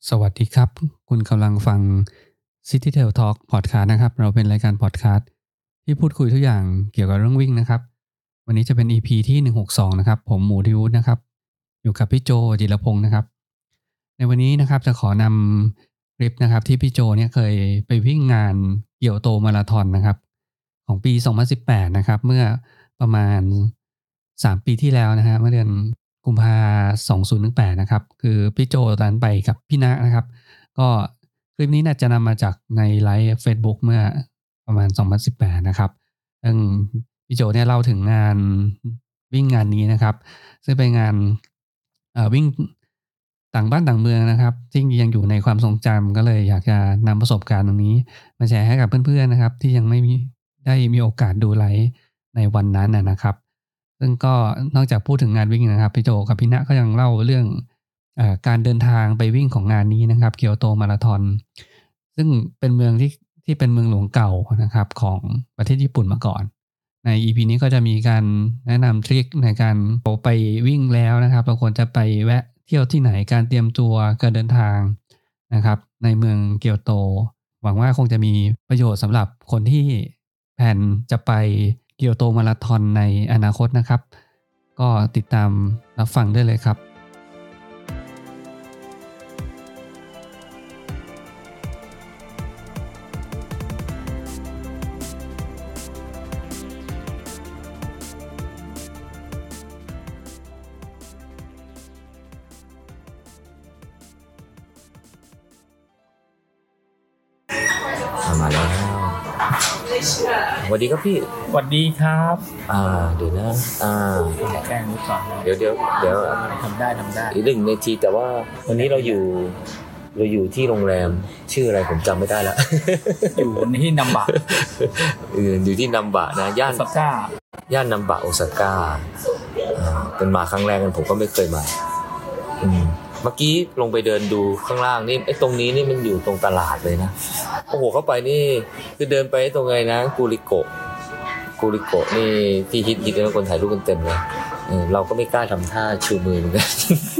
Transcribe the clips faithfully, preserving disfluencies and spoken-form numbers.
สวัสดีครับคุณกำลังฟัง Citytel Talk Podcast นะครับเราเป็นรายการ Podcast ที่พูดคุยทุกอย่างเกี่ยวกับเรื่องวิ่งนะครับวันนี้จะเป็น อี พี ที่หนึ่งหกสองนะครับผมหมูดิวุฒนะครับอยู่กับพี่โจจิรพงศ์นะครับในวันนี้นะครับจะขอนำคลิปนะครับที่พี่โจเนี่ยเคยไปวิ่งงานเกียวโตมาราธอนนะครับของปีสองพันสิบแปดนะครับเมื่อประมาณสามปีที่แล้วนะฮะเมื่อเดือนกุมภาพันธ์สองพันสิบแปดนะครับคือพี่โจตอนนั้นไปกับพี่ณนะครับก็คลิปนี้น่าจะนำมาจากในไลฟ์ Facebook เมื่อประมาณสองพันสิบแปดนะครับซึ่งพี่โจเนี่ยเล่าถึงงานวิ่งงานนี้นะครับซึ่งเป็นงานเอ่อวิ่งต่างบ้านต่างเมืองนะครับที่ยังอยู่ในความทรงจำก็เลยอยากจะนำประสบการณ์ตรงนี้มาแชร์ให้กับเพื่อนๆนะครับที่ยังไม่มีได้มีโอกาสดูไลฟ์ในวันนั้นนะครับซึ่งก็นอกจากพูดถึงงานวิ่งนะครับพี่โจกับพี่ณก็ยังเล่าเรื่องเอ่อการเดินทางไปวิ่งของงานนี้นะครับเกียวโตมาราธอนซึ่งเป็นเมืองที่ที่เป็นเมืองหลวงเก่านะครับของประเทศญี่ปุ่นมาก่อนใน อี พี นี้ก็จะมีการแนะนำทริคในการไปวิ่งแล้วนะครับเราควรจะไปแวะเที่ยวที่ไหนการเตรียมตัวการเดินทางนะครับในเมืองเกียวโตหวังว่าคงจะมีประโยชน์สำหรับคนที่แผนจะไปเกียวโตมาราธอนในอนาคตนะครับก็ติดตามรับฟังได้เลยครับมาแล้วสวัสดีครับพี่สวัสดีครับอ่าเดี๋ยวนะอ่าแจ้งนิดก่อนเดี๋ยวเดี๋ยวเดี๋ยวทำได้ทำได้อีกหนึ่งนาทีแต่ว่าวันนี้เราอยู่เราอยู่ที่โรงแรมชื่ออะไรผมจำไม่ได้แล้วอยู่ที่นัมบะอยู่ที่นัมบะนะย่านโอซาก้าย่านนัมบะโอซาก้าเป็นมาครั้งแรกกันผมก็ไม่เคยมาอืมเมื่อกี้ลงไปเดินดูข้างล่างนี่ไอ้ตรงนี้นี่มันอยู่ตรงตลาดเลยนะโอ้โหเข้าไปนี่คือเดินไปตรงไงนะกูริโกะกูริโกะนี่ที่ฮิตฮิตแล้วคนถ่ายรูปกันเต็มเลยเออเราก็ไม่กล้าทำท่าชูมือเหมือนกัน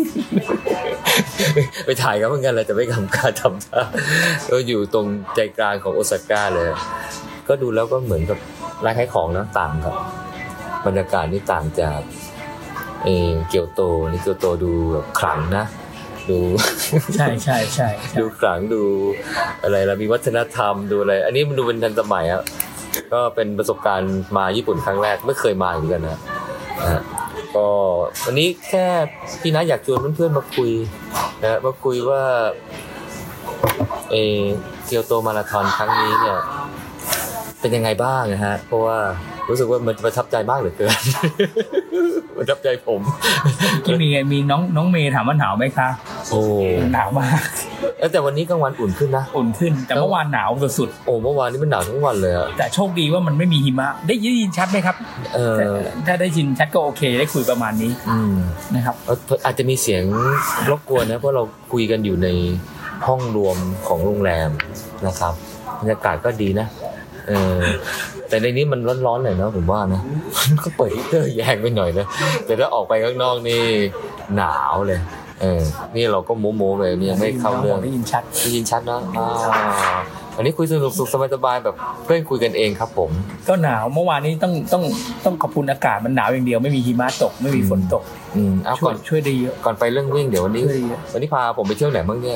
ไปถ่ายกันเหมือนกันเลยแต่ไม่กล้าทำท่าก็อยู่ตรงใจกลางของโอซาก้าเลยก็ดูแล้วก็เหมือนกับร้านขายของนะต่างครับบรรยากาศนี่ต่างจากเออเกียวโตนี่เกียวโตดูแบบขลังนะดูใช่ใช่ใช่ดูขลังดูอะไรล่ะมีวัฒนธรรมดูอะไรอันนี้มันดูเป็นทันสมัยครับก็เป็นประสบการณ์มาญี่ปุ่นครั้งแรกไม่เคยมาเหมือนกันนะอ่ะก็วันนี้แค่พี่นะอยากชวนเพื่อนๆมาคุยนะมาคุยว่าเอเกียวโตมาราธอนครั้งนี้เนี่ยเป็นยังไงบ้างนะฮะเพราะว่ารู้สึกว่ามันประทับใจมากเหลือเกินประทับใจผมที่มีมีน้องน้องเมย์ถามว่าหนาวไหมคะโอ้หนาวมากแต่วันนี้กลางวันอุ่นขึ้นนะอุ่นขึ้นแต่เมื่อวานหนาวสุดๆโอ้เมื่อวานนี้มันหนาวทั้งวันเลยอะแต่โชคดีว่ามันไม่มีหิมะได้ยินชัดไหมครับเออถ้าได้ยินชัดก็โอเคได้คุยประมาณนี้นะครับอาจจะมีเสียงรบกวนนะเพราะเราคุยกันอยู่ในห้องรวมของโรงแรมนะครับบรรยากาศก็ดีนะเออแต่ในนี้มันร้อนๆหน่อยเนาะผมว่านะก็เปิดฮีตเตอร์แยงไปหน่อยนะแต่ถ้าออกไปข้างนอกนี่หนาวเลยเออนี่เราก็โม้ๆไปนี่ยังไม่เข้าเรื่องได้ยินชัดได้ยินชัดนะอ่าอันนี้คุยสนุกสุขสบายๆแบบเพื่อนคุยกันเองครับผมก็หนาวเมื่อวานนี้ต้องต้องต้องขอบคุณอากาศมันหนาวอย่างเดียวไม่มีหิมะตกไม่มีฝนตกอืมเอาก่อนช่วยได้เยอะก่อนไปเรื่องวิ่งเดี๋ยววันนี้วันนี้พาผมไปเที่ยวไหนบ้างเนี่ย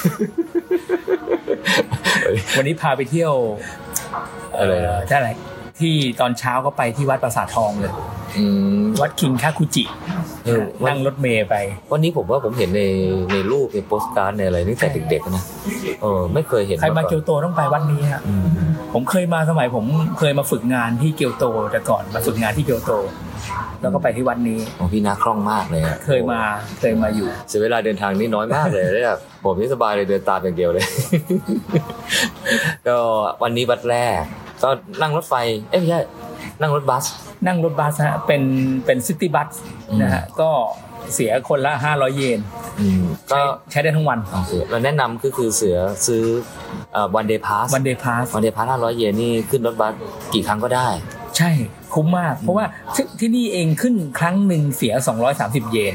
วันนี้พาไปเที่ยวอะไรใช่ไหมที่ตอนเช้าก็ไปที่วัดปราสาททองเลยวัดคิงคาคุจินั่งรถเมล์ไปวันนี้ผมว่าผมเห็นในในรูปในโปสการ์ดในอะไรนี่แต่เด็กๆนะเออไม่เคยเห็นใครมาเกียวโตต้องไปวัดนี้ฮะผมเคยมาสมัยผมเคยมาฝึกงานที่เกียวโตแต่ก่อนมาฝึกงานที่เกียวโตแล้วก็ไปที่วัดนี้อ๋อพี่นาคล่องมากเลยอ่ะเคยมาเคยมาอยู่เสียเวลาเดินทางนี่น้อยมากเลยเนี่ยผมนี่สบายเลยเดินตามอย่างเดียวเลยก็วันนี้วัดแรกก็นั่งรถไฟเอ้ยไม่ใช่นั่งรถบัสนั่งรถบัสฮะเป็นเป็นซิตี้บัสนะฮะก็เสียคนละห้าร้อยเยนก็ใช้ได้ทั้งวันโอเคเราแนะนำก็คือเสือซื้อเอ่อ one day pass one day pass one day pass ห้าร้อยเยนนี่ขึ้นรถบัสกี่ครั้งก็ได้ใช่คุ้มมากเพราะว่าที่นี่เองขึ้นครั้งนึงเสียสองร้อยสามสิบเยน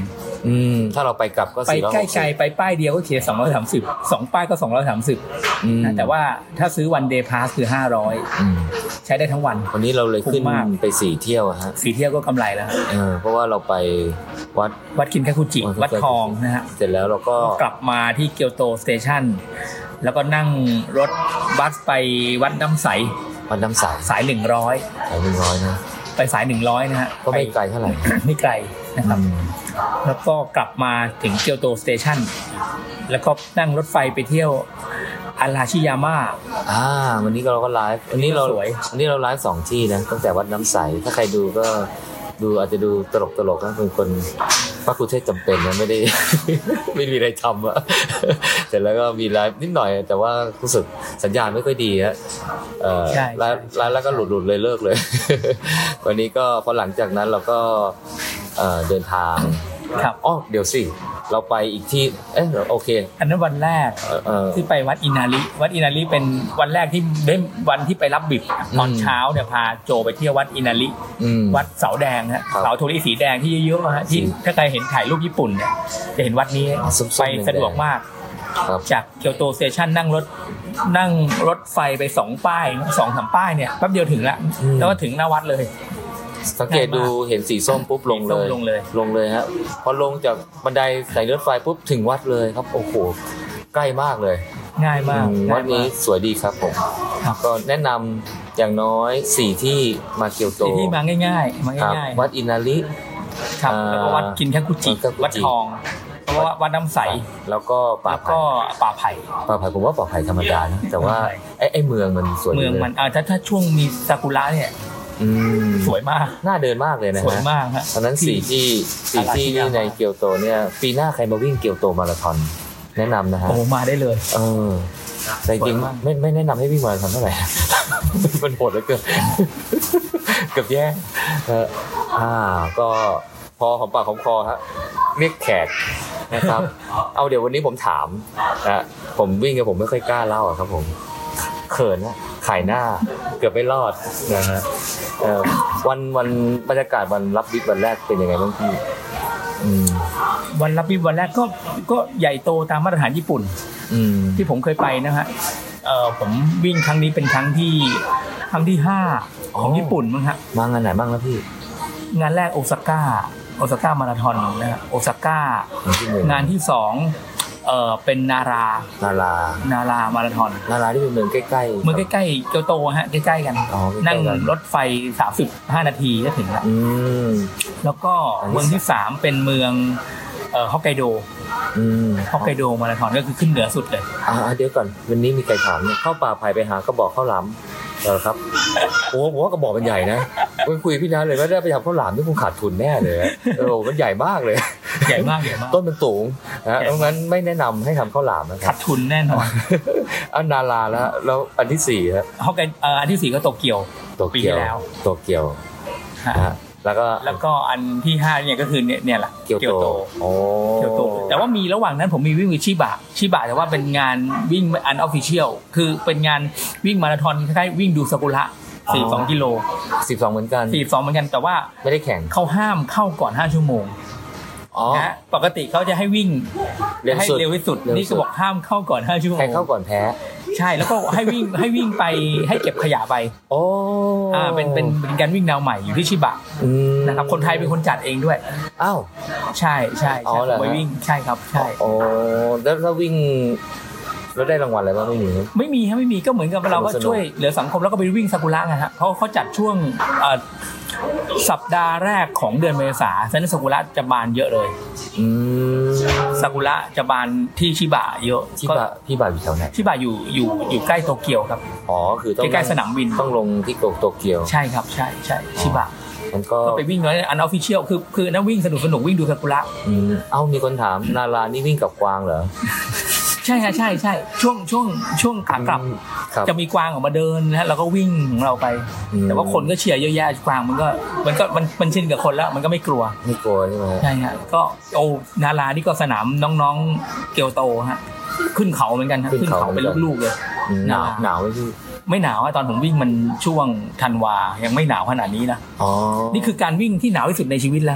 อืมถ้าเราไปกลับก็ไปสี่ร้อยหกสิบใกล้ๆไปป้ายเดียวก็เขียนสองร้อยสามสิบสองป้ายก็สองร้อยสามสิบนะแต่ว่าถ้าซื้อ one day pass คือห้าร้อยอืมใช้ได้ทั้งวันวันนี้เราเลยขึ้นไปสี่เที่ยวฮะสี่เที่ยวก็กำไรแล้วเออเพราะว่าเราไปวัดวัดคินคาคุจิวัดทองนะฮะเสร็จแล้วเราก็กลับมาที่เกียวโตสเตชันแล้วก็นั่งรถบัสไปวัดน้ำใสวัดน้ำใสสายหนึ่งร้อยสายหนึ่งร้อยนะไปสายหนึ่งร้อยนะฮะก็ไม่ไกลเท่าไหร่ไม่ไกลนะครับแล้วก็กลับมาถึงเกียวโตสเตชันแล้วก็นั่งรถไฟไปเที่ยวอาราชิยาม่าอ่าวันนี้เราก็ไลฟ์วันนี้เราวันนี้เราไลฟ์สองที่นะตั้งแต่วัดน้ำใสถ้าใครดูก็ดูอาจจะดูตลกตลกนะเป็นคนพระครูเทศจำเป็นนะไม่ได้ไม่มีอะไรทำอะเสร็จแล้วก็มีไลฟ์นิดหน่อยแต่ว่ารู้สึกสัญญาณไม่ค่อยดีฮะเอ่อไลฟ์ไลฟ์แล้วก็หลุดหลุดเลยเลิกเลยวันนี้ก็พอหลังจากนั้นเราก็เอ่อเดินทางครับอ๋อเดี๋ยวสิเราไปอีกที่เอ๊ะโอเคอันนั้นวันแรกที่ไปวัดอินาริวัดอินาริเป็นวันแรกที่ได้วันที่ไปรับบิบตอนเช้าเนี่ยพาโจไปเที่ยววัดอินาริวัดเสาแดงฮะเสาโทริสีแดงที่เยอะๆฮะที่ถ้าใครเห็นถ่ายรูปญี่ปุ่นเนี่ยจะเห็นวัดนี้ไปสะดวกมากจากเกียวโตสเตชันนั่งรถนั่งรถไฟไปสองป้ายสองสามป้ายเนี่ยแป๊บเดียวถึงแล้วแล้วก็ถึงหน้าวัดเลยสังเกตดูเห็นสีส้มปุ๊บลงเลยลงเลยลงเลยฮะพอลงจากบันไดสายรถไฟปุ๊บถึงวัดเลยครับโอ้โหใกล้มากเลยง่ายมากวัดนี้สวยดีครับผมก็แนะนำอย่างน้อยสี่ที่มาเกียวโตสี่ที่มาง่ายๆมาง่ายๆวัดอินาริครับแล้วก็วัดคินคาคุจิวัดทองเพราะว่าวัดน้ำใสแล้วก็ป่าไผ่ก็ป่าไผ่ป่าไผ่ผมว่าป่าไผ่ธรรมดานะแต่ว่าไอ้ไอ้เมืองมันสวยเมืองมันอ่าถ้าถ้าช่วงมีซากุระเนี่ยสวยมากน่าเดินมากเลยนะฮะสวยมากฮะตอนนั้นสี่ที่สี่ที่นี่ในเกียวโตเนี่ยปีหน้าใครมาวิ่งเกียวโตมาราธอนแนะนำนะฮะโอ้มาได้เลยเออแต่จริงไม่ไม่แนะนำให้วิ่งมาราธอนเท่าไหร่มันโหดเหลือเกินเกือบแย่อ่าก็พอหอมปากหอมคอฮะเรียกแขกนะครับเอาเดี๋ยววันนี้ผมถามนะผมวิ่งกับผมไม่ค่อยกล้าเล่าครับผมเขินนะขายหน้าเกือบไม่รอดนะฮะวันวันบรรยากาศวันรับบิ๊กวันแรกเป็นยังไงบ้างพี่วันรับบิ๊กวันแรกก็ก็ใหญ่โตตามมาตรฐานญี่ปุ่นที่ผมเคยไปนะฮะผมวิ่งครั้งนี้เป็นครั้งที่ครั้งที่ห้าของญี่ปุ่นมั้งฮะมางานไหนบ้างแล้วพี่งานแรกโอซาก้าโอซาก้ามาราธอนนะฮะโอซาก้างานที่สองเอ่อเป็นนารานารานารามาราธอนนาราที่เป็นเมืองใกล้ๆเมืองใกล้ๆเกียวโตฮะใกล้ๆกันนั่งรถไฟสามสิบห้านาทีก็ถึงแล้วแล้วก็เมืองที่สามเป็นเมืองเอ่อฮอกไกโดฮอกไกโดมาราธอนก็คือขึ้นเหนือสุดเลยอ่าเดี๋ยวก่อนวันนี้มีใครถามเนี่ยเข้าป่าไผ่ไปหากระบอกข้าวหลามเหรอครับโอ้ผมว่ากระบอกมันใหญ่นะวันคุยพี่นัทเลยว่าได้ไปทำข้าวหลามนี่คงขาดทุนแน่เลยเออมันใหญ่มากเลยใหญ่มากใหญ่มากต้นมันสูงนะเพราะงั้นไม่แนะนำให้ทำข้าวหลามนะครับขาดทุนแน่นอนอันนาราแล้วแล้วอันที่สี่ครับฮอกไกเอ่ออันที่สี่ก็โตเกียวปีที่แล้วโตเกียวฮะแล้วก็แล้วก็อันที่ห้าเนี่ยก็คือเนี่ยเนี่ยแหละเกียวโตโอ้เกียวโตแต่ว่ามีระหว่างนั้นผมมีวิ่งวิชิบะชิบะแต่ว่าเป็นงานวิ่งอันออฟฟิเชียลคือเป็นงานวิ่งมาราธอนคล้ายๆวิ่งดูซากุระสี่สิบสองกิโลสิบสองเหมือนกันสี่สิบสองเหมือนกันแต่ว่าไม่ได้แข่งเขาห้ามเข้าก่อนห้าชั่วโมงนะปกติเขาจะให้วิ่งให้เร็วที่สุดนี่ก็บอกห้ามเข้าก่อนห้าชั่วโมงใครเข้าก่อนแพ้ใช่แล้วก็ให้วิ่งให้วิ่งไปให้เก็บขยะไปโอ้อ่าเป็นเป็นเป็นการวิ่งแนวใหม่อยู่ที่ชิบะนะครับคนไทยเป็นคนจัดเองด้วยอ้าวใช่ใช่ใช่ไปวิ่งใช่ครับใช่โอ้แล้วถ้าวิ่งแล้วได้รางวัลอะไรบ้างไม่มีไม่มีฮะไม่มีก็เหมือนกับเราก็ช่วยเหลือสังคมแล้วก็ไปวิ่งซากุระไงฮะเขาเขาจัดช่วงสัปดาห์แรกของเดือนเมษาฉะนั้นซากุระจะบานเยอะเลยซากุระจะบานที่ชิบะเยอะชิบะชิบะอยู่แถวไหนชิบะอยู่อยู่อยู่ใกล้โตเกียวครับอ๋อคือต้องใกล้สนามบินต้องลงที่โตเกียวใช่ครับใช่ใช่ชิบะมันก็ไปวิ่งน้อยอันออฟฟิเชียลคือคือนักวิ่งสนุกสนุกวิ่งดูซากุระอืมเอ้ามีคนถามนารานี่วิ่งกับกวางเหรอใช่ค่ะใช่ใช่ช่วงช่วงช่วงขากลับจะมีกวางออกมาเดินนะแล้วก็วิ่งของเราไปแต่ว่าคนก็เชียร์เยอะแยะกวางมันก็มันก็มันมันชินกับคนแล้วมันก็ไม่กลัวไม่กลัวใช่ไหมใช่ฮะก็โอ้นารานี่ก็สนามน้องๆเกียวโตฮะขึ้นเขาเหมือนกันฮะขึ้นเขาเป็นลูกๆเลยหนาวหนาวไหมพี่ไม่หนาวตอนผมวิ่งมันช่วงธันวายังไม่หนาวขนาดนี้นะอ๋อนี่คือการวิ่งที่หนาวที่สุดในชีวิตแล้วฮะ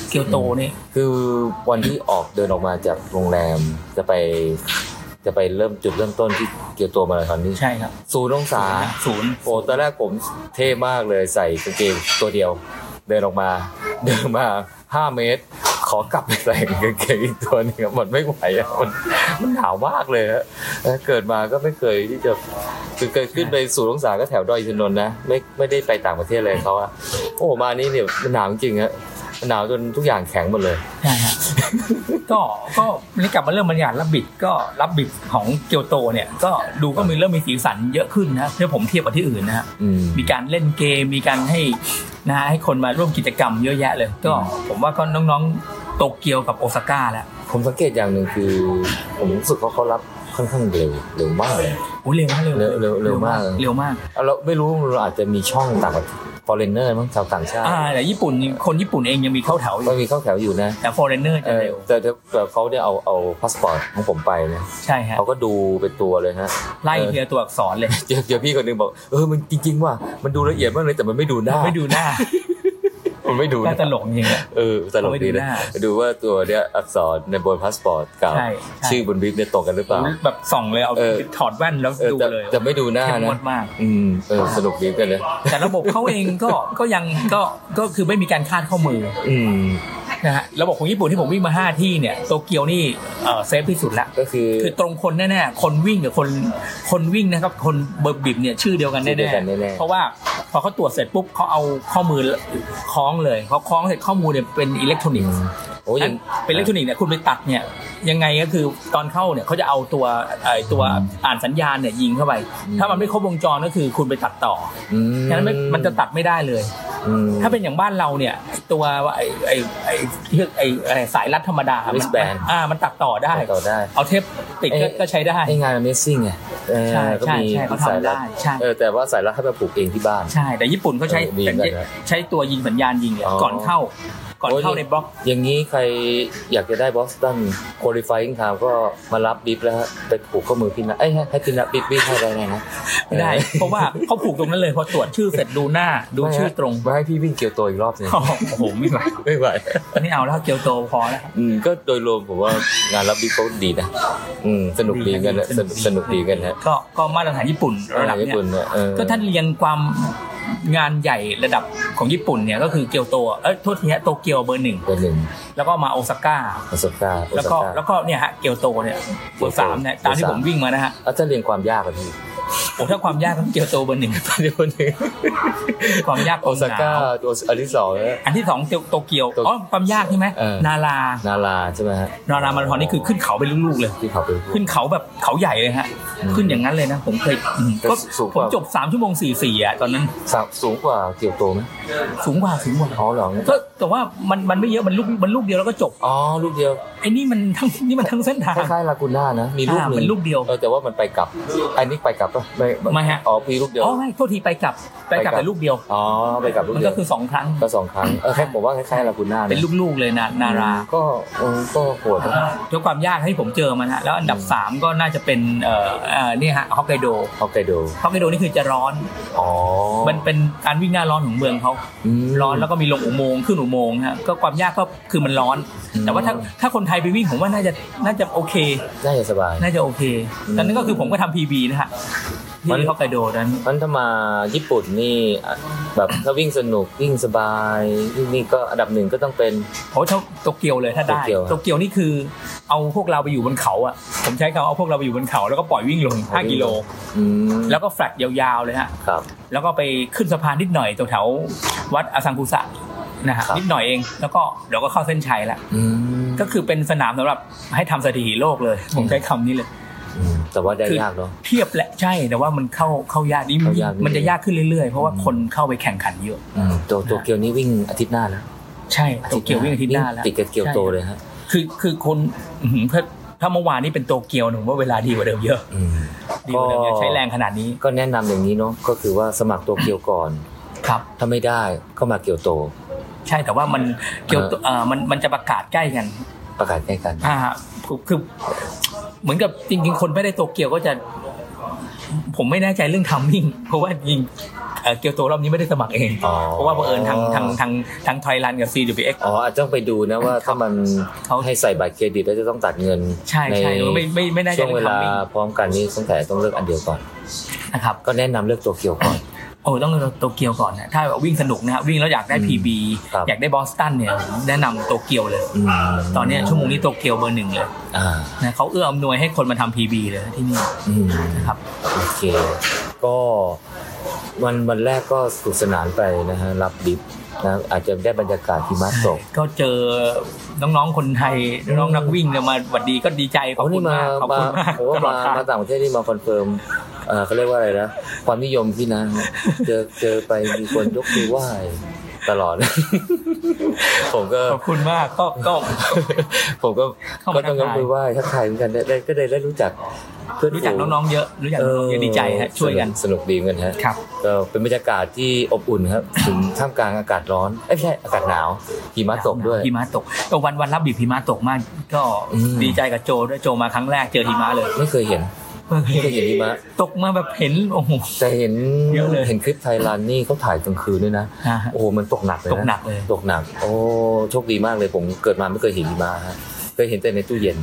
เกียวโตนี่คือวันที่ออกเดินออกมาจากโรงแรมจะไปจะไปเริ่มจุดเริ่มต้นที่เกียวโตมาราธอนนี้ใช่ครับศูนย์องศาศูนย์โอ้ตอนแรกผมเท่มากเลยใส่กางเกงตัวเดียวเดินออกมาเดินมาห้าเมตรขอกลับไปใส่กางเกงอีกตัวนึงมันไม่ไหวอ่ะมันมันหนาวมากเลยฮะเกิดมาก็ไม่เคยที่จะคือเคยขึ้นไปศูนย์องศาก็แถวดอยอินทนนท์นะไม่ไม่ได้ไปต่างประเทศเลยเขาอะโอ้มานี่เนี่ยมันหนาวจริงฮะหนาวจนทุกอย่างแข็งหมดเลยใช่ฮะก็ก็นี่กลับมาเรื่องบรรยากาศรับบิดก็รับบิดของเกียวโตเนี่ยก็ดูก็มีเริ่มมีสีสันเยอะขึ้นนะถ้าผมเทียบกับที่อื่นนะฮะมีการเล่นเกมมีการให้นะฮะให้คนมาร่วมกิจกรรมเยอะแยะเลยก็ผมว่าก็น้องๆโตเกียวกับโอซาก้าแล้วผมสังเกตอย่างหนึ่งคือผมรู้สึกว่าเขารับค่อนข้างเร็วเร็วมากเลยโอ้เร็วมากเร็วเร็วเร็วมากเร็วมากเราไม่รู้เราอาจจะมีช่องต่างforeigner มั้งชาวต่างชาติอ่าแต่ญี่ปุ่นคนญี่ปุ่นเองยังมีเข้าแถวอยู่มีเข้าแถวอยู่นะแต่ foreigner จะเร็วแต่แต่เขาได้เอาเอาพาสปอร์ตของผมไปนะใช่ฮะเขาก็ดูเป็นตัวเลยฮะไล่ทีละตัวอักษรเลยเจอเจอพี่คนนึงบอกเออมันจริงๆว่ะมันดูละเอียดมากเลยแต่มันไม่ดูหน้าไม่ดูหน้ามันไม่ดูน่าตลกจริงอ่ะเออตลกดีนะดูว่าตัวเนี้ยอักษรในบนพาสปอร์ตกับชื่อบนบิ๊กเนี่ยตรงกันหรือเปล่าแบบส่องเลยเอาถอดแว่นแล้วดูเลยจะไม่ดูหน้านะอืมเออสนุกดีกันเลยแต่ระบบเขาเองก็ก็ยังก็ก็คือไม่มีการคาดข้อมืออืมนะฮะระบบของญี่ปุ่นที่ผมวิ่งมาห้าที่เนี่ยโตเกียวนี่เอ่อเซฟที่สุดละก็คือคือตรงคนแน่ๆคนวิ่งกับคนคนวิ่งนะครับคนเบิร์บิบเนี่ยชื่อเดียวกันแน่ๆเพราะว่าพอเขาตรวจเสร็จปุ๊บเขาเอาข้อมือคล้องเลยเขาคล้องเสร็จข้อมูลเนี่ยเป็นอิเล็กทรอนิกส์โอ้ยเป็นอิเล็กทรอนิกส์เนี่ยคุณไปตัดเนี่ยยังไงก็คือตอนเข้าเนี่ยเขาจะเอาตัวไอ้ตัวอ่านสัญญาณเนี่ยยิงเข้าไปถ้ามันไม่ครบวงจรก็คือคุณไปตัดต่อฉะนั้นมันจะตัดไม่ได้เลยถ้าเป็นอย่างบ้านเราเนี่ยตัวไอ้ไอ้ไอ้ไอ้ไอ้สายรัดธรรมดามันอ่ามันตัดต่อได้เอาเทปติดก็ใช้ได้ไอ้งาน Amazing ไงใช่ใช่ใช่เขาทำได้ใช่เออแต่ว่าสายรัดให้มาปลูกเองที่บ้านใช่แต่ญี่ปุ่นเขาใช้ใช้ตัวยิงสัญญาณยิงเลยก่อนเข้าก่อนเข้าในบล็อกอย่างนี้ใครอยากจะได้บอสตันควอลิฟายอิงไทม์ก็มารับบิ๊บแล้วฮะไปผูกข้อมือพี่นะเอ้ยให้พี่นะบิ๊บบิ๊บให้ได้ไงนะไม่ได้เพราะว่าเขาผูกตรงนั้นเลยพอตรวจชื่อเสร็จดูหน้าดูชื่อตรงไม่ให้พี่วิ่งเกียวโตอีกรอบนึงโอ้โหไม่ไหวไม่ไหวนี่เอาแล้วเกียวโตพอแล้วอืมก็โดยรวมผมว่างานรับบิ๊บเขาดีนะอืมสนุกดีกันนะสนุกดีกันฮะก็ก็มาตรฐานญี่ปุ่นระดับเนี้ยก็ท่านเรียนความงานใหญ่ระดับของญี่ปุ่นเนี่ยก็คือเกียวโตเอ้ยโทษทีฮะโตเกียวเบอร์หนึ่งเบอร์หนึ่งแล้วก็มาโอซาก้าโอซาก้าแล้วก็แล้วก็เนี่ยฮะเกียวโตเนี่ยเบอร์สามเนี่ยตามที่ผมวิ่งมานะฮะแล้วจะเรียนความยากกันพี่โอ้ถ้าความยากก็เกียวโตเบอร์หนึ่งเดี๋ยวนึงความยากโอซาก้าตัวอันที่สองอันที่สองโตเกียวอ๋อความยากใช่ไหมนารานาราใช่ไหมฮะนารามาราธอนนี่คือขึ้นเขาไปลูกๆเลยขึ้นเขาแบบเขาใหญ่เลยฮะขึ้นอย่างนั้นเลยนะผมเคยก็ผมจบสามชั่วโมงสี่สิบสี่อ่ะตอนนั้นสูงกว่าเกียวโตมั้ยสูงกว่าสูงกว่าอ๋อเหรอก็แต่ว่ามันมันไม่เยอะมันลูกมันลูกเดียวแล้วก็จบอ๋อลูกเดียวไอ้นี่มันทั้งนี่มันทั้งเส้นทางคล้ายๆลากูน่านะมีลูกนึงมันลูกเดียวเออแต่ว่ามันไปกลับอันนี้ไปกลับป่ะไม่ไม่ฮะอ๋อพีลูกเดียวอ๋อไม่โทษทีไปกลับไปกลับแต่ลูกเดียวอ๋อไปกลับลูกเดียวมันก็คือสองครั้งก็สองครั้งเออแค่ผมว่าคล้ายๆลากูน่าเป็นลูกๆเลยนะนาราก็ก็โหดนะด้วยความยากให้ผมเจอมันฮะแล้วอันดับสามก็น่าจะเป็นเอ่อเอ่อนี่ฮะฮอกไกโดฮอกไกโดฮอกไกโดนี่คือจะร้อนอ๋อมันเป็นการวิ่งหน้าร้อนของเมืองเขาร้อนแล้วก็มีลงอุโมงค์ขึ้นอุโมงค์ฮะก็ความยากก็คือมันร้อนแต่ว่าถ้าถ้าคนไทยไปวิ่งผมว่าน่าจะน่าจะโอเคน่าจะสบายน่าจะโอเคตอนนั้นก็คือผมก็ทำ พี บี นะฮะที่ฮอกไกโดนั้นมันถ้ามาญี่ปุ่นนี่แบบถ้าวิ่งสนุกวิ่งสบายนี่ก็อันดับหนึ่งก็ต้องเป็นโอ้โตเกียวเลยถ้าได้โตเกียวนี่คือเอาพวกเราไปอยู่บนเขาอ่ะผมใช้คำเอาพวกเราไปอยู่บนเขาแล้วก็ปล่อยวิ่งลงห้ากิโลแล้วก็แฟลตยาวๆเลยฮะแล้วก็ไปขึ้นสะพานนิดหน่อยแถววัดอาซังกุสะนะฮะนิดหน่อยเองแล้วก็เดี๋ยวก็เข้าเส้นชัยแล้วก็คือเป็นสนามสำหรับให้ทำสถิติโลกเลยผมใช้คำนี้เลยแต่ว่าได้ยากเนาะเทียบแหละใช่แต่ว่ามันเข้าเข้ายากนี่มันจะยากขึ้นเรื่อยๆเพราะว่าคนเข้าไปแข่งขันเยอะตัวโตเกียวนี่วิ่งอาทิตย์หน้าแล้วใช่โตเกียววิ่งอาทิตย์หน้าแล้วติดกับเกียวโตเลยฮะคือคือคนถ้าเมื่อวานนี้เป็นโตเกียวหนูว่าเวลาดีกว่าเดิมเยอะดีกว่าเดิมใช้แรงขนาดนี้ก็แนะนำอย่างนี้เนาะก็คือว่าสมัครโตเกียวก่อนครับถ้าไม่ได้ก็มาเกียวโตใช่แต่ว่ามันเกียวโตอ่ามันมันจะประกาศใกล้กันประกาศใกล้กันอ่าคือเหมือนกับจริงๆคนไม่ได้โตเกียวก็จะผมไม่แน่ใจเรื่องทัมมิ่งเพราะว่ายิงเกียวโตรอบนี้ไม่ได้สมัครเองเพราะว่าบังเอิญทางทางทางทางไทยรันกับ ซี ดับเบิลยู เอ็กซ์อ๋ออาจจะต้องไปดูนะว่าถ้ามันเขาให้ใส่บัตรเครดิตแล้วจะต้องตัดเงินใช่ใช่ไม่ไม่ไม่น่าจะช่วงเวลาพร้อมกันนี้ตั้งแต่ต้องเลือกอันเดียวก่อนนะครับก็แนะนำเลือกโตเกียวก่อนโอ้ต้องโตเกียวก่อนนะถ้าวิ่งสนุกนะฮะวิ่งแล้วอยากได้ พี บี อยากได้บอสตันเนี่ยแนะนำโตเกียวเลยตอนนี้ชั่วโมงนี้โตเกียวเบอร์หนึ่งเลยนะเขาเอื้ออำนวยให้คนมาทำ พี บี เลยที่นี่นะครับโอเคก็วันวันแรกก็สนุกสนานไปนะฮะรับดิฟนะอาจจะได้บรรยากาศที่มาตกก็เจอน้องๆคนไทยน้องนักวิ่งเนี่ยมาหวัดดีก็ดีใจขอบคุณมากขอบคุณมากตลอดทางมาต่างประเทศนี่มาคอนเฟิร์มเออเขาเรียกว่าอะไรนะความนิยมพี่นะเจอเจอไปมีคนยกมือไหว้ตลอดผมก็ขอบคุณมากก็ก็ผมก็ก็ต้องยกมือไหว้ทักทายเหมือนกันได้ก็ได้ได้รู้จักเพื่อนรู้จักน้องๆเยอะรู้จักน้องๆเยอะดีใจฮะช่วยกันสนุกดีเหมือนกันฮะครับก็เป็นบรรยากาศที่อบอุ่นครับถึงท่ามกลางอากาศร้อนไม่ใช่อากาศหนาวหิมะตกด้วยหิมะตกก็วันวันรับบีบหิมะตกมากก็ดีใจกับโจด้วยโจมาครั้งแรกเจอหิมะเลยไม่เคยเห็นไม่เคยเห็นหิมะตกมาแบบเห็นโอ้โหแต่เห็นเห็นคลิปไทยรันนี่เขาถ่ายกลางคืนด้วยนะโอ้โหมันตกหนักเลยนะตกหนักเลยตกหนักโอ้โชคดีมากเลยผมเกิดมาไม่เคยเห็นหิมะฮะเคยเห็นแต่ในตู้เย็น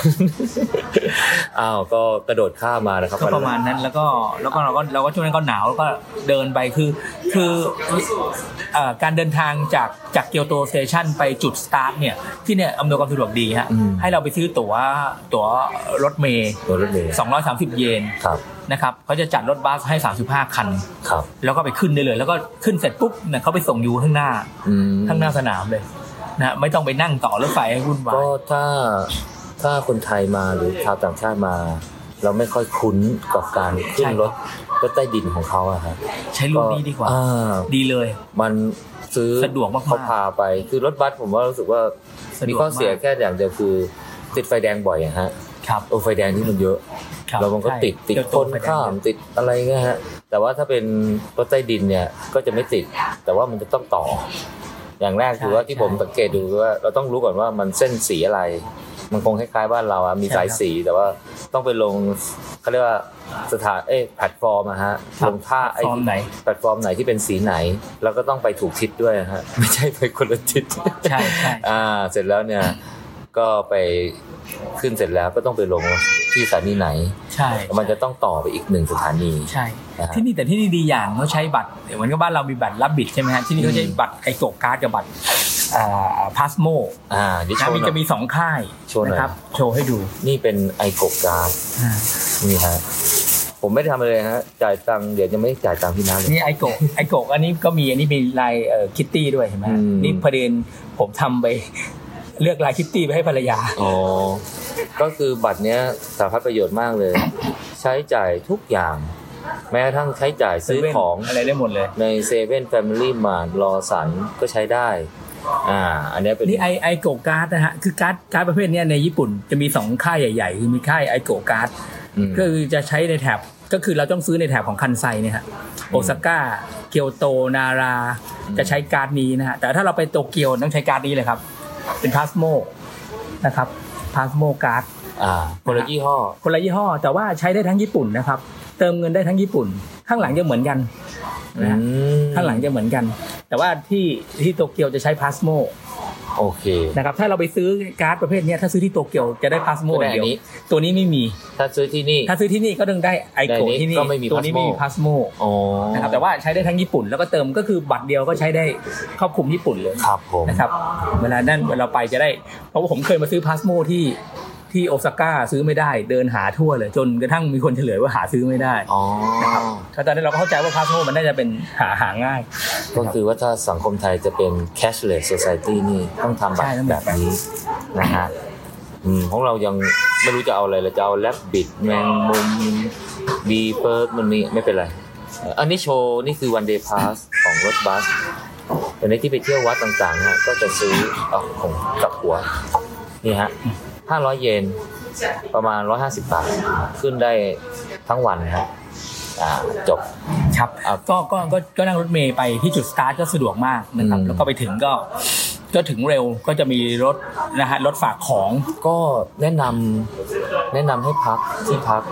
อ้าวก็กระโดดข้ามมานะครับก็ประมาณนั้นแล้วก็แล้วก็เราก็เราก็ช่วงนั้นก็หนาวแล้วก็เดินไปคือคือเอ่อการเดินทางจากจากเกียวโตสเตชันไปจุดสตาร์ทเนี่ยที่เนี่ยอำนวยความสะดวกดีฮะให้เราไปซื้อตั๋วตั๋วรถเมล์ตั๋วรถเมล์สองร้อยสามสิบเยนครับนะครับเขาจะจัดรถบัสให้สามสิบห้าคันครับแล้วก็ไปขึ้นได้เลยแล้วก็ขึ้นเสร็จปุ๊บเนี่ยเขาไปส่งอยู่ข้างหน้าข้างหน้าสนามเลยนะไม่ต้องไปนั่งต่อรถไฟให้วุ่นวายก็ถ้าถ้าคนไทยมาหรือชาวต่างชาติมาเราไม่ค่อยคุ้นกับการขึ้นรถรถใต้ดินของเขาอะครับใช้รุ่นนี้ดีกว่าดีเลยมันซื้อสะดวกมากเขาพาไปคือรถบัสผมว่ารู้สึกว่ามีข้อเสียแค่อย่างเดียวคือติดไฟแดงบ่อยอะฮะครับโอ้ไฟแดงนี่มันเยอะแล้วมันก็ติดติดคนข้ามติดอะไรเงี้ยฮะแต่ว่าถ้าเป็นรถใต้ดินเนี่ยก็จะไม่ติดแต่ว่ามันจะต้องต่ออย่างแรกคือว่าที่ผมสังเกตดูว่าเราต้องรู้ก่อนว่ามันเส้นสีอะไรมันคงคล้ายๆบ้านเราอ่ะมีสายสีแต่ว่าต้องไปลงเขาเรียกว่าสถานเอ๊ะแพลตฟอร์มอะฮะลงท่าไอ้แพลตฟอร์มไหนที่เป็นสีไหนแล้วก็ต้องไปถูกทิศด้วยฮะไม่ใช่ไปคนละทิศใช่ใช่อ่าเสร็จแล้วเนี่ยก็ไปขึ้นเสร็จแล้วก็ต้องไปลงที่สถานีไหนใช่มันจะต้องต่อไปอีกหนึ่งสถานีใช่ที่นี่แต่ที่นี่ดีอย่างเขาใช้บัตรเหมือนกับบ้านเรามีบัตรรับบิดใช่ไหมฮะที่นี่เขาใช้บัตรไอโกการ์ดกับบัตรอ่าพาสโมอ่าดิฉันมีจะมีสองค่ายนะครับโชว์ให้ดูนี่เป็นไอโกการ์ดนี่ฮะผมไม่ได้ทำอะไรฮะจ่ายตังค์เดี๋ยวจะไม่จ่ายตังค์พี่น้าเลยนี่ไอโกไอโกอันนี้ก็มีอันนี้มีลายเอ่อคิตตี้ด้วยเห็นไหมนี่ประเด็นผมทำไปเลือกลายคิตตี้ไปให้ภรรยาอ๋อก็คือบัตรเนี้ยสารพัดประโยชน์มากเลยใช้จ่ายทุกอย่างแม้กระทั่งใช้จ่ายซื้อของอะไรได้หมดเลยในเซเว่นแฟมิลี่มาร์ทรอสันก็ใช้ได้อ่าอันนี้เป็นนี่ไอไอโกการ์ดนะฮะคือการ์ดการ์ดประเภทนี้ในญี่ปุ่นจะมีสองค่ายใหญ่ๆคือมีค่ายไอโกการ์ดก็คือจะใช้ในแถบก็คือเราต้องซื้อในแถบของคันไซเนี่ยฮะโอซาก้าเกียวโตนาราจะใช้การ์ดนี้นะฮะแต่ถ้าเราไปโตเกียวต้องใช้การ์ดนี้เลยครับเป็นพาสโมนะครับพาสโมการ์ดอ่าคนละยี่ห้อคนละยี่ห้อแต่ว่าใช้ได้ทั้งญี่ปุ่นนะครับเติมเงินได้ทั้งญี่ปุ่นข้างหลังจะเหมือนกันนะข้างหลังจะเหมือนกันแต่ว่าที่ที่โตเกียวจะใช้พาสโมโอเคนะครับถ้าเราไปซื้อการ์ดประเภทนี้ถ้าซื้อที่โตเกียวจะได้พาสโมเดียวตัวนี้ไม่มีถ้าซื้อที่นี่ถ้าซื้อที่นี่ก็ต้องได้ไอโกที่นี่ตัวนี้ไม่มีพาสโมนะครับแต่ว่าใช้ได้ทั้งญี่ปุ่นแล้วก็เติมก็คือบัตรเดียวก็ใช้ได้ครอบคลุมญี่ปุ่นเลยครับผมนะครับเวลานั่นเวลาไปจะได้เพราะว่าผมเคยมาซื้อพาสโมที่ที่โอซาก้าซื้อไม่ได้เดินหาทั่วเลยจนกระทั่งมีคนเฉลยว่าหาซื้อไม่ได้นะครับตอนนั้นเราก็เข้าใจว่าพาสโมมันน่าจะเป็นหาหาง่ายก็คือว่าถ้าสังคมไทยจะเป็น cashless society นี่ต้องทำแบบแบบนี้นะฮะอืมของเรายังไม่รู้จะเอาอะไรเลยจะเอาแลบบิดแมงมุมบีเฟิร์สมันนี่ไม่เป็นไรอันนี้โชว์นี่คือ one day pass ของรถบัสแต่ในที่ไปเที่ยววัดต่างๆฮะก็จะซื้อเอาของกับหัวนี่ฮะห้าร้อยเยนประมาณหนึ่งร้อยห้าสิบบาทขึ้นได้ทั้งวันครับอ่าจบครับก็ก็ก็ก็นั่งรถเมล์ไปที่จุดสตาร์ทก็สะดวกมากนะครับแล้วก็ไปถึงก็ก็ถึงเร็วก็จะมีรถนะฮะรถฝากของก็แนะนำแนะนำให้พักที่พัก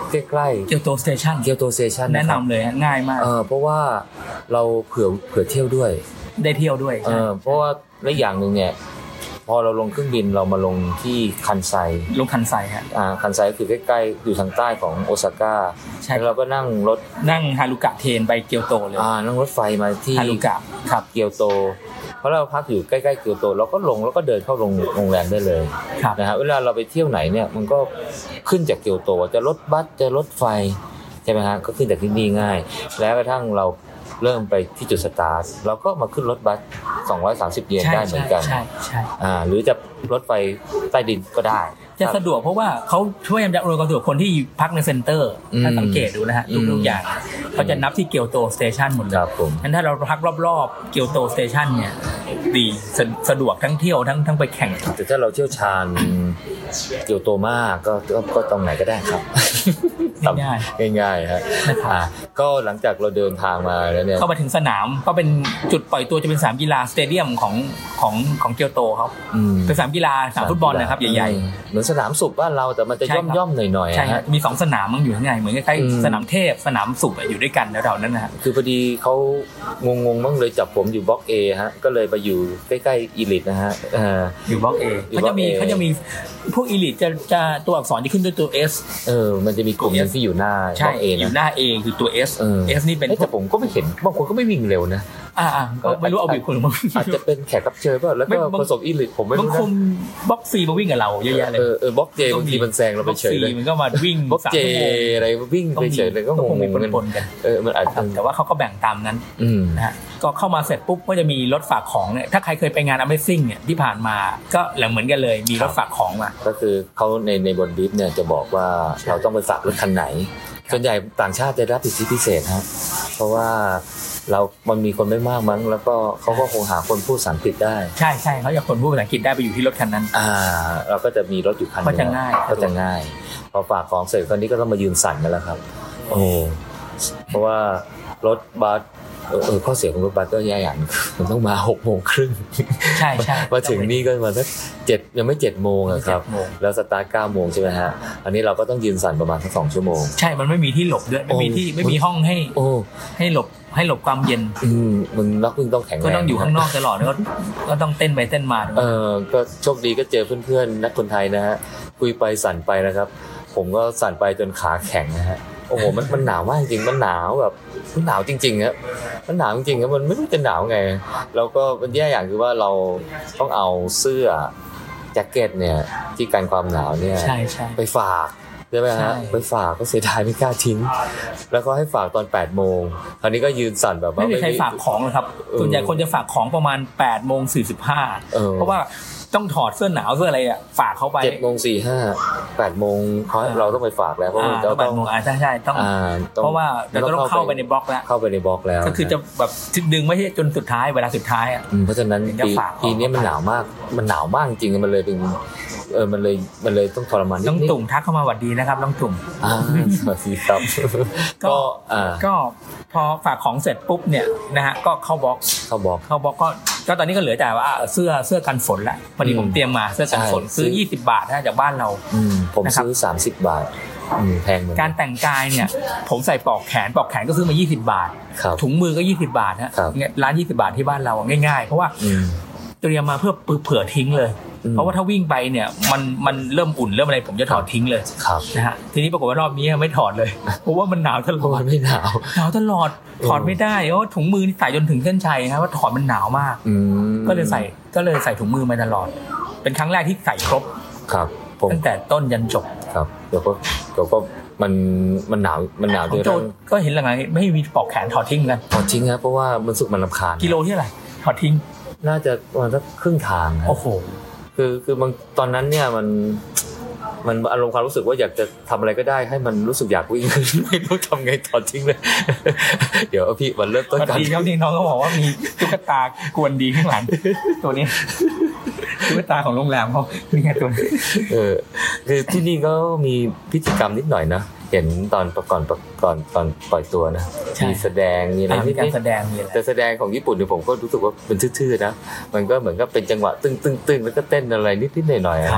ใกล้ๆเกียวโตสเตชันเกียวโตสเตชันแนะนำเลยง่ายมากเออเพราะว่าเราเผื่อเผื่อเที่ยวด้วยได้เที่ยวด้วยเออเพราะว่าและอย่างนึงเนี่ยพอเราลงเครื่องบินเรามาลงที่คันไซลงคันไซฮะอ่าคันไซก็คือใกล้ๆอยู่ทางใต้ของโอซาก้าใช่แล้วเราก็นั่งรถนั่งฮารุกะเทรนไปเกียวโตเลยอ่านั่งรถไฟมาที่ฮารุกะครับเกียวโตเพราะเราพักอยู่ใกล้ๆเกียวโตเราก็ลงแล้วก็เดินเข้าโรงแรมได้เลยนะฮะเวลาเราไปเที่ยวไหนเนี่ยมันก็ขึ้นจากเกียวโตจะรถบัสจะรถไฟใช่ไหมฮะก็ขึ้นจากที่นี่ง่ายแล้วกระทั่งเราเริ่มไปที่จุดสตาร์ทเราก็มาขึ้นรถบัสสองร้อยสามสิบเยนได้เหมือนกันใช่ใช่อ่าหรือจะรถไฟใต้ดินก็ได้จะสะดวกเพราะว่าเขาช่วยอำนวยความสะดวกคนที่พักในเซ็นเตอร์ถ้าสังเกตดูนะฮะทุกๆอย่างเขาจะนับที่เกียวโตสเตชันหมดเลยงั้นถ้าเราพักรอบๆเกียวโตสเตชันเนี่ยดีสะดวกทั้งเที่ยวทั้งทั้งไปแข่งแต่ถ้าเราเที่ยวชาญเกียวโตมากก็ก็ตรงไหนก็ได้ครับง่ายๆง่ายๆฮะก็หลังจากเราเดินทางมาแล้วเนี่ยเข้ามาถึงสนามก็เป็นจุดปล่อยตัวจะเป็นสนามกีฬาสเตเดียมของของของเกียวโตครับเป็นสนามกีฬาสนามฟุตบอลนะครับใหญ่ๆเหมือนสนามสุขบ้านเราแต่มันจะย่อมๆหน่อยๆใช่ฮะมีสองสนามมันอยู่ข้างในเหมือนคล้ายๆสนามเทพสนามสุขอยู่ด้วยกันแถวๆนั้นนะฮะคือพอดีเขางงๆบ้างเลยจับผมอยู่บล็อก A ฮะก็เลยไปอยู่ใกล้ๆอีลิทนะฮะอยู่บล็อก A เขาจะมีเขาจะมีพวกอีลิทจะจะตัวอักษรที่ขึ้นด้วยตัว S เออมันจะมีกลุ่มนึงที่อยู่หน้าบล็อก A นะอยู่หน้า A คือตัว S S นี่เป็นแต่ผมก็ไม่เห็นบางคนก็ไม่วิ่งเร็วนะอ่าๆก็ไม่รู้เอาบิดคนหรือมั้งอาจจะเป็นแขกรับเชิญป่ะแล้วก็ผสมอีลิทผมไม่รู้นะบางคนบล็อก C มาวิ่งกับเราเยอะแยะเลยเออเออบล็อก J บางทีมันแซงเราไปเฉยเลยมันก็มาวิ่งบล็อก J อะไรวิ่งไปเฉยเลยก็งงๆกันเออมันอาจจะแต่ว่าเขาก็แบ่งตามนั้นนะฮะก็เข้ามาเสร็จปุ๊บก็จะมีรถฝากของเนี่ยถ้าใครเคยไปงาน Amazing เนี่ยที่ผ่านมาก็เหมือนกันเลยมีรถฝากของมาก็คือเขาในในบนบรีฟเนี่ยจะบอกว่าเราต้องไปฝากรถคันไหนส่วนใหญ่ต่างชาติจะได้สิทธิพิเศษครับเพราะว่าเรามันมีคนไม่มากมั้งแล้วก็เขาก็คงหาคนพูดภาษาอังกฤษได้ใช่ใช่เขาอยากคนพูดภาษาอังกฤษได้ไปอยู่ที่รถคันนั้นอ่าเราก็จะมีรถอยู่คันนึงก็จะง่ายก็จะง่ายพอฝากของเสร็จคนนี้ก็ต้องมายืนสั่นกันแล้วครับโอ้เพราะว่ารถบัสเออเออข้อเสียของรถบัสก็แย่อย่างมันต้องมา หกโมงครึ่งใช่ๆมาถึงนี่ก็มาสักเจ็ดยังไม่ เจ็ดโมงอ่ะครับแล้วสตาร์ท เก้าโมงใช่มั้ยฮะอันนี้เราก็ต้องยืนสั่นประมาณสักสองชั่วโมงใช่มันไม่มีที่หลบด้วยไม่มีที่ไม่มีห้องให้โอ้ให้หลบให้หลบความเย็นอืมมึงนักมึงต้องแข็งแรงก็ต้องอยู่ข้างนอกตลอดแล้วก็ต้องเต้นไปเต้นมาเออก็โชคดีก็เจอเพื่อนๆนักคนไทยนะฮะคุยไปสั่นไปนะครับผมก็สั่นไปจนขาแข็งนะฮะโอ้โหมันมันหนาวมากจริงมันหนาวแบบมันหนาวจริงๆครับมันหนาวจริงๆครับมันไม่รู้จะหนาวไงแล้วก็มันแย่อย่างคือว่าเราต้องเอาเสื้อแจ็คเก็ตเนี่ยที่กันความหนาวเนี่ยไปฝากใช่ไหมฮะไปฝากก็เสียดายไม่กล้าทิ้งแล้วก็ให้ฝากตอนแปดโมงคราวนี้ก็ยืนสั่นแบบว่าไม่มีใครฝากของเลยครับส่วนใหญ่คนจะฝากของประมาณแปดโมงสี่สิบห้าเพราะว่าต้องถอดเสื้อหนาวเสื้ออะไรอ่ะฝากเขาไปเจ็ดโมงสี่สิบห้า แปดโมงเค้าเราต้องไปฝากแล้วเพราะเราต้องอ่าใช่ๆต้องเพราะว่าเราต้องเข้าไปในบล็อกแล้วเข้าไปในบล็อกแล้วก็คือจะแบบดึงไม่ใช่จนสุดท้ายเวลาสุดท้ายอ่ะเพราะฉะนั้นปีปีนี้มันหนาวมากมันหนาวมากจริงมันเลยเป็นเออมันเลยมันเลยต้องทรมานนิดนึงต้องตุ่มทักเข้ามาหวัดดีนะครับต้องตุ่มอ่าสวัสดีครับก็อ่าก็พอฝากของเสร็จปุ๊บเนี่ยนะฮะก็เข้าบล็อกเข้าบล็อกเข้าบล็อกก็ก็ตอนนี้ก็เหลือแต่ว่าเสื้อเสื้อกันฝนละพอดีผมเตรียมมาเสื้อกันฝนซื้อยี่สิบบาทนะจากบ้านเราอืมผมซื้อสามสิบบาทอืมแพงเหมือนการแต่งกายเนี่ยผมใส่ปลอกแขนปลอกแขนก็ซื้อมายี่สิบบาทถุงมือก็ยี่สิบบาทฮะร้านยี่สิบบาทที่บ้านเราง่ายๆเพราะว่าเตรียมมาเพื่อเผื่อทิ้งเลยเพราะว่าถ้าวิ่งไปเนี่ยมันมันเริ่มอุ่นเริ่มอะไรผมจะถอดทิ้งเลยนะฮะทีนี้ปรากฏว่ารอบนี้ไม่ถอดเลยเพราะว่ามันหนาวตลอดไม่หนาวหนาวตลอดถอดไม่ได้เพราะถุงมือใส่จนถึงเส้นชัยครับว่าถอดมันหนาวมากก็เลยใส่ก็เลยใส่ถุงมือมาตลอดเป็นครั้งแรกที่ใส่ครบครับตั้งแต่ต้นยันจบครับเดี๋ยวก็เดี๋ยวก็มันมันหนาวมันหนาวด้วยก็เห็นหลังๆไม่มีปลอกแขนถอดทิ้งกันถอดทิ้งครับเพราะว่ามันสุกมันรำคาญกิโลที่อะไรถอดทิ้งน่าจะประมาณสักครึ่งทางโอ้โหคือคือบางตอนนั้นเนี่ยมันมันอารมณ์ความรู้สึกว่าอยากจะทำอะไรก็ได้ให้มันรู้สึกอยากวิ่งไม่รู้ทำไงถอดทิ้งเลยเดี๋ยวพี่วันเริ่มต้นกันดีครับนี่น้องก็บอกว่ามีตุ๊กตากวนดีข้างหลังตัวนี้ตุ๊กตาของโรงแรมเขานี่ไงตัวเออคือที่นี่ก็มีพิธีกรรมนิดหน่อยนะเห็นตอนก่อนก่อนตอนปล่อยตัวนะมีแสดงมีอะไรที่การแสดงมีอะไรแต่แสดงของญี่ปุ่นเนี่ยผมก็รู้สึกว่าเป็นทื่อๆนะมันก็เหมือนกับเป็นจังหวะตึ้งๆๆแล้วก็เต้นอะไรนิดๆหน่อยๆนะ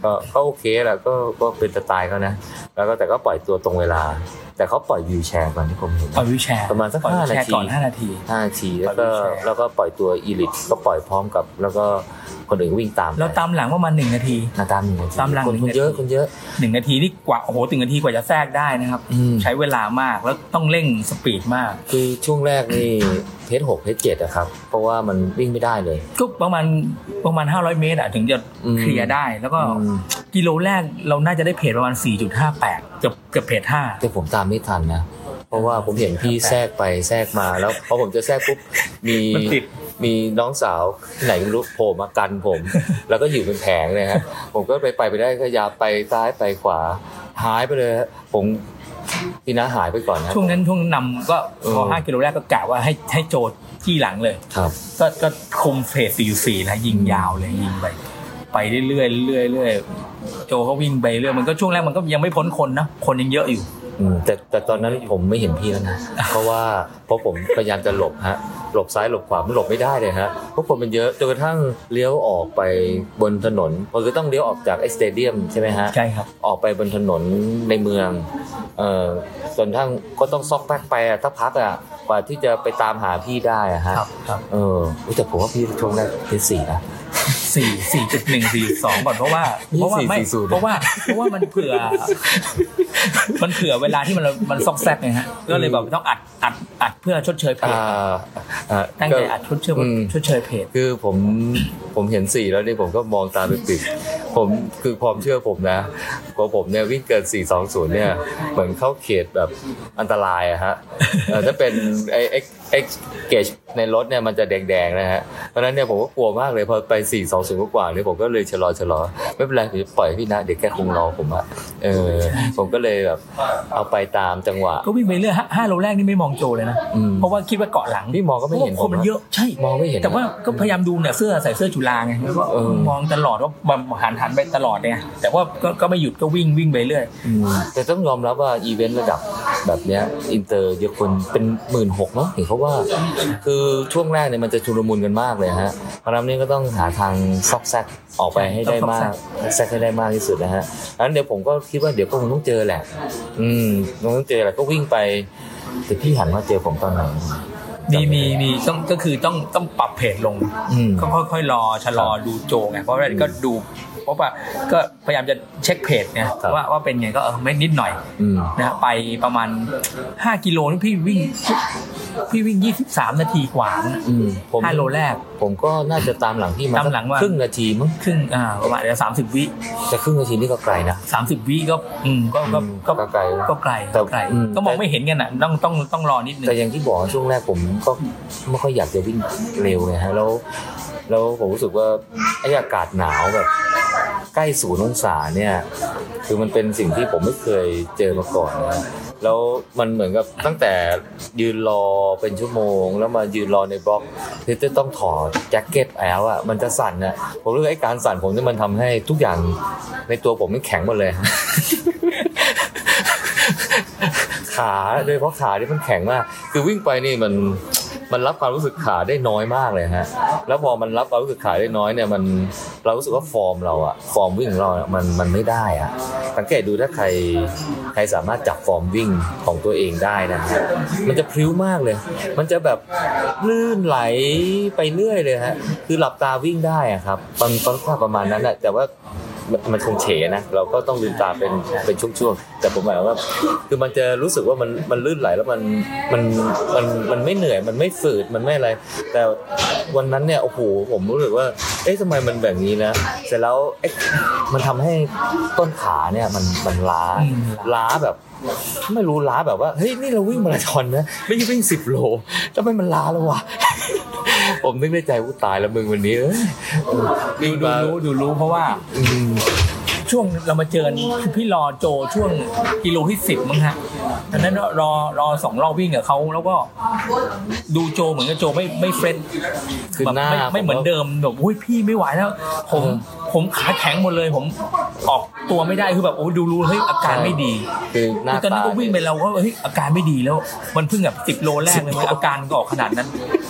ก็ก็โอเคแหละก็ก็เป็นสไตล์เขานะแล้วก็แต่ก็ปล่อยตัวตรงเวลาแต่เขาปล่อยวิวแชร์ก่อนที่ผมเห็นปล่อยวิวแชร์ประมาณสักห้านาทีก่อนห้านาทีห้านาทีแล้วก็แล้วก็ปล่อยตัวอีลิทก็ปล่อยพร้อมกับแล้วก็คนอื่นวิ่งตามแล้วตามหลังประมาณหนึ่งนาทีนะตามหนึ่งนาทีตามหลังคนเยอะคนเยอะหนึ่งนาทีนี่กว่าโอ้โหถึงนาทีกว่าจะแทรกได้นะครับใช้เวลามากแล้วต้องเร่งสปีดมากคือช่วงแรกนี่เพจหกเพจเจ็ดอะครับเพราะว่ามันวิ่งไม่ได้เลยก็ประมาณประมาณห้าร้อยเมตรอะถึงจะเคลียร์ได้แล้วก็กิโลแรกเราน่าจะได้เพจประมาณ สี่จุดห้าแปด เกือบเกือบเพจห้าแต่ผมตามไม่ทันนะเพราะว่าผมเห็นพี่แทรกไปแทรกมาแล้วพอผมจะแทรกปุ๊บมีมีน้องสาวไหนไม่รู้โผล่มากันผมแล้วก็อยู่เป็นแผงเลยครับผมก็ไปไปไปได้ก็ยาไปซ้ายไปขวาหายไปเลยผมพี่น้าหายไปก่อนนะช่วงนั้นช่วงนำก็พอห้ากิโลแรกก็กะว่าให้ให้โจจี้หลังเลยครับก็ก็คุมเพจสี่จุดสี่นะยิงยาวเลยยิงไปไปเรื่อยๆเรื่อยๆเรื่อยๆโจเขาวิ่งไปเรื่อยมันก็ช่วงแรกมันก็ยังไม่พ้นคนนะคนยังเยอะอยู่แต่แต่ตอนนั้นผมไม่เห็นพี่แล้วนะเพราะว่าเพราะผมพยายามจะหลบฮะหลบซ้ายหลบขวามันหลบไม่ได้เลยฮะเพราะคนมันเยอะจนกระทั่งเลี้ยวออกไปบนถนนมันก็ต้องเลี้ยวออกจากไอ้สเตเดียมใช่ไหมฮะใช่ครับออกไปบนถนนในเมืองเอ่อจนทั้งก็ต้องซอกแป๊กไปอ่ะถ้าพักอ่ะกว่าที่จะไปตามหาพี่ได้อ่ะฮะครับเออแต่ผมว่าพี่ช่วงแรกที่สี่นะสี่ สี่จุดหนึ่ง สี่จุดสองก่อนเพราะว่าเพราะว่าไม่เพราะว่าเพราะว่ามันเผื่อมันเผื่อเวลาที่มันมันซอกแซกไงฮะก็เลยแบบต้องอัดอัดอัดเพื่อชดเชยเพจตั้งใจอัดชดเชยชดเชยเพจคือผมผมเห็นสี่แล้วนี่ผมก็มองตาปิดๆผมคือความเชื่อผมนะพอผมเนี่ยวิ่งเกินสี่สองศูนย์เนี่ยเหมือนเข้าเขตแบบอันตรายอะฮะถ้าเป็นไอ้ไอ้ไอ้เกจในรถเนี่ยมันจะแดงๆนะฮะเพราะนั้นเนี่ยผมก็กลัวมากเลยพอไปสี่สองศูนย์กว่าเนี่ยผมก็เลยชะลอชะลอไม่เป็นไรผมจะปล่อยพี่นะเด็กแค่คงรอผมอะเออผมก็เลยแบบเอาไปตามจังหวะก็วิ่งไปเรื่อยห้าโลแรกนี่ไม่มองโจเลยนะเพราะว่าคิดว่าเกาะหลังพี่มองก็ไม่เห็นคนมันเยอะใช่มองไม่เห็นแต่ว่าก็พยายามดูเนี่ยเสื้อใส่เสื้อจุฬาไงแล้วก็มองตลอดว่าหันหันไปตลอดเนี่ยแต่ว่าก็ก็ไม่หยุดก็วิ่งวิ่งไปเรื่อยแต่ต้องยอมรับว่าอีเวนต์ระดับแบบเนี้ยอินเตอร์เยอะคนเป็นหมื่นหกเนาะเห็นเขาว่าคือช่วงแรกเนี่ยมันจะชุลมุนกันมากเลยฮะเพราะนั้นนี่ก็ต้องหาทางซอกแซกออกไปให้ได้มากแซกให้ได้มากที่สุดนะฮะงั้นเดี๋ยวผมก็คิดว่าเดี๋ยวก็คงต้องเจอแหละอืมต้องเจอแหละก็วิ่งไปแต่พี่หันมาเจอผมตอนไหนมีมีมีต้องก็คือต้องต้องปรับเพจลงก็ค่อยๆรอชะลอดูโจไงเพราะว่าก็ดูเพราะว่าก็พยายามจะเช็คเพจเนี่ยว่าว่าเป็นไงก็เออไม่นิดหน่อยนะไปประมาณห้ากิโลนี่พี่วิ่งพี่วิ่งยี่สิบสามนาทีกว่าห้าโลแรกผมก็น่าจะตามหลังพี่มาครึ่งนาทีมั้งครึ่งอ่าประมาณสามสิบวิแต่ครึ่งนาทีนี่ก็ไกลนะสามสิบวิก็อืมก็ก็ก็ไกลก็ไกลก็ไกลก็มองไม่เห็นกันน่ะต้องต้องต้องรอนิดนึงแต่อย่างที่บอกช่วงแรกผมก็ไม่ค่อยอยากจะวิ่งเร็วไงฮะแล้วแล้วผมรู้สึกว่าไอ้อากาศหนาวแบบใกล้ศูนย์องศาเนี่ยคือมันเป็นสิ่งที่ผมไม่เคยเจอมาก่อนนะแล้วมันเหมือนกับตั้งแต่ยืนรอเป็นชั่วโมงแล้วมายืนรอในบล็อกที่จะต้องถอดแจ็คเก็ตแล้วอ่ะมันจะสั่นอ่ะผมรู้ว่าไอ้การสั่นผมนี่มันทำให้ทุกอย่างในตัวผมมันแข็งหมดเลย ขาโดยเฉพาะขาที่มันแข็งมากคือวิ่งไปนี่มันมันรับความรู้สึกขาได้น้อยมากเลยฮะแล้วพอมันรับความรู้สึกขาได้น้อยเนี่ยมันเรารู้สึกว่าฟอร์มเราอะฟอร์มวิ่งของเราเนี่ยมันมันไม่ได้อะสังเกตดูถ้าใครใครสามารถจับฟอร์มวิ่งของตัวเองได้นะฮะมันจะพริ้วมากเลยมันจะแบบลื่นไหลไปเรื่อยเลยฮะคือหลับตาวิ่งได้อะครับตอนตอนประมาณนั้นแหละแต่ว่ามันคงเฉนะเราก็ต้องลืมตาเป็นเป็นช่วงๆแต่ผมหมายว่าคือมันจะรู้สึกว่ามันมันลื่นไหลแล้วมันมันมันมันไม่เหนื่อยมันไม่ฝืดมันไม่อะไรแต่วันนั้นเนี่ยโอ้โหผมรู้สึกว่าเอ๊ะทำไมมันแบบนี้นะเสร็จแล้วเอ๊ะมันทำให้ต้นขาเนี่ยมันมันล้าล้าแบบไม่รู้ล้าแบบว่าเฮ้ยนี่เราวิ่งมาราธอนนะไม่ใช่วิ่งสิบโลทำไมมันล้าแล้ววะผมนึกในใจว่าตายแล้วมึงวันนี้เอ้ยดูดูรู้ดูรู้เพราะว่าช่วงเรามาเจอพี่รอโจช่วงกิโลที่สิบมั้งฮะตอนนั้นรอรอสองรอบวิ่งกับเขาแล้วก็ดูโจเหมือนกับโจไม่ไม่เฟรนคือหน้าไม่เหมือนเดิมแบบโอ้ยพี่ไม่ไหวแล้วผมผมขาแข็งหมดเลยผมออกตัวไม่ได้คือแบบโอ้ดูรู้เฮ้ยอาการไม่ดีคือหน้าตาตอนนั้นก็วิ่งไปเราก็เฮ้ยอาการไม่ดีแล้วมันเพิ่งแบบสิบโลแรกเลยอาการก็ออกขนาดนั้น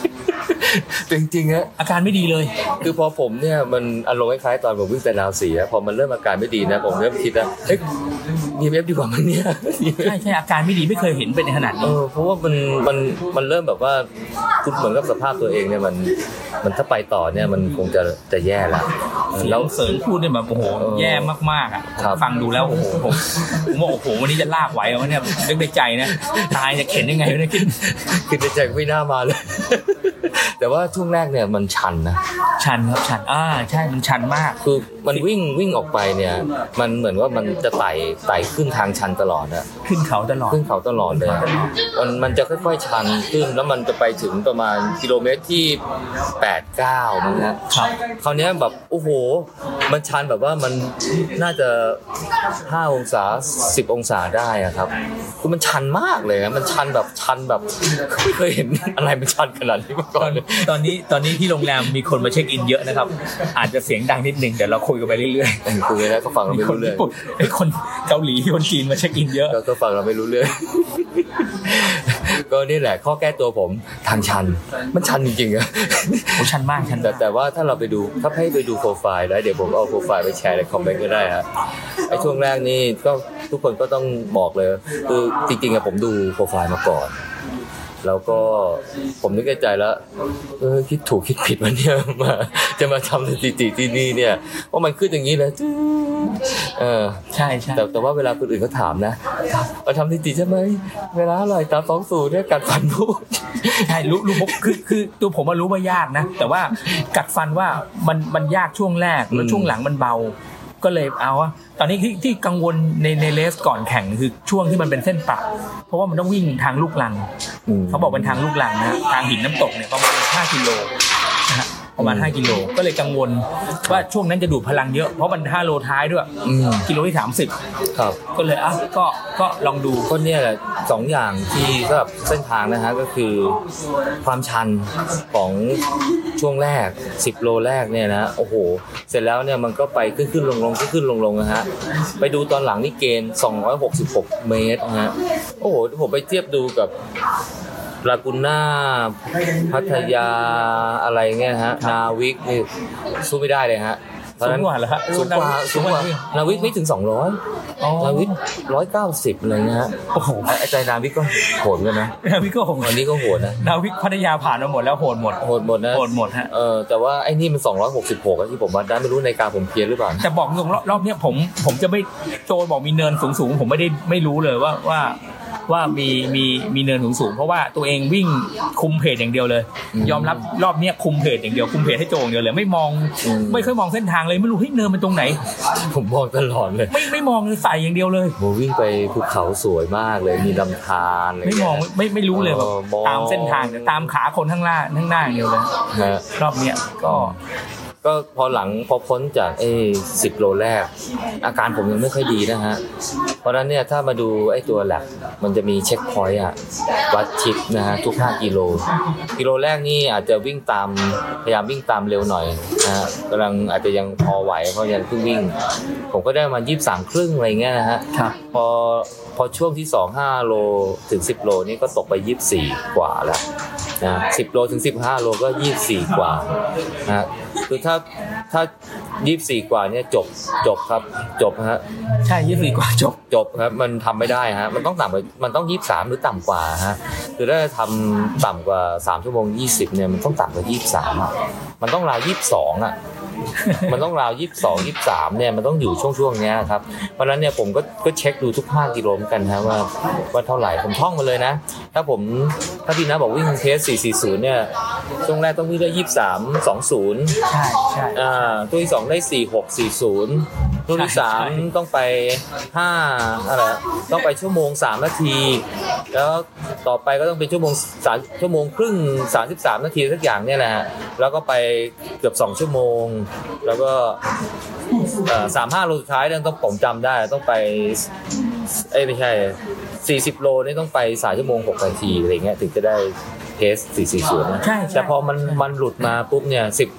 จริงๆฮะอาการไม่ดีเลยคือพอผมเนี่ยมันอารมณ์คล้ายๆตอนผมวิ่งแต่ดาวสีนะพอมันเริ่มอาการไม่ดีนะผมเริ่มคิดนะเฮ้ย อี เอ็ม เอฟ ดีกว่ามั้งเนี่ยใช่ใช่อาการไม่ดีไม่เคยเห็นเป็นขนาดนี้เออเพราะว่ามันมันมันเริ่มแบบว่าคุณเหมือนกับสภาพตัวเองเนี่ยมันมันถ้าไปต่อเนี่ยมันคงจะจะแย่แล้วแล้วเสริมพูดเนี่ยแบบโอ้โหแย่มากๆอ่ะฟังดูแล้วโอ้โหผมผมว่าโอ้โหวันนี้จะลากไหวเหรอเนี่ยนึกในใจนะตายจะเข็นยังไงเนี่ยคิดคิดในใจไม่น่ามาเลยแต่ว่าช่วงแรกเนี่ยมันชันนะชันครับชันอ่าใช่มันชันมากคือมันวิ่งวิ่งออกไปเนี่ยมันเหมือนว่ามันจะไต่ไต่ขึ้นทางชันตลอดนะขึ้นเขาตลอดขึ้นเขาตลอดเลยมันมันจะค่อยๆชันขึ้นแล้วมันจะไปถึงประมาณกิโลเมตรที่แปด เก้านะฮะครับคราวนี้แบบโอ้โหมันชันแบบว่ามันน่าจะห้าองศาสิบองศาได้อะครับคือมันชันมากเลยนะมันชันแบบชันแบบไม่เคยเห็นอะไรมันชันขนาดนี้มาก่อนเลยตอนนี้ตอนนี้ที่โรงแรมมีคนมาเช็คอินเยอะนะครับอาจจะเสียงดังนิดนึงเดี๋ยวเราคุยกันไปเรื่อยๆคุยแล้วก็ฟังเราไม่รู้เรื่องไอ้คนเกาหลีคนจีนมาเช็คอินเยอะก็ฟังเราไม่รู้เรื่องก็นี่แหละข้อแก้ตัวผมทางชันมันชันจริงๆอะโอ้ชันมากชันแต่แต่ว่าถ้าเราไปดูถ้าให้ไปดูโปรไฟล์แล้วเดี๋ยวผมเอาโปรไฟล์ไปแชร์ในคอมเมนต์ก็ได้ฮะไอ้ช่วงแรกนี่ก็ทุกคนก็ต้องบอกเลยคือจริงๆอะผมดูโปรไฟล์มาก่อนแล้วก็ผมนึกในใจแล้วเออคิดถูกคิดผิดวันนี้มาจะมาทำสถิติที่นี่เนี่ยว่ามันขึ้นอย่างนี้เลยเออใช่ใช่แต่แต่ว่าเวลาคนอื่นเขาถามนะมาทำสถิติใช่ไหมเวลาอะไรตามสองสูตรเนี่ยกัดฟันพูดใช่รู้รู้คือคือตัวผมมารู้ว่ายากนะแต่ว่ากัดฟันว่ามันมันยากช่วงแรกแล้วช่วงหลังมันเบาก็เลยเอาว่าตอนนี้ที่ที่กังวลในในเลสก่อนแข่งคือช่วงที่มันเป็นเส้นปะเพราะว่ามันต้องวิ่งทางลูกรังเขาบอกเป็นทางลูกรังนะทางหินน้ำตกเนี่ยประมาณห้ากิโลนะฮะประมาณห้ากิโลก็เลยกังวลว่าช่วงนั้นจะดูดพลังเยอะเพราะมันห้าโลท้ายด้วยกิโลที่สามสิบครับก็เลยอ่ะก็ก็ลองดูก็เนี่ยแหละสองอย่างที่สำหรับเส้นทางนะฮะก็คือความชันของช่วงแรกสิบโลแรกเนี่ยนะโอ้โหเสร็จแล้วเนี่ยมันก็ไปขึ้นขึ้นลงลงขึ้นขึ้นลงลงนะฮะไปดูตอนหลังนี่เกณฑ์สองร้อยหกสิบหกเมตรนะฮะโอ้โหผมไปเทียบดูกับลากูน่าพัทยาอะไรเงี้ยฮะนาวิกนี่สู้ไม่ได้เลยฮะสูงกว่าเหรอฮะสูงกว่าสูงกว่านาวิกไม่ถึงสองร้อยนาวิกหนึ่งร้อยเก้าสิบอะไรเงี้ยฮะโอ้โหไอ้ใจนาวิกก็โหดเลยนะนาวิกก็โหดอันนี้ก็โหดนะนาวิกพัทยาผ่านมาหมดแล้วโหดหมดโหดหมดนะโหดหมดฮะเออแต่ว่าไอ้นี่มันสองร้อยหกสิบหกที่ผมว่าได้ไม่รู้ในการผมเพี้ยนหรือเปล่าแต่บอกตรงรอบเนี้ยผมผมจะไม่โจบอกมีเนินสูงๆผมไม่ได้ไม่รู้เลยว่าว่าว่ามีมีมีเนินสูงๆเพราะว่าตัวเองวิ่งคุมเพจอย่างเดียวเลยยอมรับรอบเนี้ยคุมเพจอย่างเดียวคุมเพจให้โจอย่างเดียวเลยไม่มองไม่เคยมองเส้นทางเลยไม่รู้เฮ้ยเนินเป็นตรงไหนผมมองตลอดเลยไม่ไม่มองเลยใส่อย่างเดียวเลยโหวิ่งไปภูเขาสวยมากเลยมีลำธารไม่มองไม่ไม่รู้เลยแบบตามเส้นทางตามขาคนข้างล่างข้างหน้าอย่างเดียวเลยรอบเนี้ยก็ก็พอหลังพอพ้นจากไอ้สิบโลแรกอาการผมยังไม่ค่อยดีนะฮะเพราะฉะนั้นเนี่ยถ้ามาดูไอ้ตัวแลบมันจะมีเช็คพอยต์อะวัดชิปนะฮะทุกห้ากิโลกิโลแรกนี่อาจจะวิ่งตามพยายามวิ่งตามเร็วหน่อยนะฮะกำลังอาจจะยังพอไหวเพราะยังเพิ่งวิ่งผมก็ได้มายี่สิบสามครึ่งอะไรเงี้ยนะฮะพอพอช่วงที่สอง ห้าโลถึงสิบโลนี่ก็ตกไปยี่สิบสี่กว่าแล้วนะสิบโลถึงสิบห้าโลก็ยี่สิบสี่กว่านะคือถ้าถ้ายี่สิบสี่กว่าเนี่ยจบจบครับจบฮะใช่ยี่สิบสี่กว่าจบจบครับมันทำไม่ได้ฮะมันต้องต่ำกว่ามันต้องยี่สิบสามหรือต่ำกว่าฮะคือถ้าทำต่ำกว่าสามชั่วโมงยี่สิบเนี่ยมันต้องต่ำกว่ายี่สิบสามอ่ะมันต้องราวยี่สิบสองอ่ะมันต้องราวยี่สิบสอง ยี่สิบสามเนี่ยมันต้องอยู่ช่วงๆเนี้ยครับเพราะฉะนั้นเนี่ยผมก็ก็เช็คดูทุกห้ากิโลเหมือนกันฮะว่าว่าเท่าไหร่ผมท่องมาเลยนะถ้าผมถ้าพี่นะบอกวิ่งเทสสี่สี่ศูนย์เนี่ยช่วงแรกต้องวิ่งได้ยี่สิบสาม สองสิบใช่ใช่อ่าตัวที่สองได้สี่หก สี่สิบตัวที่สามต้องไปห้าอะไรต้องไปชั่วโมงสามนาทีแล้วต่อไปก็ต้องเป็นชั่วโมงสามชั่วโมงครึ่งสามสิบสามนาทีสักอย่างเนี่ยแหละแล้วก็ไปเกือบสองชั่วโมงแล้วก็เอ่อสามสิบห้าโลสุดท้ายเนี่ยต้องผมจำได้ต้องไปเอ้ยไม่ใช่สี่สิบโลนี่ต้องไปสามชั่วโมงหกนาทีอะไรเงี้ยถึงจะได้เทสสี่สี่ศูนย์นะแต่พอมันมันหลุดมาปุ๊บเนี่ยสิบ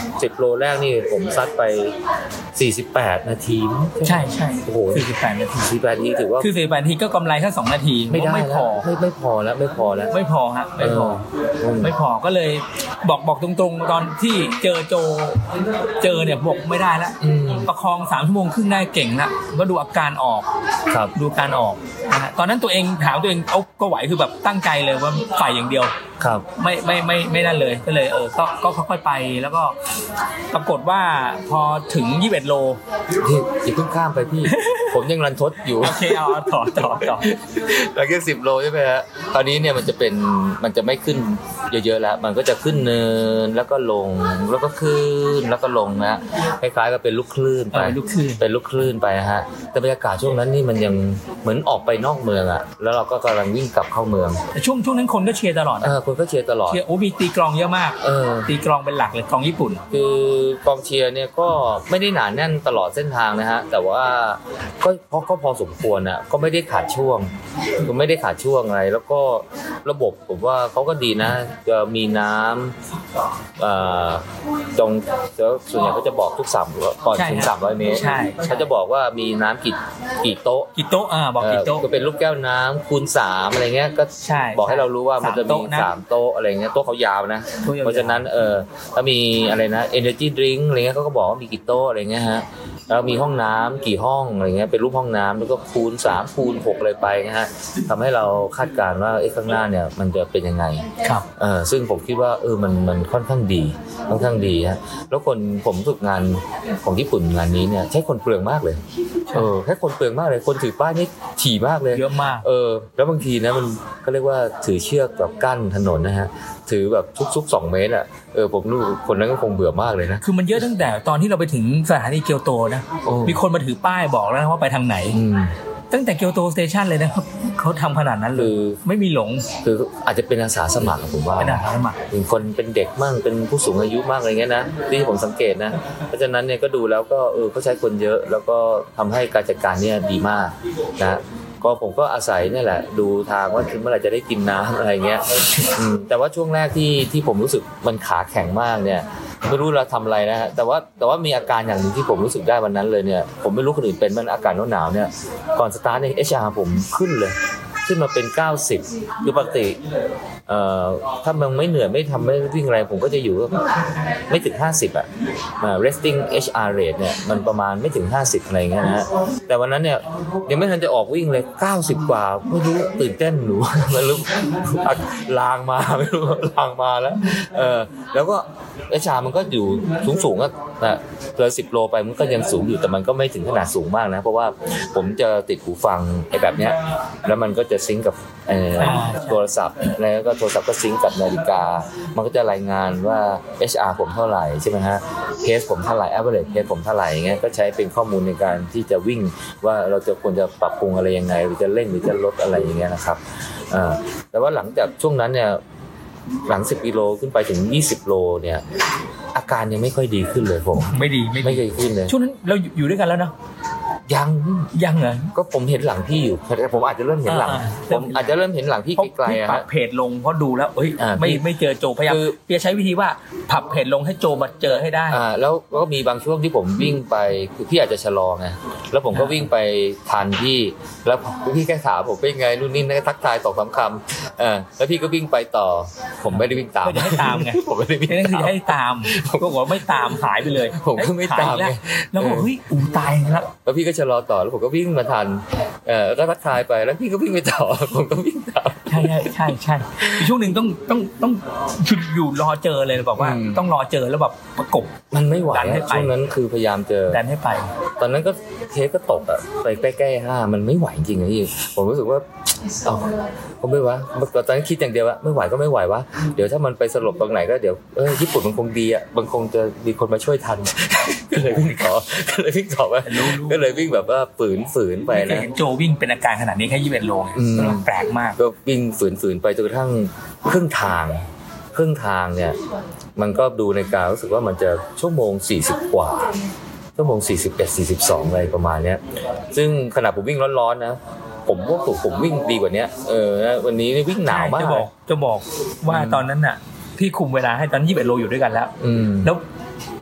สิบโลแรกนี่ผมซัดไปสี่สิบแปดนาทีใช่ๆโอ้โหสี่สิบแปดนาทีสี่สิบแปดนาทีถือว่าคือสี่สิบแปดนาทีก็กำไรแค่สองนาทีไม่ได้ไม่พอไม่ไม่พอแล้วไม่พอแล้วไม่พอฮะไม่พอไม่พอก็เลยบอกบอกตรงๆตอนที่เจอโจเจอเนี่ยบอกไม่ได้แล้วประคองสามชั่วโมงครึ่งได้เก่งละก็ดูอาการออกครับดูการออกนะฮะตอนนั้นตัวเองถามตัวเองเอาก็ไหวคือแบบตั้งใจเลยว่าใส่อย่างเดียวครับไม่ไม่ไม่ไม่นั่นเลยก็เลยเออก็ก็ค่อยๆไปแล้วก็ปรากฏว่าพอถึงยี่สิบเอ็ดโลพี่อย่าเพิ่งข้ามไปพี่ผมยังรันทดอยู่โอเคเอาต่อต่อต่อหลังจากสิบโลใช่ไหมฮะตอนนี้เนี่ยมันจะเป็นมันจะไม่ขึ้นเยอะๆแล้วมันก็จะขึ้นเนินแล้วก็ลงแล้วก็ขึ้นแล้วก็ลงนะคล้ายๆกับเป็นลูกคลื่นไปลูกคลื่นเป็นลูกคลื่นไปฮะแต่บรรยากาศช่วงนั้นนี่มันยังเหมือนออกไปนอกเมืองอ่ะแล้วเราก็กำลังวิ่งกลับเข้าเมืองช่วงช่วงนั้นคนก็เชียร์ตลอดเออคนก็เชียร์ตลอดเชียร์โอ้มีตีกลองเยอะมากเออตีกลองเป็นหลักเลยกลองญี่ปุ่นคือกองเชียร์เนี่ยก็ไม่ได้หนาแน่นตลอดเส้นทางนะฮะแต่ว่าก็พอก็พอสมควรอ่ะก็ไม่ได้ขาดช่วงก็ไม่ได้ขาดช่วงอะไรแล้วก็ระบบผมว่าเขาก็ดีนะจะมีน้ำอ่าตรงส่วนใหญ่เขาจะบอกทุกสามก่อนถึงสามร้อยเมตรเขาจะบอกว่ามีน้ำกี่กี่โต๊ะกี่โต๊ะอ่าบอกกี่โต๊ะก็เป็นลูกแก้วน้ำคูณสามอะไรเงี้ยก็บอกให้เรารู้ว่ามันจะมีสามโต๊ะอะไรเงี้ยโต๊ะเขายาวนะเพราะฉะนั้นเออถ้ามีอะไรนะ energy drink อะไรเงี้ยเขาก็บอกว่ามีกี่โต๊ะอะไรเงี้ยฮะแล้วมีห้องน้ำกี่ห้องอะไรเงี้ยเป็นรูปห้องน้ำแล้วก็คูณสามคูณหกอะไรไปนะฮะทำให้เราคาดการณ์ว่าไอ้ข้างหน้าเนี่ยมันจะเป็นยังไงครับเออซึ่งผมคิดว่าเออมันมันค่อนข้างดีค่อนข้างดีฮะแล้วคนผมฝึกงานของญี่ปุ่นงานนี้เนี่ยใช้คนเปลืองมากเลยเออแค่คนเปลืองมากเลยคนถือป้ายนี่ถี่มากเลยเยอะมากเออแล้วบางทีนะมันก็เรียกว่าถือเชือกแบบกั้นถนนนะฮะถือแบบทุกๆสองเมตรอ่ะเออผมรู้คนนั้นก็คงเบื่อมากเลยนะคือมันเยอะตั้งแต่ตอนที่เราไปถึงสถานีเกียวโตนะมีคนมาถือป้ายบอกแล้วนะว่าไปทางไหนตั้งแต่เกียวโตสเตชันเลยนะครับเขาทำขนาดนั้นเลยไม่มีหลงคืออาจจะเป็นอาสาสมัครผมว่าเป็นอาสาสมัครเป็นคนเป็นเด็กมั่งเป็นผู้สูงอายุมั่งอะไรเงี้ยนะที่ผมสังเกตนะเพราะฉะนั้นเนี่ยก็ดูแล้วก็เออเขาใช้คนเยอะแล้วก็ทำให้การจัดการเนี่ยดีมากนะก็ผมก็อาศัยนี่แหละดูทางว่าเมื่อไหร่จะได้กินน้ำอะไรเงี้ยแต่ว่าช่วงแรกที่ที่ผมรู้สึกมันขาแข็งมากเนี่ยไม่รู้เราทำอะไรนะฮะแต่ว่าแต่ว่ามีอาการอย่างหนึ่งที่ผมรู้สึกได้วันนั้นเลยเนี่ยผมไม่รู้คนอื่นเป็นมันอากาศหนาวๆเนี่ยก่อนสตาร์ทเนี่ย เอช อาร์ ผมขึ้นเลยขึ้นมาเป็นเก้าสิบคือปกติเอ่อถ้ามันไม่เหนื่อยไม่ทำไม่วิ่งอะไรผมก็จะอยู่ไม่ถึงห้าสิบอ่ะมา resting เอช อาร์ rate เนี่ยมันประมาณไม่ถึงห้าสิบอะไรเงี้ยนะฮะแต่วันนั้นเนี่ยยังไม่ทันจะออกวิ่งเลยเก้าสิบกว่าไม่รู้ตื่นเต้นหรือไม่รู้ลางมาไม่รู้ลางมาแล้วเออแล้วก็ เอช อาร์ มันก็อยู่สูงๆก็นะเกินสิบโลไปมันก็ยังสูงอยู่แต่มันก็ไม่ถึงขนาดสูงมากนะเพราะว่าผมจะติดหูฟังไอ้แบบเนี้ยแล้วมันก็จะซิงก์กับเอ่อโทรศัพท์แล้วก็โทรศัพท์ก็ซิงก์กับนาฬิกามันก็จะรายงานว่า เอช อาร์ ผมเท่าไหร่ใช่มั้ยฮะเพสผมเท่าไหร่ average เพสผมเท่าไหร่อย่างเงี้ยก็ใช้เป็นข้อมูลในการที่จะวิ่งว่าเราจะควรจะปรับปรุงอะไรยังไงหรือจะเร่งหรือจะลดอะไรอย่างเงี้ยนะครับอ่าแต่ว่าหลังจากช่วงนั้นเนี่ยหลังสิบกิโลขึ้นไปถึงยี่สิบโลเนี่ยอาการยังไม่ค่อยดีขึ้นเลยผมไม่ดีไม่ไม่ดีขึ้นเลยช่วงนั้นเราอยู่ด้วยกันแล้วนะยังยังเหรอก็ผมเห็นหลังพี่อยู่แต่ผมอาจจะเริ่มเห็นหลังผมอาจจะเริ่มเห็นหลังพี่ไกลๆอ่ะปรับเพจลงเพราะดูแล้วเอ้ยไม่ไม่เจอโจพยายามพี่ใช้วิธีว่าปรับเพจลงให้โจมาเจอให้ได้อ่าแล้วก็มีบางช่วงที่ผมวิ่งไปคือพี่อาจจะชะลอไงแล้วผมก็วิ่งไปทันพี่แล้วพี่แค่ถามผมเป็นไงนู่นนี่นั่นทักทายตอบคำคำเออแล้วพี่ก็วิ่งไปต่อผมไม่ได้วิ่งตามไม่ได้ให้ตามไงผมไม่ได้วิ่งตามให้ตามก็บอกว่าไม่ตามหายไปเลยผมก็ไม่ตามไงแล้วบอกเฮ้ยอูตายแล้วแล้วพี่ก็ชะลอต่อแล้วผมก็วิ่งมาทันเออก็ทักทายไปแล้วพี่ก็วิ่งไปต่อผมก็วิ่งตามใช่ใช่ใช่ใช่ช่วงหนึ่งต้องต้องต้องอยู่รอเจอเลยบอกว่าต้องรอเจอแล้วแบบประกบมันไม่ไหวช่วงนั้นคือพยายามเจอดันให้ไปตอนนั้นก็เทสก็ตกอ่ะไปใกล้ๆห้ามันไม่ไหวจริงๆพี่ผมรู้สึกว่าเอ้าก็ไม่วะตอนนั้นคิดอย่างเดียวว่าไม่ไหวก็ไม่ไหววะเดี๋ยวถ้ามันไปสลบตรงไหนก็เดี๋ยวเออญี่ปุ่นมันคงดีอ่ะมันคงจะมีคนมาช่วยทันก็เลยวิ่งต่อก็เลยวิ่งต่อไปก็เลยวิ่งแบบว่าฝืนฝืนไปนะโจวิ่งเป็นอาการขนาดนี้แค่ยี่สิบเอ็ดโลแปลกมากก็วิ่งฝืนฝืนไปจนกระทั่งครึ่งทางครึ่งทางเนี่ยมันก็ดูในการรู้สึกว่ามันจะชั่วโมงสี่สิบกว่าชั่วโมงสี่สิบเอ็ด สี่สิบสองอะไรประมาณเนี้ยซึ่งขณะผมวิ่งร้อนๆนะผมว่าผมวิ่งดีกว่านี้เออวันนี้วิ่งหนาวมากจะบอกจะบอกว่าตอนนั้นน่ะพี่คุมเวลาให้ตอนยี่สิบเอ็ดโลอยู่ด้วยกันแล้วแล้ว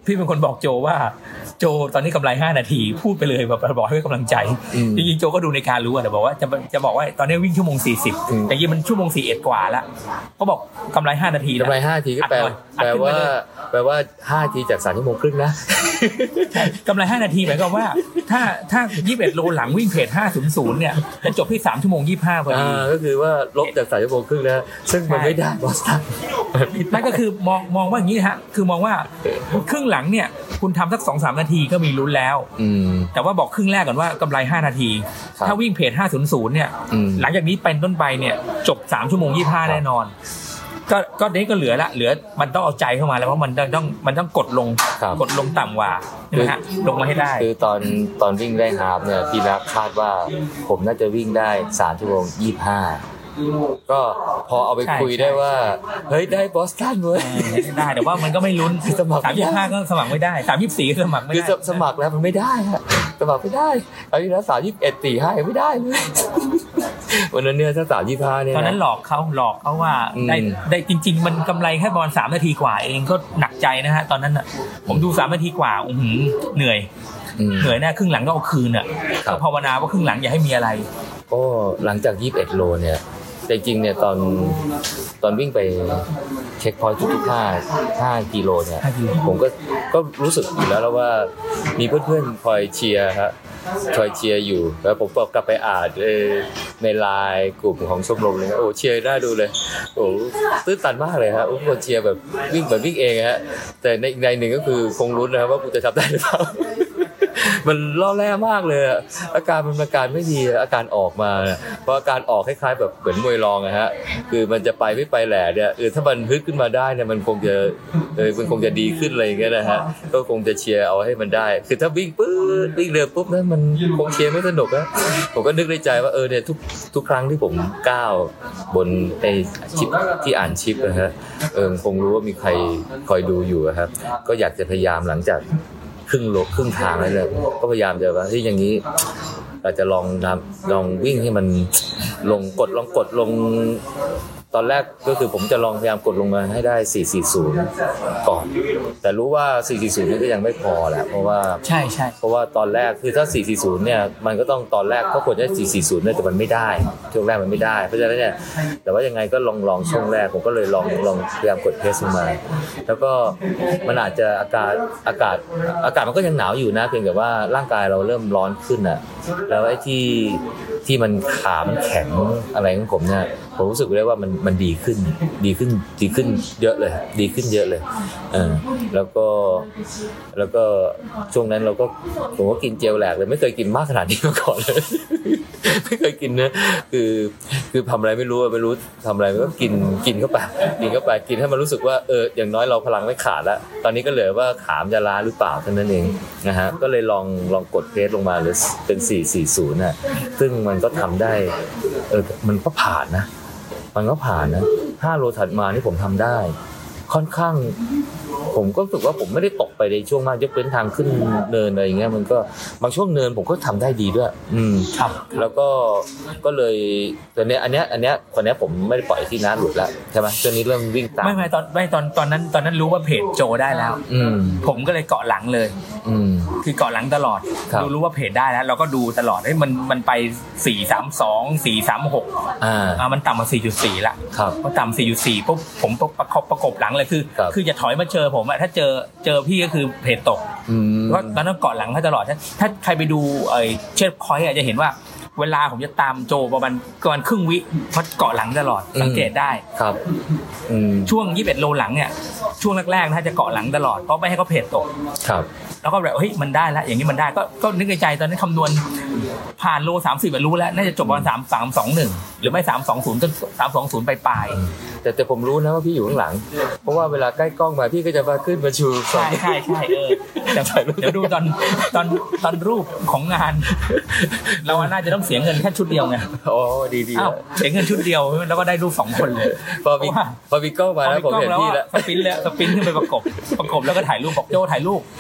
พี่เป็นคนบอกโจว่าโจตอนนี้กำไรห้านาทีพูดไปเลยแบบบอกให้กำลังใจจริงๆโจก็ดูในการรู้แต่บอกว่าจะจะบอกว่าตอนนี้วิ่งชั่วโมงสี่สิบแต่ยี่มันชั่วโมงสี่สิบเอ็ดกว่าแล้วก็บอกกำไรห้านาทีกำไรห้านาทีก็แปลแปลว่าแปลว่าห้านาทีจากสามชั่วโมงครึ่งนะกำไรห้านาทีหมายความว่าถ้าถ้ายี่สิบเอ็ดโลหลังวิ่งเพจห้าสิบเนี่ยจะจบที่สามชั่วโมงยี่สิบห้าพอดีก็คือว่าลบจากสามชั่วโมงครึ่งนะซึ่งมันไม่ได้บอสตันนั่นก็คือมองมองว่าอย่างนี้ฮะคือมองว่าครึ่งหลังเนี่ยคุณทำสัก สองถึงสาม นาทีก็มีลุ้นแล้วแต่ว่าบอกครึ่งแรกก่อนว่ากำไรห้านาทีถ้าวิ่งเพจห้าสิบเนี่ยหลังจากนี้เป็นต้นไปเนี่ยจบสามชั่วโมงยี่สิบห้าแน่นอนก็ก็นี้ก็เหลือละเหลือมันต้องเอาใจเข้ามาแล้วเพราะมันต้องมันต้องกดลงกดลงต่ำกว่าใช่ไหมฮะลงมาให้ได้คือตอนตอนวิ่งได้ฮาล์ฟเนี่ยพี่รักคาดว่าผมน่าจะวิ่งได้สามชั่วโมงยี่สิบห้าก็พอเอาไปคุยได้ว่าเฮ้ยได้บอสตันเว้ยได้แต่ว่ามันก็ไม่ลุ้นสมัครสามสิบห้าก็สมัครไม่ได้สามสิบสี่ก็สมัครไม่ได้คือสมัครแล้วมันไม่ได้ฮะสมัครไม่ได้ตอนนี้แล้วสามสิบเอ็ด สี่สิบห้าไม่ได้เลยวันนั้นเนี่ยถ้าสามสิบห้าเนี่ยตอนนั้นหลอกเขาหลอกเขาว่าได้ได้จริงๆมันกำไรแค่ประมาณสามนาทีกว่าเองก็หนักใจนะฮะตอนนั้นน่ะผมดูสามนาทีกว่าอื้อหือเหนื่อยเหนื่อยแน่ครึ่งหลังก็เอาคืนอ่ะก็ภาวนาว่าครึ่งหลังอย่าให้มีอะไรก็หลังจากยี่สิบเอ็ดโลเนี่ยแต่จริงเนี่ยตอนตอนวิ่งไปเช็คพอยต์ทุกๆห้า ห้ากิโลเนี่ยผมก็ก็รู้สึกอยู่แล้วแล้วว่ามีเพื่อนๆคอยเชียร์ครับคอยเชียร์อยู่แล้วผมก็กลับไปอ่านในไลน์กลุ่มของชมรมเลยโอ้เชียร์น่าดูเลยโอ้ตื้นตันมากเลยครับโอ้คนเชียร์แบบวิ่งแบบวิ่งเองฮะแต่ในอีกในหนึ่งก็คือคงลุ้นนะครับว่ากูจะทำได้หรือเปล่ามันล่อแร่มากเลยอาการมันอาการไม่ดีอาการออกมาเพราะอาการออกคล้ายๆแบบเหมือนมวยรองนะฮะคือมันจะไปไม่ไปแหล่เนี่ยเออถ้ามันฮึดขึ้นมาได้เนี่ยมันคงจะเออมันคงจะดีขึ้นอะไรอย่างเงี้ยนะฮะก็คงจะเชียร์เอาให้มันได้คือถ้าวิ่งปุ๊บวิ่งเร็วปุ๊บนั้นมันคงเชียร์ไม่สนุกนะผมก็นึกในใจว่าเออเนี่ยทุกทุกครั้งที่ผมก้าวบนไอ้ชิปที่อ่านชิปนะฮะเออคงรู้ว่ามีใครคอยดูอยู่ครับก็อยากจะพยายามหลังจากครึ่งโลครึ่งทางแล้วเนี่ยก็พยายามจะว่าที่อย่างนี้เราจะลองทำลองวิ่งให้มันลงกดลองกดลงตอนแรกก็คือผมจะลองพยายามกดลงมาให้ได้สี่สี่ศูนย์ก่อนแต่รู้ว่าสี่สี่ศูนย์นี่ก็ยังไม่พอแหละเพราะว่าใช่ๆเพราะว่าตอนแรกคือถ้าสี่สี่ศูนย์เนี่ยมันก็ต้องตอนแรกก็ควรจะสี่สี่ศูนย์เนี่ยแต่มันไม่ได้ช่วงแรกมันไม่ได้เพราะฉะนั้นเนี่ยแต่ว่ายังไงก็ลองลองช่วงแรกผมก็เลยลองลองพยายามกดเพสลงมาแล้วก็มันอาจจะอากาศอากาศอากาศมันก็ยังหนาวอยู่นะเพียงแต่ว่าร่างกายเราเริ่มร้อนขึ้นน่ะแล้วไอ้ที่ที่มันขามันแข็งอะไรของผมเนี่ยผมรู้สึกได้ว่ามันมันดีขึ้นดีขึ้นดีขึ้นเยอะเลยดีขึ้นเยอะเลยเออแล้วก็แล้วก็ช่วงนั้นเราก็ผมก็กินเจลแหลกเลยไม่เคยกินมากขนาดนี้มาก่อนเลยไม่เคยกินนะคือคือทำอะไรไม่รู้ไม่รู้ทำอะไรก็กินกินเข้าไปกินเข้าไปกินให้มันรู้สึกว่าเอออย่างน้อยเราพลังไม่ขาดแล้วตอนนี้ก็เหลือว่าขามจะล้าหรือเปล่าเท่านั้นเองนะฮะก็เลยลองลองกดเพสลงมาเลยเป็นสี่สี่ศูนย์น่ะซึ่งมันก็ทำได้เออมันก็ผ่านนะมันก็ผ่านนะห้าโลถัดมานี่ผมทำได้ค่อนข้างผมก็รู้สึกว่าผมไม่ได้ตกไปในช่วงมากยกเว้นทางขึ้นเนินอะไรอย่างเงี้ยมันก็บางช่วงเนินผมก็ทำได้ดีด้วยอืมครับแล้วก็ก็เลยแต่เนี้ยอันเนี้ยอันเนี้ยคนเนี้ยผมไม่ได้ปล่อยที่น้าหลุดแล้วใช่ไหมช่วงนี้เริ่มวิ่งตามไม่ไม่ตอนไม่ตอนตอนนั้นตอนนั้นรู้ว่าเพจโจได้แล้วอืมผมก็เลยเกาะหลังเลยอืมคือเกาะหลังตลอดรู้รู้ว่าเพจได้แล้วเราก็ดูตลอดเฮ้ยมันมันไปสี่สามสอง สี่สามหกอ่าอ่ามันต่ำมา สี่จุดสี่ ละครับพอต่ำ สี่จุดสี่ ปุ๊บผมประกบประกบหลังเลยคือคืออย่าถอยมาเจอผมอะถ้าเจอเจอพี่ก็คือเพจตกเพราะตอนนั้นเกาะหลังให้ตลอดถ้าถ้าใครไปดูไอ้เช็คพอยต์จะเห็นว่าเวลาผมจะตามโจประมาณประมาณครึ่งวิเพราะเกาะหลังตลอดสังเกตได้ครับช่วงยี่สิบเอ็ดโลหลังเนี่ยช่วงแรกๆถ้าจะเกาะหลังตลอดเพราะไม่ให้เขาเพจตกครับแล้วก็แบบเฮ้ยมันได้แล้วอย่างนี้มันได้ก็ก็นึกในใจตอนนั้นคำนวณผ่านโลสามสิบรู้แล้วน่าจะจบประมาณสาม สาม สอง หนึ่งหรือไม่สาม สอง ศูนย์จนสาม สอง ศูนย์ไปปลายแต่แต่ผมรู้นะว่าพี่อยู่ข้างหลังเพราะว่าเวลาใกล้กล้องมาพี่ก็จะมาขึ้นมาชูใช่ใช่ใช่เออเดี๋ยวดูตอนตอนตอนรูปของงานเราน่าจะต้องเสียเงินแค่ชุดเดียวไงโอ้ดีดีเสียเงินชุดเดียวแล้วก็ได้รูปสองคนเลยพอมีพอมีกล้องมาแล้วผมเห็นพี่แล้วสปินแล้วสปินขึ้นไปประกบประกบแล้วก็ถ่ายรูปบอกโจถ่ายรูปมัน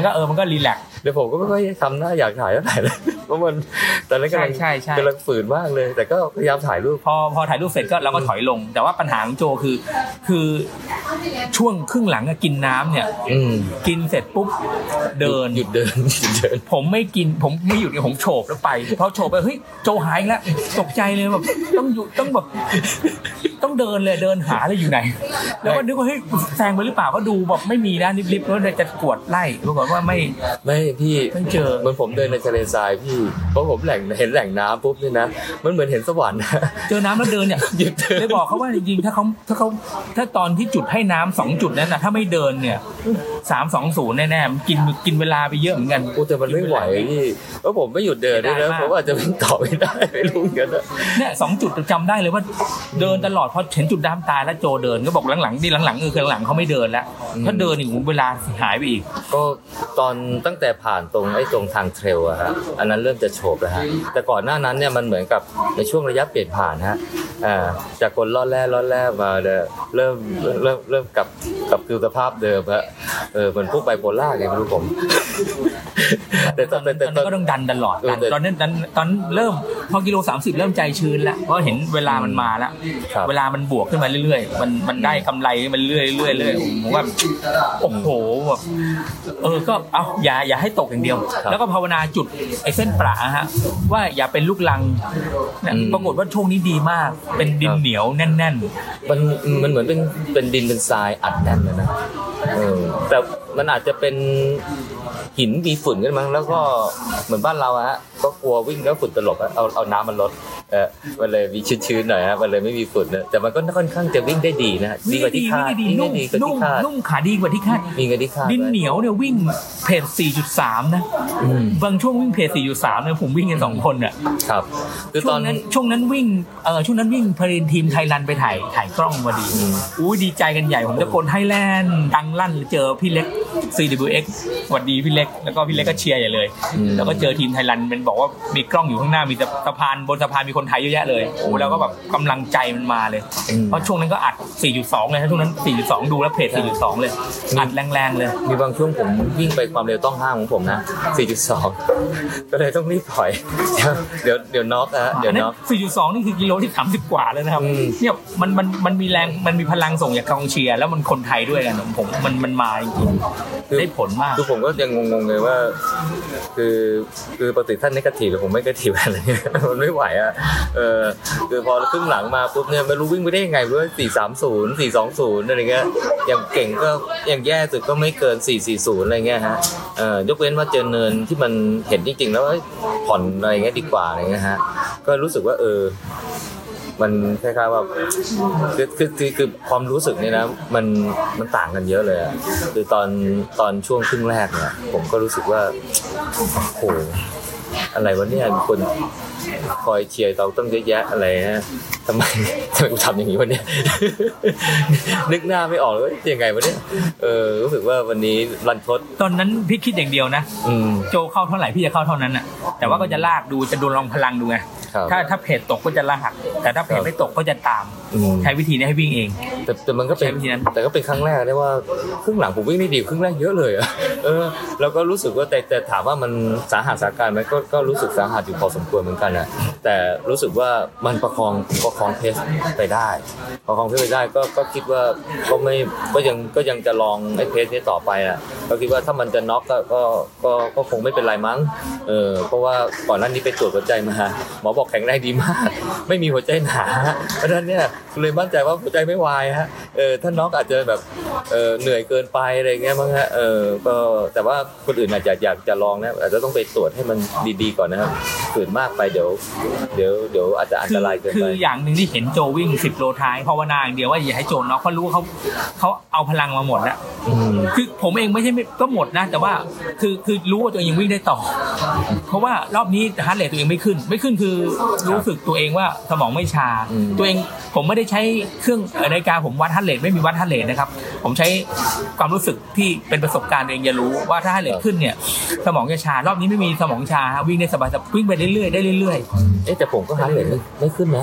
มันก็เออมันก็รีแลกซ์เดี๋ยวผมก็ไม่ค่อยทำหน้าอยากถ่ายเท่าไหร่เลยเพราะมันตอนนั้นกำลังกำลังฝืนมากเลยแต่ก็พยายามถ่ายรูปพอพอถ่ายรูปเสร็จก็เราก็ถอยลงแต่ว่าปัญหาของโจคือคือช่วงครึ่งหลังกินน้ำเนี่ยกินเสร็จปุ๊บเดินหยุดเดินหยุดเดินผมไม่กินผมไม่หยุดผมโฉบแล้วไปพอโฉบไปเฮ้ยโจหายแล้วตกใจเลยแบบต้องหยุดต้องแบบต้องเดินเลยเดินหาเลยอยู่ไหนแล้วก็นึกว่าเฮ้ยแซงไปหรือเปล่าก็ดูแบบไม่มีนะลิฟต์ๆแล้วจะกวดไล่ปรากฏว่าไม่ไม่พี่ไม่เจอเหมือนผมเดินในทะเลทรายพี่เพราะผมแหล่งเห็นแหล่งน้ำปุ๊บนี่นะมันเหมือนเห็นสวรรค์เจอน้ำแล้วเดินเนี่ยเลยบอกเขาว่าจริงๆถ้าเขาถ้าเขาถ้าตอนที่จุดให้น้ำสองจุดนั้นนะถ้าไม่เดินเนี่ยสามสองศูนย์แน่ๆกินกินเวลาไปเยอะเหมือนกันโอ้แต่มันไม่ไหวพี่เพราะผมไม่หยุดเดินด้วยนะเพราะว่าจะวิ่งต่อไม่ได้ไม่รู้กันนะเนี่ยสองจุดจำได้เลยว่าเดินตลอดพอเห็นจุดน้ำตายแล้วโจเดินก็บอกหลังๆนี่หลังๆคือหลังๆเขาไม่เดินแล้วถ้าเดินอีกเวลาหายไปอีกก็ตอนตั้งแต่ผ่านตรงไอ้ตรงทางเทรลอะฮะอันนั้นเริ่มจะโฉบแล้วฮะแต่ก่อนหน้านั้นเนี่ยมันเหมือนกับในช่วงระยะเปลี่ยนผ่านฮะอ่าจากคนล่อแร่ล่อแร่มาเริ่มเริ่มเริ่มกลับกลับคือสภาพเดิมฮะเออเหมือนพวกไบโพล่าไงไม่รู้ผมแต่ตอนนั้นก็ต้องดันตลอดตอนนั้นตอนเริ่มพอกิโลสามสิบเริ่มใจชื้นแล้วเพราะเห็นเวลามันมาแล้วเวลามันบวกขึ้นมาเรื่อยๆมันมันได้กำไรมันเรื่อยๆเรื่อยๆผมว่าโอ้โหแบบเออก็เอาอย่าอย่าให้ตกอย่างเดียวแล้วก็ภาวนาจุดไอ้เส้นประฮะว่าอย่าเป็นลูกลังปรากฏว่าช่วงนี้ดีมากเป็นดินเหนียวแน่นๆมันมันเหมือนเป็นเป็นดินเป็นทรายอัดแน่นเลยนะเออแต่มันอาจจะเป็นหินมีฝุ่นกันมั้งแล้วก็เหมือนบ้านเราฮะก็กลัววิ่งแล้วฝุ่นตลบเอาเอาน้ำมันลดเออมันเลยมีชื้นๆหน่อยฮะมันเลยไม่มีฝุ่นนะแต่มันก็ค่อนข้างจะวิ่งได้ดีนะดีกว่าที่คาดดีนุ่มนุ่มนุ่มขาดีกว่าที่คาดมีกว่าที่คาดดินเหนียวเนี่ยวิ่งเพจ สี่จุดสาม นะบางช่วงวิ่งเพจ สี่จุดสาม เนี่ยผมวิ่งกันสองคนอ่ะครับคือตอนนั้นช่วงนั้นวิ่งเออช่วงนั้นวิ่งพารินทีมไทยรันไปถ่ายถ่ายกล้องพอดีอู้ดีใจกันใหญ่ผมตะโกนไทยแลนด์ดังลั่นเจอพี่เล็ก ซี ดับเบิลยู เอ็กซ์ สวัสดีพี่เล็กแล้วก็พี่เล็กก็เชียร์ใหญ่เลยแล้วก็เจอทีมไทยรันมันบอกว่ามีกล้องอยู่ข้างหน้ามีสะพานบนสะพานมีคนไทยเยอะแยะเลยโอ้แล้วก็แบบกำลังใจมันมาเลยเพราะช่วงนั้นก็อัด สี่จุดสอง เลยนะช่วงนั้น สี่จุดสอง ดูแล้วเพจ สี่จุดสอง เลยอัดแรงๆเลยมีบางช่วงผมวิ่งไปความเร็วต้องห้ามของผมนะ สี่จุดสอง ก็เลยต้องรีบถอยเดี๋ยวเดี๋ยวน็อกนะเดี๋ยวน็อกสี่จุดสอง นี่คือกิโลที่สามสิบกว่าเลยนะครับเนี่ยมันมันมันมีแรงมันมีพลังส่งจากกองเชียร์แล้วมันคนไทยด้วยกันผมมันมันมาจริงๆได้ผลมากคือผมก็ยังงงๆเลยว่าคือคือปกติท่านเนกาทีฟหรือผมไม่เนกาทีฟอะไรมันไม่ไหวอ่ะเออคือพอครึ่งหลังมาปุ๊บเนี่ยไม่รู้วิ่งไปได้ยังไงไม่รู้สี่สามศูนย์ สี่สองศูนย์อะไรเงี้ยอย่างเก่งก็อย่างแย่สุดก็ไม่เกินสี่สี่ศูนย์อะไรเงี้ยฮะเอ่อยกเว้นว่าเจอเนินที่มันเห็นจริงๆแล้วผ่อนอะไรเงี้ยดีกว่าอะไรเงี้ยฮะก็รู้สึกว่าเออมันคล้ายๆว่าคือคือคือคือความรู้สึกเนี่ยนะมันมันต่างกันเยอะเลยอ่ะคือตอนตอนช่วงครึ่งแรกเนี่ยผมก็รู้สึกว่าโอ้อะไรวะเนี่ยมีคนคอยเชียร์เราต้องเยอะแยะอะไรฮะทำไมทำไมกูทำอย่างนี้วะเนี่ยนึกหน้าไม่ออกเลยยังไงวะเนี่ยเออรู้สึกว่าวันนี้รันทดตอนนั้นพี่คิดอย่างเดียวนะโจเข้าเท่าไหร่พี่จะเข้าเท่านั้นอ่ะแต่ว่าก็จะลากดูจะดูลองพลังดูไงถ้าถ้าเพจตกก็จะลากแต่ถ้าเพจไม่ตกก็จะตามใช้วิธีนี้ให้วิ่งเองแต่แต่มันก็เป็นแต่ก็เป็นครั้งแรกได้ว่าครึ่งหลังผมวิ่งได้ดีครึ่งแรกเยอะเลยอ่ะเออแล้วก็รู้สึกว่าแต่แต่ถามว่ามันสาหัสสาการไหมก็ก็รู้สึกสาหัสอยู่พอสมควรเหมือนกันนะแต่รู้สึกว่ามันประคองประคองเพสไปได้ประคองเพสไปได้ก็ก็คิดว่าก็ไม่ก็ยังก็ยังจะลองไอ้เพสนี้ต่อไปอ่ะก็คิดว่าถ้ามันจะน็อกก็ก็ก็ก็คงไม่เป็นไรมั้งเออเพราะว่าก่อนหน้านี้ไปตรวจหัวใจมาหมอบอกแข็งแรงดีมากไม่มีหัวใจหนาเพราะฉะนั้นเนี่ยเลยมั่นใจว่าหัวใจไม่วายฮะเออถ้าน็อกอาจจะแบบเออเหนื่อยเกินไปอะไรเงี้ยมั้งฮะเออก็แต่ว่าคนอื่นอาจจะอยากจะลองนะอาจจะต้องไปตรวจให้มันดีๆก่อนนะครับฝืนมากไปเดี๋ยวเดี๋ยวเดี๋ยวอาจจะอันตรายเกินไปคืออย่างนึงที่เห็นโจวิ่งสิบโลท้ายภาวนาอย่างเดียวว่าอย่าให้โจน็อกเพราะรู้เขาเขาเอาพลังมาหมดแล้วคือผมเองไม่ใช่ก็หมดนะแต่ว่าคือคือรู้ว่าตัวเองยังวิ่งได้ต่อเพราะว่ารอบนี้ฮาร์ทเรทตัวเองไม่ขึ้นไม่ขึ้นคือรู้สึกตัวเองว่าสมองไม่ชาตัวเองผมไม่ได้ใช้เครื่องนาฬิกาผมวัดฮาร์ทเรทไม่มีวัดฮาร์ทเรทนะครับผมใช้ความรู้สึกที่เป็นประสบการณ์เองจะรู้ว่าถ้าฮาร์ทเรทขึ้นเนี่ยสมองจะชารอบนี้ไม่มีสมองชาวิ่งได้สบายๆวิ่งไปเรื่อยๆได้เรื่อยๆเอ๊ะแต่ผมก็ฮาร์ทเรทไม่ขึ้นนะไม่ขึ้น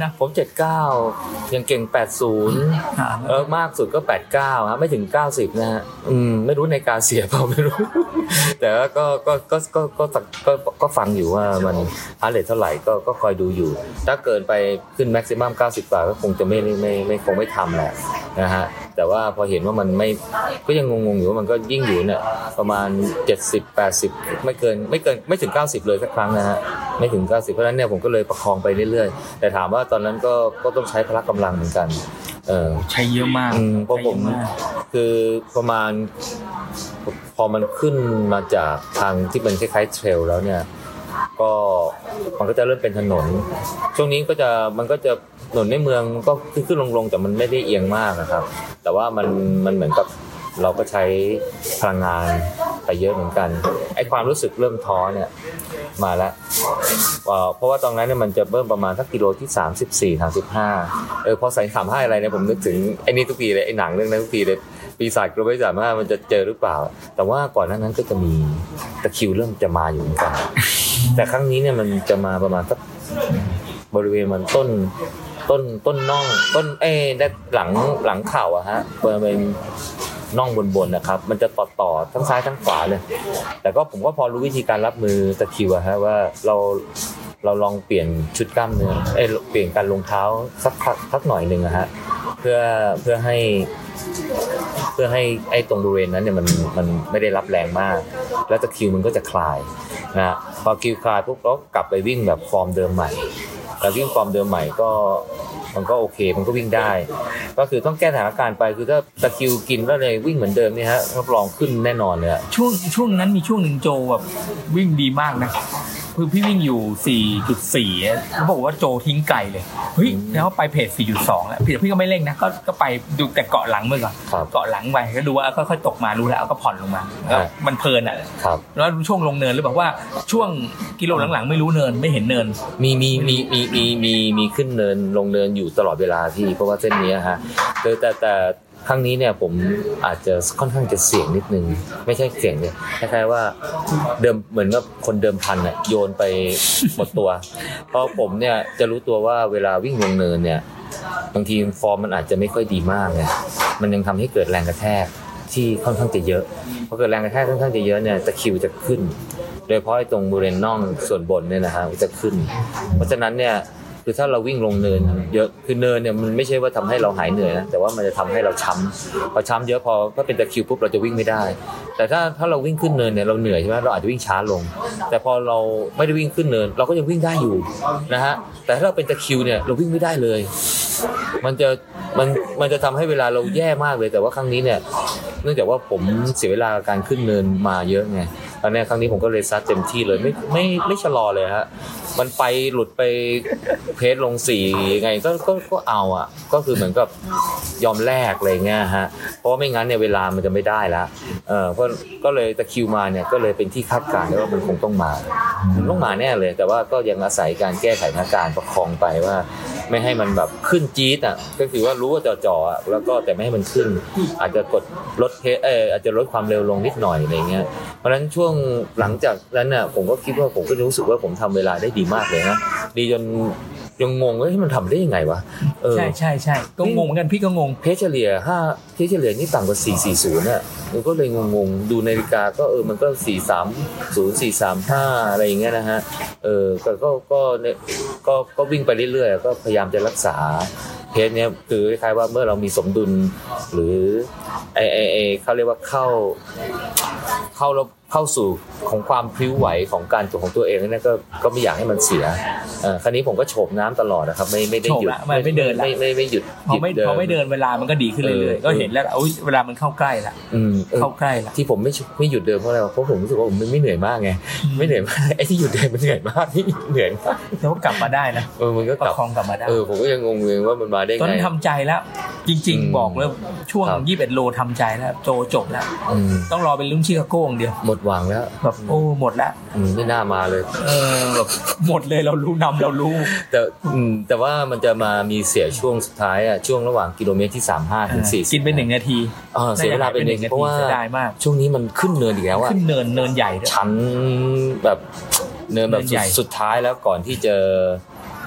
นะผมเจ็ดสิบเก้ายังเก่งแปดสิบเออมากสุดก็แปดสิบเก้าฮะไม่ถึงเก้าสิบนะฮะอืมไม่รู้ในการเสียเปล่าไม่รู้ แต่ว่าก็ก็ก็ก็ก็ก็ก็ฟังอยู่ว่ามันฮาร์ทเรทเท่าไหร่ก็ก็คอยดูอยู่ถ้าเกินไปขึ้นแม็กซิมัมเก้าสิบกว่าก็คงจะไม่ไม่ไม่คงไม่ทำแหละนะฮะแต่ว่าพอเห็นว่ามันไม่ก็ยังงงๆอยู่ว่ามันก็ยิ่งอยู่เนี่ยประมาณเจ็ดสิบ แปดสิบไม่เกินไม่เกินไม่ถึงเก้าสิบเลยสักครั้งนะฮะไม่ถึงเก้าสิบเพราะฉะนั้นเนี่ยผมก็เลยประคองไปเรื่อยๆแต่ถามว่าตอนนั้นก็ก็ต้องใช้พละกำลังเหมือนกันเออใช้เยอะมากเพราะผมคือประมาณพอมันขึ้นมาจากทางที่มันคล้ายๆเทรลแล้วเนี่ยก็มันก็จะเริ่มเป็นถนนช่วงนี้ก็จะมันก็จะถนนในเมืองก็ขึ้นลงๆแต่มันไม่ได้เอียงมากนะครับแต่ว่ามันมันเหมือนกับเราก็ใช้พลังงานไปเยอะเหมือนกันไอ้ความรู้สึกเริ่มท้อเนี่ยมาแล้วเพราะว่าตอนนั้นเนี่ยมันจะเริ่มประมาณสักกิโลที่สามสิบสี่ สามสิบห้าเออพอใส่สามสิบห้าอะไรเนี่ยผมนึกถึงไอ้นี่ทุกปีเลยไอ้หนังเรื่องนั้นทุกปีเลยปีศาจกลัวไม่สามารถมันจะเจอหรือเปล่าแต่ว่าก่อนหน้านั้นก็จะมีตะคริวเริ่มจะมาอยู่เหมือนกันแต่ครั้งนี้เนี่ยมันจะมาประมาณสักบริเวณมันต้นต้นต้นน่องต้นเอ้ด้านหลังหลังเข่าอะฮะบริเวณน่องบนๆนะครับมันจะต่อๆทั้งซ้ายทั้งขวาเลยแต่ก็ผมก็พอรู้วิธีการรับมือตะคริวอะฮะว่าเราเราลองเปลี่ยนชุดกล้ามเนื้อเอ้เปลี่ยนการรองเท้าสักสักหน่อยนึงอะฮะเพื่อเพื่อให้เพื่อให้ไอ้ตรงบริเวณนั้นเนี่ยมันมันไม่ได้รับแรงมากแล้วตะคริวมันก็จะคลายนะพอคริวคลายปุ๊บเรากลับไปวิ่งแบบฟอร์มเดิมใหม่แล้ววิ่งฟอร์มเดิมใหม่ก็มันก็โอเคมันก็วิ่งได้ก็คือต้องแก้สถานการณ์ไปคือถ้าตะคริวกินแล้วเลยวิ่งเหมือนเดิมนี่ฮะรับรองขึ้นแน่นอนเลยช่วงช่วงนั้นมีช่วงหนึ่งโจแบบวิ่งดีมากนะคือพี่วิ่งอยู่ สี่จุดสี่ เขาบอกว่าโจทิ้งไกลเลยเฮ้ยแล้วไปเพจ สี่จุดสอง แล้วพี่พี่ก็ไม่เร่งนะก็ก็ไปดูแต่เกาะหลังมือก่อนเกาะหลังไปก็ดูว่าค่อยๆตกมารู้แล้วก็ผ่อนลงมาแล้วมันเพลินอ่ะแล้วช่วงลงเนินหรือเปล่าว่าช่วงกิโลหลังๆไม่รู้เนินไม่เห็นเนินมีมีมีมีมีมีมีขึ้นเนินลงเนินอยู่ตลอดเวลาที่เพราะว่าเส้นนี้ฮะแต่แต่แต่ครั้งนี้เนี่ยผมอาจจะค่อนข้างจะเสี่ยงนิดนึงไม่ใช่เสี่ยงเลยคล้ายๆว่าเดิมเหมือนกับคนเดิมพันน่ะโยนไปหมดตัวเพราะผมเนี่ยจะรู้ตัวว่าเวลาวิ่งลงเนินเนี่ยบางทีฟอร์มมันอาจจะไม่ค่อยดีมากเนี่ยมันยังทำให้เกิดแรงกระแทกที่ค่อนข้างจะเยอะพอเกิดแรงกระแทกค่อนข้างจะเยอะเนี่ยตะคริวจะขึ้นโดยเฉพาะตรงบริเวณน่องส่วนบนเนี่ยนะฮะจะขึ้นเพราะฉะนั้นเนี่ยคือถ้าเราวิ่งลงเนินเยอะคือเนินเนี่ยมันไม่ใช่ว่าทำให้เราหายเหนื่อยนะแต่ว่ามันจะทำให้เราช้ำพอช้ำเยอะพอถ้าเป็นตะคริวปุ๊บเราจะวิ่งไม่ได้แต่ถ้าถ้าเราวิ่งขึ้นเนินเนี่ยเราเหนื่อยใช่ไหมเราอาจจะวิ่งช้าลงแต่พอเราไม่ได้วิ่งขึ้นเนินเราก็ยังวิ่งได้อยู่นะฮะแต่ถ้าเราเป็นตะคริวเนี่ยเราวิ่งไม่ได้เลยมันจะมันมันจะทำให้เวลาเราแย่มากเลยแต่ว่าครั้งนี้เนี่ยเนื่องจากว่าผมเสียเวลาการขึ้นเนินมาเยอะไงตอนนี้ครั้งนี้ผมก็เลยซัดเต็มที่เลยไม่ไม่ไม่ชะลอเลยฮะมันไปหลุดไปเพจลงสี่ไงก็ก็ก็เอาอ่ะก็คือเหมือนกับยอมแลกอะไรเงี้ยฮะเพราะไม่งั้นเนี่ยเวลามันจะไม่ได้ละเออก็ก็เลยตะคิวมาเนี่ยก็เลยเป็นที่คาดการณ์ว่ามันคงต้องมามันต้องมาแน่เลยแต่ว่าก็ยังอาศัยการแก้ไขสถานการณ์ประคองไปว่าไม่ให้มันแบบขึ้นจี๊ดอ่ะก็คือว่ารู้ว่าจ่อๆอ่ะแล้วก็แต่ไม่ให้มันขึ้นอาจจะกดลดเพจเอออาจจะลดความเร็วลงนิดหน่อยอะไรเงี้ยเพราะฉะนั้นช่วงหลังจากนั้นน่ะผมก็คิดว่าผมก็รู้สึกว่าผมทำเวลาได้ดีมากเลยนะดีจนยังงงว่ามันทำได้ยังไงวะเออใช่ใช่ใช่ก็งงเหมือนกันพี่ก็งงเพจเฉลี่ยห้าเพจเฉลี่ยนี่ต่ำกว่าสี่สี่ศูนย์น่ะมันก็เลยงงๆดูนาฬิกาก็เออมันก็สี่สามศูนย์ สี่สามห้าอะไรอย่างเงี้ยนะฮะเออก็ก็ก็เนี่ยก็ก็วิ่งไปเรื่อยๆก็พยายามจะรักษาเพจเนี้ยคือคล้ายๆว่าเมื่อเรามีสมดุลหรือไอไอไอเขาเรียกว่าเข้าเข้าแล้วเข้าสู่ของความพลิ้วไหวของการตัวของตัวเองนั่นก็ก็ไม่อยากให้มันเสียเอ่อคราวนี้ผมก็โฉบน้ำตลอดนะครับไม่ไม่ได้หยุดไม่ไม่เดินไม่ไม่ไม่หยุดพอไม่พอไม่เดินเวลามันก็ดีขึ้นเรื่อยๆก็เห็นแล้วอุ๊ยเวลามันเข้าใกล้ละอืมเข้าใกล้ละที่ผมไม่ไม่หยุดเดินเพราะอะไรเพราะผมรู้สึกว่าผมไม่เหนื่อยมากไงไม่เหนื่อยมากไอ้ที่หยุดเดินมันเหนื่อยมากที่เหนื่อยมากแต่ว่ากลับมาได้นะเออมันก็กลับคองกลับมาได้เออผมก็ยังงงเลยว่ามันมาได้ไงตอนนั้นทำใจแล้วจริงๆบอกเลยช่วงยี่สิบเอ็ดโลทำใจแล้วโจจบแล้วต้องรอเป็นลุ้นชิคาโก้อย่างเดียวหมดหวังแล้วแบบโอ้หมดแล้วไม่น่ามาเลยเออแบบหมดเลยเรารู้นำเรารู้แต่แต่ว่ามันจะมามีเสียช่วงสุดท้ายอ่ะช่วงระหว่างกิโลเมตรที่สามสิบห้าถึงสี่สิบกินไปหนึ่งนาทีเออเสียเวลาไปหนึ่งเพราะว่าช่วงนี้มันขึ้นเนินอีกแล้วอ่ะขึ้นเนินเนินใหญ่ชั้นแบบเนินแบบสุดท้ายแล้วก่อนที่จะ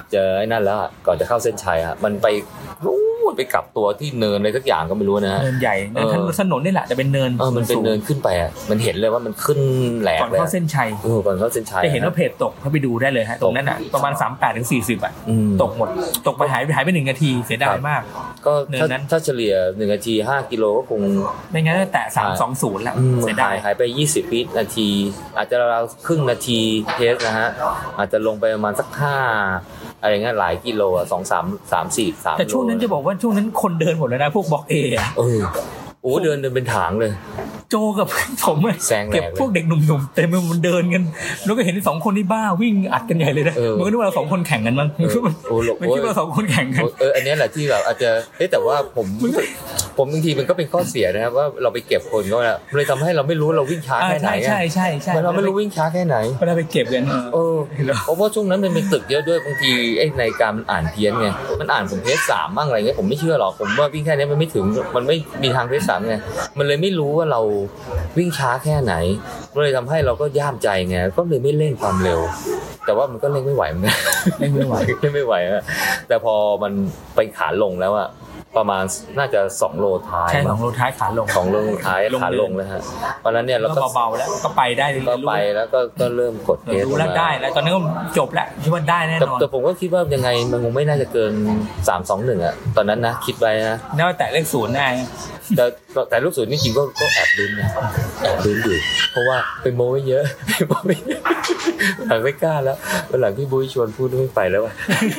จะไอ้นั่นแล้วก่อนจะเข้าเส้นชัยอ่ะมันไปรู้ไปกลับตัวที่เนินอะไรสักอย่างก็ไม่รู้นะเนินใหญ่เนินถนนนี่แหละจะเป็นเนินเออมันเป็นเนินขึ้นไปอ่ะมันเห็นเลยว่ามันขึ้นแหลกเลยก่อนเข้าเส้นชัยเออก่อนเข้าเส้นชัยจะเห็นว่าเพจตกเขาไปดูได้เลยฮะตรงนั้นอ่ะประมาณสามสิบแปดถึงสี่สิบอ่ะตกหมดตกไปหายไปหายไปหนึ่งนาทีเสียดายมากก็ถ้าเฉลี่ยหนึ่งนาทีห้ากิโลก็คงไม่งั้นแตะสามสองศูนย์แล้วเสียดายหายไปยี่สิบวินาทีอาจจะราวครึ่งนาทีเพสนะฮะอาจจะลงไปประมาณสักห้าอะไรเงี้ยหลายกิโลอ่ะสอง สาม สาม สี่ สามแต่ช่วงนั้นจะบอกว่าช่วงนั้นคนเดินหมดเลยนะพวกบล็อก A อ่ะเออโอ้เดินเดินเป็นถางเลยโจกับผมเก็บพวกเด็กหนุ่มๆเต็มไปหมดเดินกันแล้วก็เห็นสองคนที่บ้าวิ่งอัดกันใหญ่เลยนะมันก็นึกว่าเราสองคนแข่งกันมั้งไม่คิดว่าสองคนแข่งกันเอออันนี้แหละที่แบบอาจจะเฮ้ยแต่ว่าผมผมบางทีมันก็เป็นข้อเสียนะครับว่าเราไปเก็บคนก็เลยทำให้เราไม่รู้เราวิ่งช้าแค่ไหนใช่ใช่ใช่เราไม่รู้วิ่งช้าแค่ไหนเวลาไปเก็บกันเออเพราะว่าช่วงนั้นมันเป็นตึกเยอะด้วยบางทีไอ้ในการมันอ่านเพี้ยนไงมันอ่านผมเพจสามบ้างอะไรเงี้ยผมไม่เชื่อหรอกผมว่าวิ่งแค่นี้มันไม่ถึงมันไม่มีทางเพจสามไงมันเลยไม่รู้ว่าเราวิ่งช้าแค่ไหนก็เลยทำให้เราก็ย่ามใจไงก็เลยไม่เร่งความเร็วแต่ว่ามันก็เร่งไม่ไหวเหมือนกันเร่งไม่ไหวเร่งไม่ไหวอะแต่พอมันไปขาลงแล้วอะประมาณน่าจะสองโลท้ายใช่สองโลท้ายขาลงสองโลท้ายขาลงแล้วฮะเพราะฉะนั้นเนี่ยเราก็เบาๆแล้วก็ไปได้ก็ไปแล้วก็ก็เริ่มกดเกมรู้แล้วได้แล้วตอนนี้ก็จบแล้วคิดว่าได้แน่นอนแต่ผมก็คิดว่ายังไงมันคงไม่น่าจะเกินสาม สอง หนึ่งอ่ะตอนนั้นนะคิดไว้นะน่าแต่เลขศูนย์ได้แต่แต่ลูกศูนย์นี่จริงก็ก็แอบลุ้นนะแอบลุ้นอยู่เพราะว่าไปโม้ไว้เยอะไปโม้ไว้หลังไม่กล้าแล้ววันหลังพี่บุ้ยชวนพูดไม่ไปแล้วว่ะ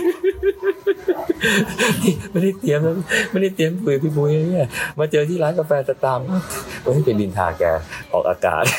ไม่ได้เตรียมไม่ได้เตรียมคุยพี่บุ้ยเนี่ยมาเจอที่ร้านกาแฟตะตามก็ให้เป็นดินทาแกออกอากาศ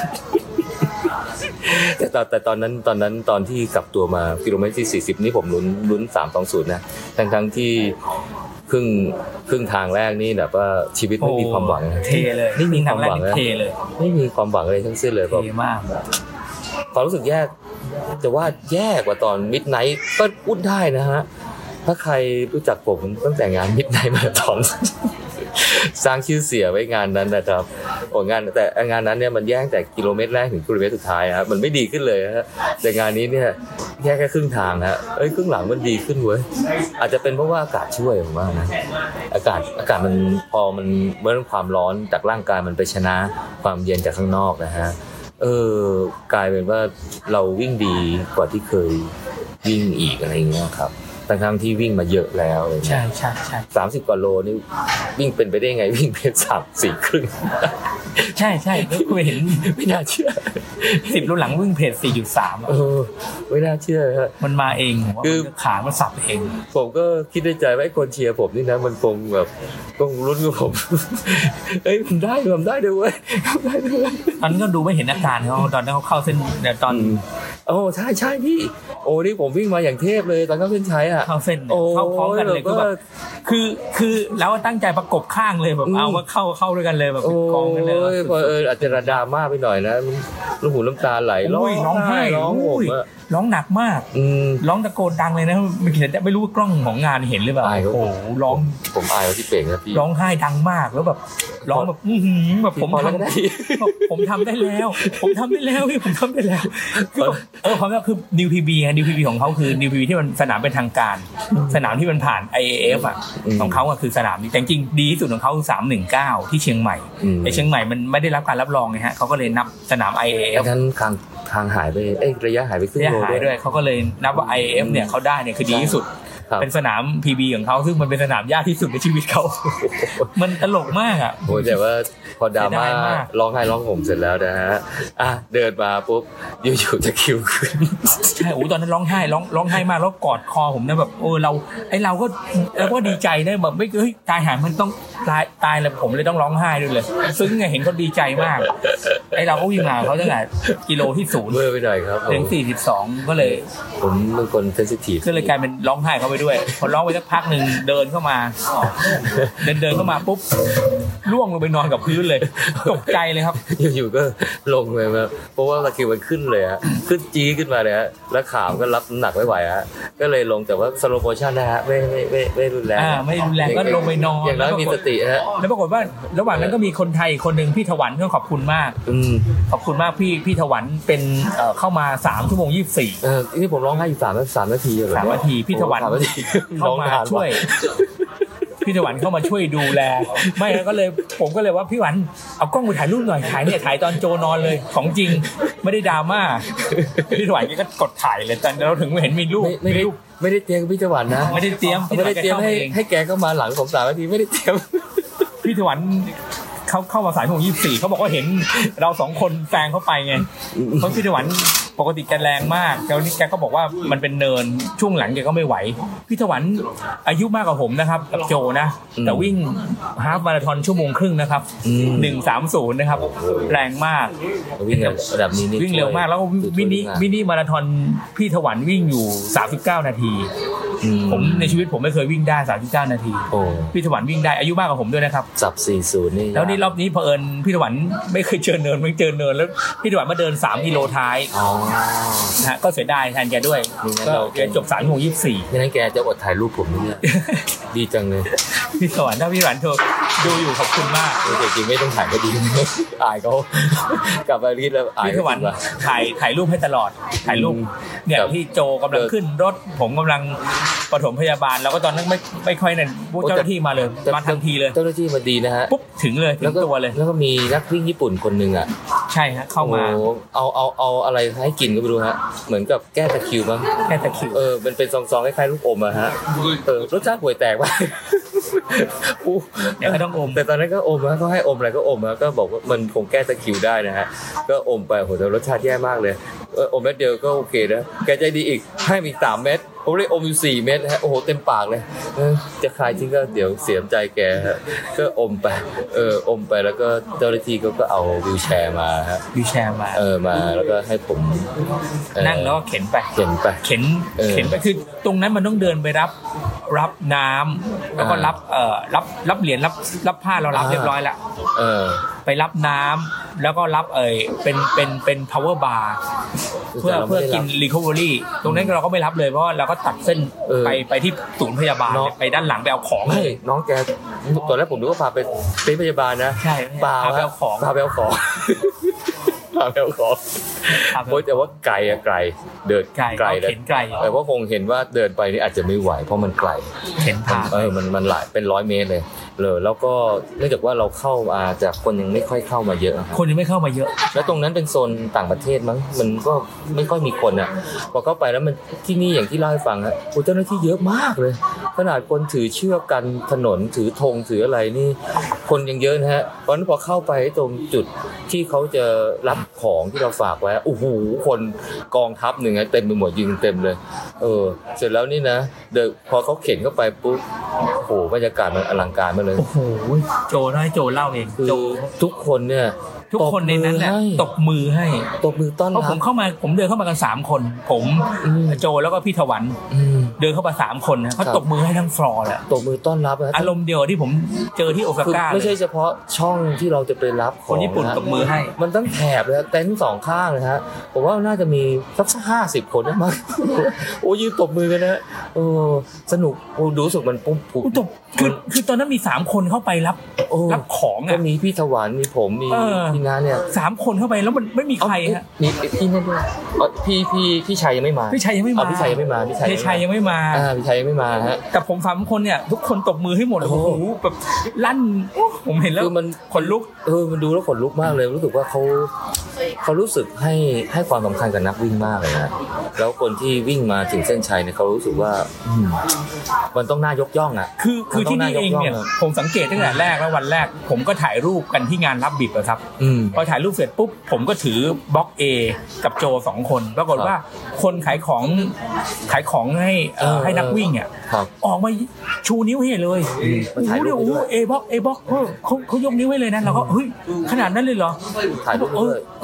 แต่ตอนแต่ตอนนั้นตอนนั้นตอนที่กลับตัวมากิโลเมตรที่สี่สิบนี่ผมลุ้นลุ้นสามสองศูนย์นะทั้งทั้งที่ครึ่งครึ่งทางแรกนี่แบบว่าชีวิตไม่มีความหวังเทเลยไม่มีความหวังเทเลยไม่มีความหวังอะไรทั้งสิ้นเลยเทมากความรู้สึกแย่แต่ว่าแย่กว่าตอนมิดไนท์ก็พูดได้นะฮะถ้าใครรู้จักผมตั้งแต่งานมิดไนท์มาราธอนสร้างชื่อเสียงไว้งานนั้นนะครับโอ้งานแต่งานนั้นเนี่ยมันแย่งแต่กิโลเมตรแรกถึงกิโลเมตรสุดท้ายครับมันไม่ดีขึ้นเลยฮะแต่งานนี้เนี่ยแค่แค่ครึ่งทางฮะเอ้ยครึ่งหลังมันดีขึ้นเว้ยอาจจะเป็นเพราะว่าอากาศช่วยผมว่านะอากาศอากาศมันพอมันเมื่อความร้อนจากร่างกายมันไปชนะความเย็นจากข้างนอกนะฮะเออกลายเป็นว่าเราวิ่งดีกว่าที่เคยวิ่งอีกอะไรอย่างเงี้ยครับทั้งๆที่วิ่งมาเยอะแล้วเลยใช่ใช่ใช่สามสิบกว่าโลนี่วิ่งเป็นไปได้ไงวิ่งเพจสามสี่ครึ่งใช่ใช่ก็คุณเห็นไม่น่าเชื่อสิบโลหลังวิ่งเพจสี่จุดสามเออไม่น่าเชื่อฮะมันมาเองคือขามันสับเองผมก็คิดในใจว่าไอ้คนเชียร์ผมนี่นะมันคงแบบคงลุ้นกับผมเอ้ยผมได้ผมได้ด้วยเว้ยได้ด้วยตอนนั้นก็ดูไม่เห็นอาการเขาตอนนั้นเขาเข้าเส้นเนี่ยตอนโอ้ใช่ใช่พี่โอ้นี่ผมวิ่งมาอย่างเทพเลยตอนเข้าเส้นชัยอ่ะเข้าเส้นเข้าพร้อมกันเลยคือแบบคือคือแล้วตั้งใจประกบข้างเลยแบบเอาว่าเข้าเข้าด้วยกันเลยแบบกองกันเลยพอเอออาจจะดราม่าไปหน่อยนะลูกหูน้ำตาไหลร้องร้องไห้ร้องโอยร้องหนักมากร้องตะโกนดังเลยนะไม่เห็นไม่รู้ว่ากล้องของงานเห็นหรือเปล่าโอ้โหร้องผมอายที่เป่งนะพี่ร้องไห้ดังมากแล้วแบบร้องแบบอื้อหือแบบผมทำได้ผมทำได้แล้วผมทำได้แล้วพี่ผมทำได้แล้วเออเขาก็คือ นิว พี บี ฮะ นิว พี บี ของเขาคือ นิว พี บี ที่มันสนามเป็นทางการสนามที่มันผ่าน ไอ เอ เอฟ อ่ะของเขาก็คือสนามนี้แต่จริงๆดีที่สุดของเขาคือสามหนึ่งเก้าที่เชียงใหม่แต่เชียงใหม่มันไม่ได้รับการรับรองไงฮะเขาก็เลยนับสนาม ไอ เอ เอฟงั้นทางทางหายไปเอ้ยระยะหายไปครึ่งโลด้วยเขาก็เลยนับว่า ไอ เอ เอฟ เนี่ยเขาได้เนี่ยคือดีที่สุดเป็นสนาม พี บี ของเขาซึ่งมันเป็นสนามยากที่สุดในชีวิตเขามันตลกมากอ่ะโอ้แต่ว่าพอดราม่าร้องไห้ร้องห่มเสร็จแล้วนะฮะอ่ะเดินมาปุ๊บอยู่ๆจะคิวขึ้นใช่โอ้ตอนนั้นร้องไห้ร้องร้องไห้มากแล้วกอดคอผมนะแบบเออเราไอเราก็เราก็ดีใจนะแบบไม่เฮ้ยตายหามันต้องตายตายแล้วผมเลยต้องร้องไห้ด้วยเลยซึ้งไงเห็นเขาดีใจมากไอเราก็วิ่งมาเขาตั้งแต่กิโลที่ศูนย์เมื่อไปหน่อยครับถึงสี่สิบสองก็เลยผมเป็นคนเซนซิทีฟก็เลยกลายเป็นร้องไห้เขาไปไปด้วยพอร้องไปสักพักนึงเดินเข้ามาเดินเดินเข้ามาปุ๊บล่วงลงไปนอนกับพื้นเลยตกใจเลยครับอยู่ๆก็ลงเลยครับเพราะว่าตะคริวมันขึ้นเลยฮะขึ้นจี้ขึ้นมาเลยฮะแล้วขาก็รับน้ำหนักไม่ไหวฮะก็เลยลงแต่ว่าสโลโมชั่นนะฮะไม่ไม่ไม่ไม่รุนแรงอ่าไม่รุนแรงก็ลงไปนอนอย่างนั้นมีสติฮะแล้วปรากฏว่าระหว่างนั้นก็มีคนไทยคนนึงพี่ถวันก็ขอบคุณมากขอบคุณมากพี่พี่ถวันเป็นเอ่อเข้ามาสามชั่วโมงยี่สิบสี่เออนี่ผมร้องไห้อยู่สามนาทีเลยสามนาทีพี่ถวันเข้ามาช่วยพี่ถวันเข้ามาช่วยดูแลไม่แล้วก็เลยผมก็เลยว่าพี่หวันเอากล้องไปถ่ายรูปหน่อยถ่ายเนี่ยถ่ายตอนโจนอนเลยของจริงไม่ได้ดราม่าพี่ถวันก็กดถ่ายเลยตอนเราถึงเห็นมีรูปไม่ได้ไม่ได้เตรียมพี่ถวันนะไม่ได้เตรียมไม่ได้เตรียมให้ให้แกเข้ามาหลังผมสามนาทีไม่ได้เตรียมพี่ถวันเขาเข้ามาสายโมงยี่สิบสี่เขาบอกว่าเห็นเราสองคนแซงเข้าไปไงเพราะพี่ถวันปกติแกแรงมากแล้วนี่แกก็บอกว่ามันเป็นเนินช่วงหลังแกก็ไม่ไหวพี่ถวันอายุมากกว่าผมนะครับกับโจนะแต่วิ่งฮาล์ฟมาราธอนชั่วโมงครึ่งนะครับหนึ่งสามศูนย์นะครับแรงมากวิ่งระดับนี้วิ่งเร็วมากแล้วมินิมินิมาราธอนพี่ถวันวิ่งอยู่สามสิบเก้านาทีผมในชีวิตผมไม่เคยวิ่งได้สามสิบเก้านาทีพี่ถวันวิ่งได้อายุมากกว่าผมด้วยนะครับสับสี่สิบนี่แล้วนี่รอบนี้เผอิญพี่ถวันไม่เคยเจอเนินไม่เจอเนินแล้วพี่ถวันมาเดินสามกิโลท้ายนะฮะก็เสียดายแทนแกด้วยก็แกจบสามโมงยี่สิบสี่ไม่งั้นแกจะอดถ่ายรูปผมเนี่ยดีจังเลยพี่ถวันถ้าพี่ถวันดูอยู่ขอบคุณมากจริงๆไม่ต้องถ่ายก็ดีอายเขากลับมารีดแล้วอายพี่ถวันถ่ายถ่ายรูปให้ตลอดถ่ายรูปเนี่ยที่โจกำลังขึ้นรถผมกำลังปฐมพยาบาลแล้วก็ตอนนั้นไม่ไม่ค่อยนั่นพวกเจ้าหน้าที่มาเลยมาทันทีเลยเจ้าหน้าที่มาดีนะฮะปุ๊บถึงเลยถึงตัวเลยแล้วก็มีนักวิ่งญี่ปุ่นคนนึงอ่ะใช่ฮะเข้ามาเอาเอาเอาอะไรให้กินก็ไม่รู้ฮะเหมือนกับแก้ตะคริวมั้งแก้ตะคริวเออมันเป็นซองๆคล้ายๆลูกอมอะฮะเออรสชาติห่วยแตกว่ะอู้เดี๋ยวต้องอมแต่ตอนนั้นก็อมฮะเขาให้อมอะไรก็อมฮะก็บอกว่ามันคงแก้ตะคริวได้นะฮะก็อมไปโหแต่รสชาติแย่มากเลยเอออมเม็ดเดียวก็โอเคนะแกใจดีอีกให้อีกสามเม็ดผมเลยอมอยู่สี่เม็ดฮะโอ้โหเต็มปากเลยเออจะคลายจริงก็เดี๋ยวเสียใจแกฮะก็อมไปเอออมไปแล้วก็เจ้าหน้าที่ก็เอาวีลแชร์มาฮะวีลแชร์มาเออมาแล้วก็ให้ผมนั่งแล้วก็เข็นไปเข็นไปเข็นเข็นไปคือตรงนั้นมันต้องเดินไปรับรับน้ำแล้วก็รับเอ่อรับรับเหรียญรับรับผ้าเรารับเรียบร้อยแล้วเออไปรับน้ำแล้วก็รับเอ่ยเป็นเป็นเป็น power bar เพื่อเพื่อกิน recovery ตรงนั้นเราก็ไม่รับเลยเพราะเราก็ตัดเส้นไปไปที่ศูนย์พยาบาลไปด้านหลังไปเอาของเลยน้องแกตอนแรกผมนึกว่าพาไปเป็นพยาบาลนะใช่พาไปเอาของพาไปเอาของพาไปเอาของโอ้ยแต่ว่าไกลอะไกลเดินไกลไกลแต่ว่าคงเห็นว่าเดินไปนี่อาจจะไม่ไหวเพราะมันไกลเห็นทางเออมันมันหลายเป็นร้อยเมตรเลยเลยแล้วก็เนื่องจากว่าเราเข้ามาจากคนยังไม่ค่อยเข้ามาเยอะคนยังไม่เข้ามาเยอะแล้วตรงนั้นเป็นโซนต่างประเทศมั้งมันก็ไม่ค่อยมีคนอ่ะพอเข้าไปแล้วมันที่นี่อย่างที่เล่าให้ฟังฮะโอ้เจ้าหน้าที่เยอะมากเลยขนาดคนถือเชือกกันถนนถือธงถืออะไรนี่คนยังเยอะนะฮะเพราะฉะนั้นพอเข้าไปตรงจุดที่เขาจะรับของที่เราฝากไว้โอ้โหคนกองทัพหนึ่งเต็มไปหมดยืนเต็มเลยเออเสร็จแล้วนี่นะเดี๋ยวพอเขาเข็นเข้าไปปุ๊บโอ้โหบรรยากาศมันอลังการมากเลยโอ้โหโจได้โจเล่าเองโจทุกคนเนี่ยทุกคนในนั้นแหละตบมือให้ตบมือต้อนรับเพราะผมเข้ามาผมเดินเข้ามากันสามคนผมโจแล้วก็พี่ถวันเดินเข้ามาสามคนนะเขาตบมือให้ทั้งฟลอร์แหละตบมือต้อนรับอารมณ์เดียวที่ผมเจอที่โอซาก้าไม่ใช่เฉพาะช่องที่เราจะไปรับคนญี่ปุ่นตบมือให้มันตั้งแถบเลยเต็นท์สองข้างเลยฮะผมว่าน่าจะมีสักห้าสิบคนได้มั้งโอ้ยืนตบมือกันนะโอ้สนุกโอ้ดูสุดมันปุ๊บปุ๊บคือคือตอนนั้นมีสามคนเข้าไปรับรับของอ่ะก็มีพี่ถวันมีผมมีพี่น้าเนี่ยสามคนเข้าไปแล้วมันไม่มีใครฮะมีพี่นั่นด้วยพี่พี่พี่ชัยยังไม่มาพี่ชัยยังไม่มาพี่ชัยยังไม่มาพี่ชัยยังไม่มาอ่าพี่ชัยยังไม่มาฮะกับผมสามคนเนี่ยทุกคนตบมือให้หมดโอ้โหแบบลั่นผมเห็นแล้วคือมันขนลุกเออมันดูแล้วขนลุกมากเลยรู้สึกว่าเขาเขารู้สึกให้ให้ความสำคัญกับนักวิ่งมากเลยนะแล้วคนที่วิ่งมาถึงเส้นชัยเนี่ยเขารู้สึกว่ามันต้องน่ายกย่องอ่ะคือคือที่นี่เองเนี่ยผมสังเกตตั้งแต่แรกแล้ววันแรกผมก็ถ่ายรูปกันที่งานรับบิบอะครับพอถ่ายรูปเสร็จปุ๊บผมก็ถือบล็อก A กับโจสองคนปรากฏว่าคนขายของขายของให้ให้นักวิ่งอ่ะออกมาชูนิ้วให้เลยโอ้โหเดี๋ยวโอ้เอบล็อกเอบล็อกเขาเขายกนิ้วให้เลยนะเราก็เฮ้ยขนาดนั้นเลยเหรอถ่ายรูปด้วยเอ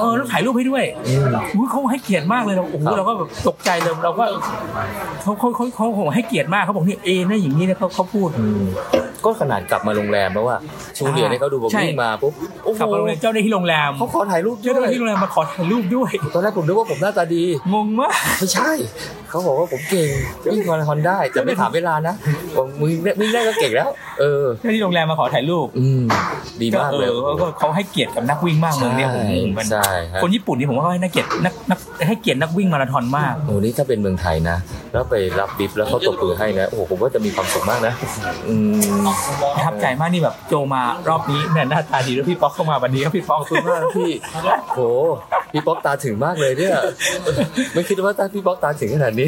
เออแล้วถ่ายรูปให้ด้วยอุ้ยเขาให้เกียรติมากเลยเราโอ้โหเราก็แบบตกใจเลยเราก็เขาเขาเขาเขาเขาให้เกียรติมากเขาบอกนี่เอนะอย่างนี้เนี่ยเขาเขาพูดก็ขนาดกลับมาโรงแรมแล้วว่าชูเหรียญให้เขาดูผมวิ่งมาปุ๊บกลับมาโรงแรมเจ้าหน้าที่โรงแรมเขาขอถ่ายรูปเจ้าหน้าที่โรงแรมมาขอถ่ายรูปด้วยตอนแรกผมนึกว่าผมหน้าตาดีงงมากไม่ใช่เขาบอกว่าผมเก่งวิ่งมาราธอนได้แต่ไม่ถามเวลานะผมมึงวิ่งได้ก็เก่งแล้วเออเจ้าหน้าที่โรงแรมมาขอถ่ายรูปอืมดีมากเลยเขาให้เกียรติกับนักวิ่งมากเมืองนี้ผมมันคนญี่ปุ่นนี่ผมว่าเขาให้นักเกียรตินักนักให้เกียรตินักวิ่งมาราธอนมากโอ้นี่ถ้าเป็นเมืองไทยนะแล้วไปรับบิ๊บแล้วเขาตบมือให้นะโอ้โหผมว่าจะมีความสุขมากนะอืมประทับใจมากนี่แบบโจมารอบนี้เนี่ยหน้าตาดีแล้วพี่ป๊อกเข้ามาวันนี้ครับพี่ป๊อกคุณมากพี่โหพี่ป๊อกตาถึงมากเลยเนี่ยไม่คิดว่าตาพี่ป๊อกตาถึงขนาดนี้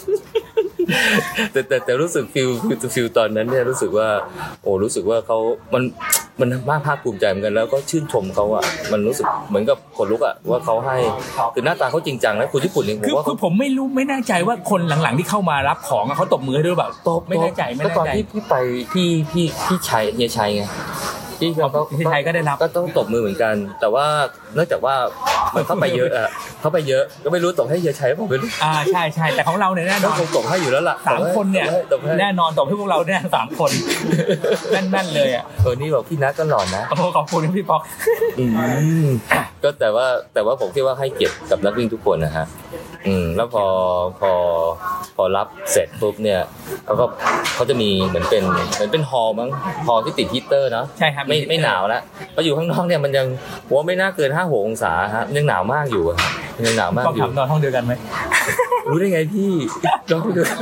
แต่แต่แต่รู้สึกฟิลฟิลตอนนั้นเนี่ยรู้สึกว่าโอ้รู้สึกว่าเขามันมันมากภาคภูมิใจเหมือนกันแล้วก็ชื่นชมเขาอ่ะมันรู้สึกเหมือนกับคนลุกอ่ะว่าเขาให้คือหน้าตาเขาจริงจังนะคนญี่ปุ่นนี่ผมว่าคือผมไม่รู้ไม่แน่ใจว่าคนหลังๆที่เข้ามารับของเขาตบมือให้ด้วยแบบตบไม่แน่ใจไม่แน่ใจตอนที่พี่ไปพี่พี่พี่ชัยเฮียชัยไงที่เขาที่ไทยก็ได้รับก็ต้องตบมือเหมือนกันแต่ว่าเนื่องจากว่ามันเข้าไปเยอะอ่ะเข้าไปเยอะก็ไม่รู้ตบให้เฮียชัยป่ะไม่รู้อ่าใช่ๆแต่ของเราเนี่ยแน่นอนตบให้อยู่แล้วล่ะสามคนเนี่ยแน่นอนตบให้พวกเราเนี่ยสามคนแน่นๆเลยอ่ะเออนี่บอกพี่นัทก็หล่อนะโอ้ขอบคุณพี่ป๊อกอืมก็แต่ว่าแต่ว่าผมคิดว่าให้เกียรติกับนักวิ่งทุกคนนะฮะอืมแล้วพอพอพอรับเสร็จปุ๊บเนี่ยเขาก็เขาจะมีเหมือนเป็นเหมือนเป็นฮอลล์มั้งฮอลล์ที่ติดฮีตเตอร์เนาะใช่ครับไม่ไม่หนาวแล้วพออยู่ข้างนอกเนี่ยมันยังหัวไม่น่าเกินห้าหกองศาฮะยังหนาวมากอยู่ยังหนาวมากอยู่นอนห้องเดียวกันไหมรู้ได้ไงพี่นอนห้องเดียวกัน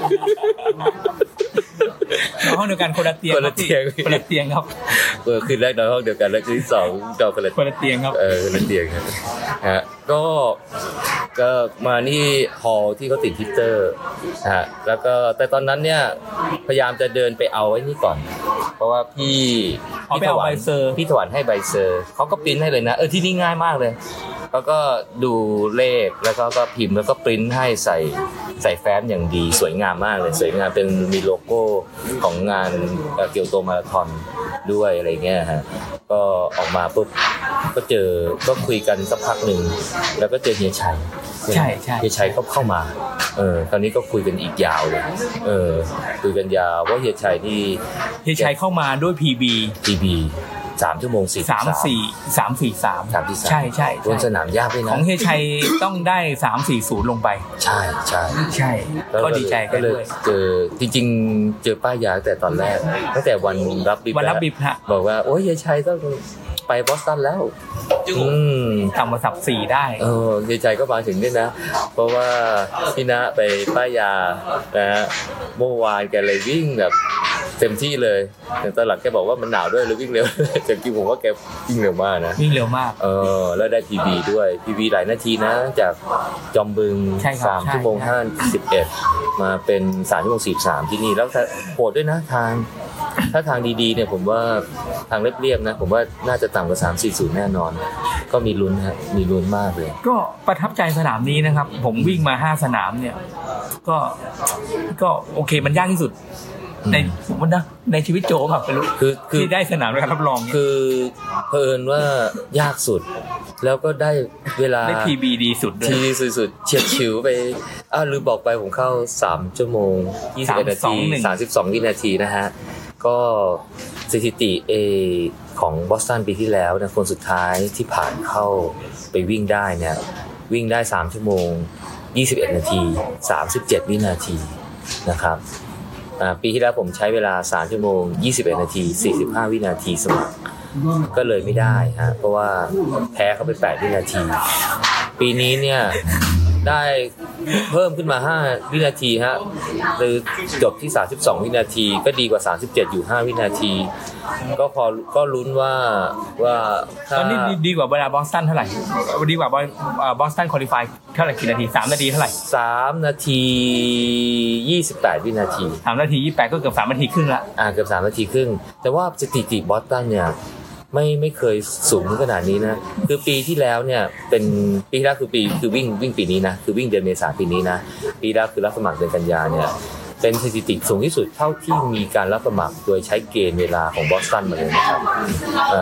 นอนห้องเดียวกันคนละเตียงคนละเตียงคนละเตียงครับเออคืนแรกนอนห้องเดียวกันแล้วคืนที่สองนอนคนละคนละเตียงครับเออคนละเตียงครับฮะก็ก็มานี่ฮอลล์ที่เขาติดฮีตเตอร์ฮะแล้วก็แต่ตอนนั้นเนี่ยพยายามจะเดินไปเอาไอ้นี่ก่อนเพราะว่าพี่พี่ถวันพี่ถวันให้ใบเซอร์เขาก็ปริ้นให้เลยนะเออที่นี่ง่ายมากเลยแล้วก็ดูเลขแล้วก็ก็พิมพ์แล้วก็ปริ้นให้ใส่ใส่แฟ้มอย่างดีสวยงามมากเลยสวยงามเป็นมีโลโก้ของงานเกียวโตมาราธอนด้วยอะไรเงี้ยฮะก็ออกมาปุ๊บก็เจอก็คุยกันสักพักนึงแล้วก็เจอเฮียชัยใช่ๆเฮียชัยก็เข้ามาเออคราวนี้ก็คุยกันอีกยาวเลยเออคุยกันยาวว่าเฮียชัยที่เฮียชัยเข้ามาด้วย พี บีพี บีสามชั่วโมงสี่สิบสามสาม สี่ สาม สี่ สามสาม สี่ สามใช่ๆบนสนามยากด้วยนะของเฮียชัยต้องได้สาม สี่ ศูนย์ลงไปใช่ๆใช่ก็ดีใจกันด้วยเจอจริงๆเจอป้ายาแต่ตอนแรกตั้งแต่วันรับบิ๊บวันรับบิ๊บฮะบอกว่าโอ้ยเฮียชัยต้องไปบอสตันแล้วอืมทำมาสับสี่ได้เออเฮียชัยก็มาถึงด้วยนะเพราะว่าพี่ณไปป้ายยานะฮะเมื่อวานแกเลยวิ่งแบบเต็มที่เลยแต่ตอนหลังแกบอกว่ามันหนาวด้วยเลยวิ่งเร็วแต่จริงผมว่าแกวิ่งเร็วมากนะวิ่งเร็วมากเออแล้วได้ พี บี ด้วย พี บี หลายนาทีนะจากจอมบึงสามชั่วโมงห้าสิบเอ็ดมาเป็นสามชั่วโมงสี่สิบสามที่นี่แล้วโหดด้วยนะทางถ้าทางดีๆเนี่ยผมว่าทางเรียบๆนะผมว่าน่าจะต่ำกว่าสาม สี่ ศูนย์แน่นอนก็มีลุ้นฮะมีลุ้นมากเลยก็ประทับใจสนามนี้นะครับผมวิ่งมาห้าสนามเนี่ยก็ก็โอเคมันยากที่สุดในวันนะในชีวิตโจครับไปรู้คือคือได้สนามรับรองคือเพิ่นว่ายากสุดแล้วก็ได้เวลาได้ พี บี ดีสุดด้วยทีสุดๆเฉียดฉิวไปอ้าวลืมบอกไปผมเข้าสามชั่วโมงยี่สิบเอ็ดนาทีสามสิบสองวินาทีนะฮะก็สถิติเอของบอสตันปีที่แล้วนะคนสุดท้ายที่ผ่านเข้าไปวิ่งได้เนี่ยวิ่งได้สามชั่วโมงยี่สิบเอ็ดนาทีสามสิบเจ็ดวินาทีนะครับอ่าปีที่แล้วผมใช้เวลาสามชั่วโมงยี่สิบเอ็ดนาทีสี่สิบห้าวินาทีสมัครก็เลยไม่ได้ฮะเพราะว่าแพ้เขาไปแปดวินาทีปีนี้เนี่ยได้เพิ่มขึ้นมาห้าวินาทีฮะหรือจบที่สามสิบสองวินาทีก็ดีกว่าสามสิบเจ็ดอยู่ห้าวินาทีก็พอก็ลุ้นว่าว่าตอนนี้ดีกว่าเวลาบอสตันเท่าไหร่ดีกว่าบอสตันควอลิฟายเท่าไหร่กี่นาทีสามนาทีเท่าไหร่สามนาทียี่สิบแปดวินาทีสามนาทียี่สิบแปดก็เกือบสามนาทีครึ่งละอ่าเกือบสามนาทีครึ่งแต่ว่าสถิติบอสตันเนี่ยไม่ไม่เคยสูงขนาดนี้นะคือปีที่แล้วเนี่ยเป็นปีที่แล้วคือปีคือวิ่งวิ่งปีนี้นะคือวิ่งเดือนเมษายนปีนี้นะปีแล้วคือรับสมัครเดือนกันยาเนี่ยเป็นสถิติสูงที่สุดเท่าที่มีการรับสมัครโดยใช้เกณฑ์เวลาของบอสตันมาเลยนะครับอ่า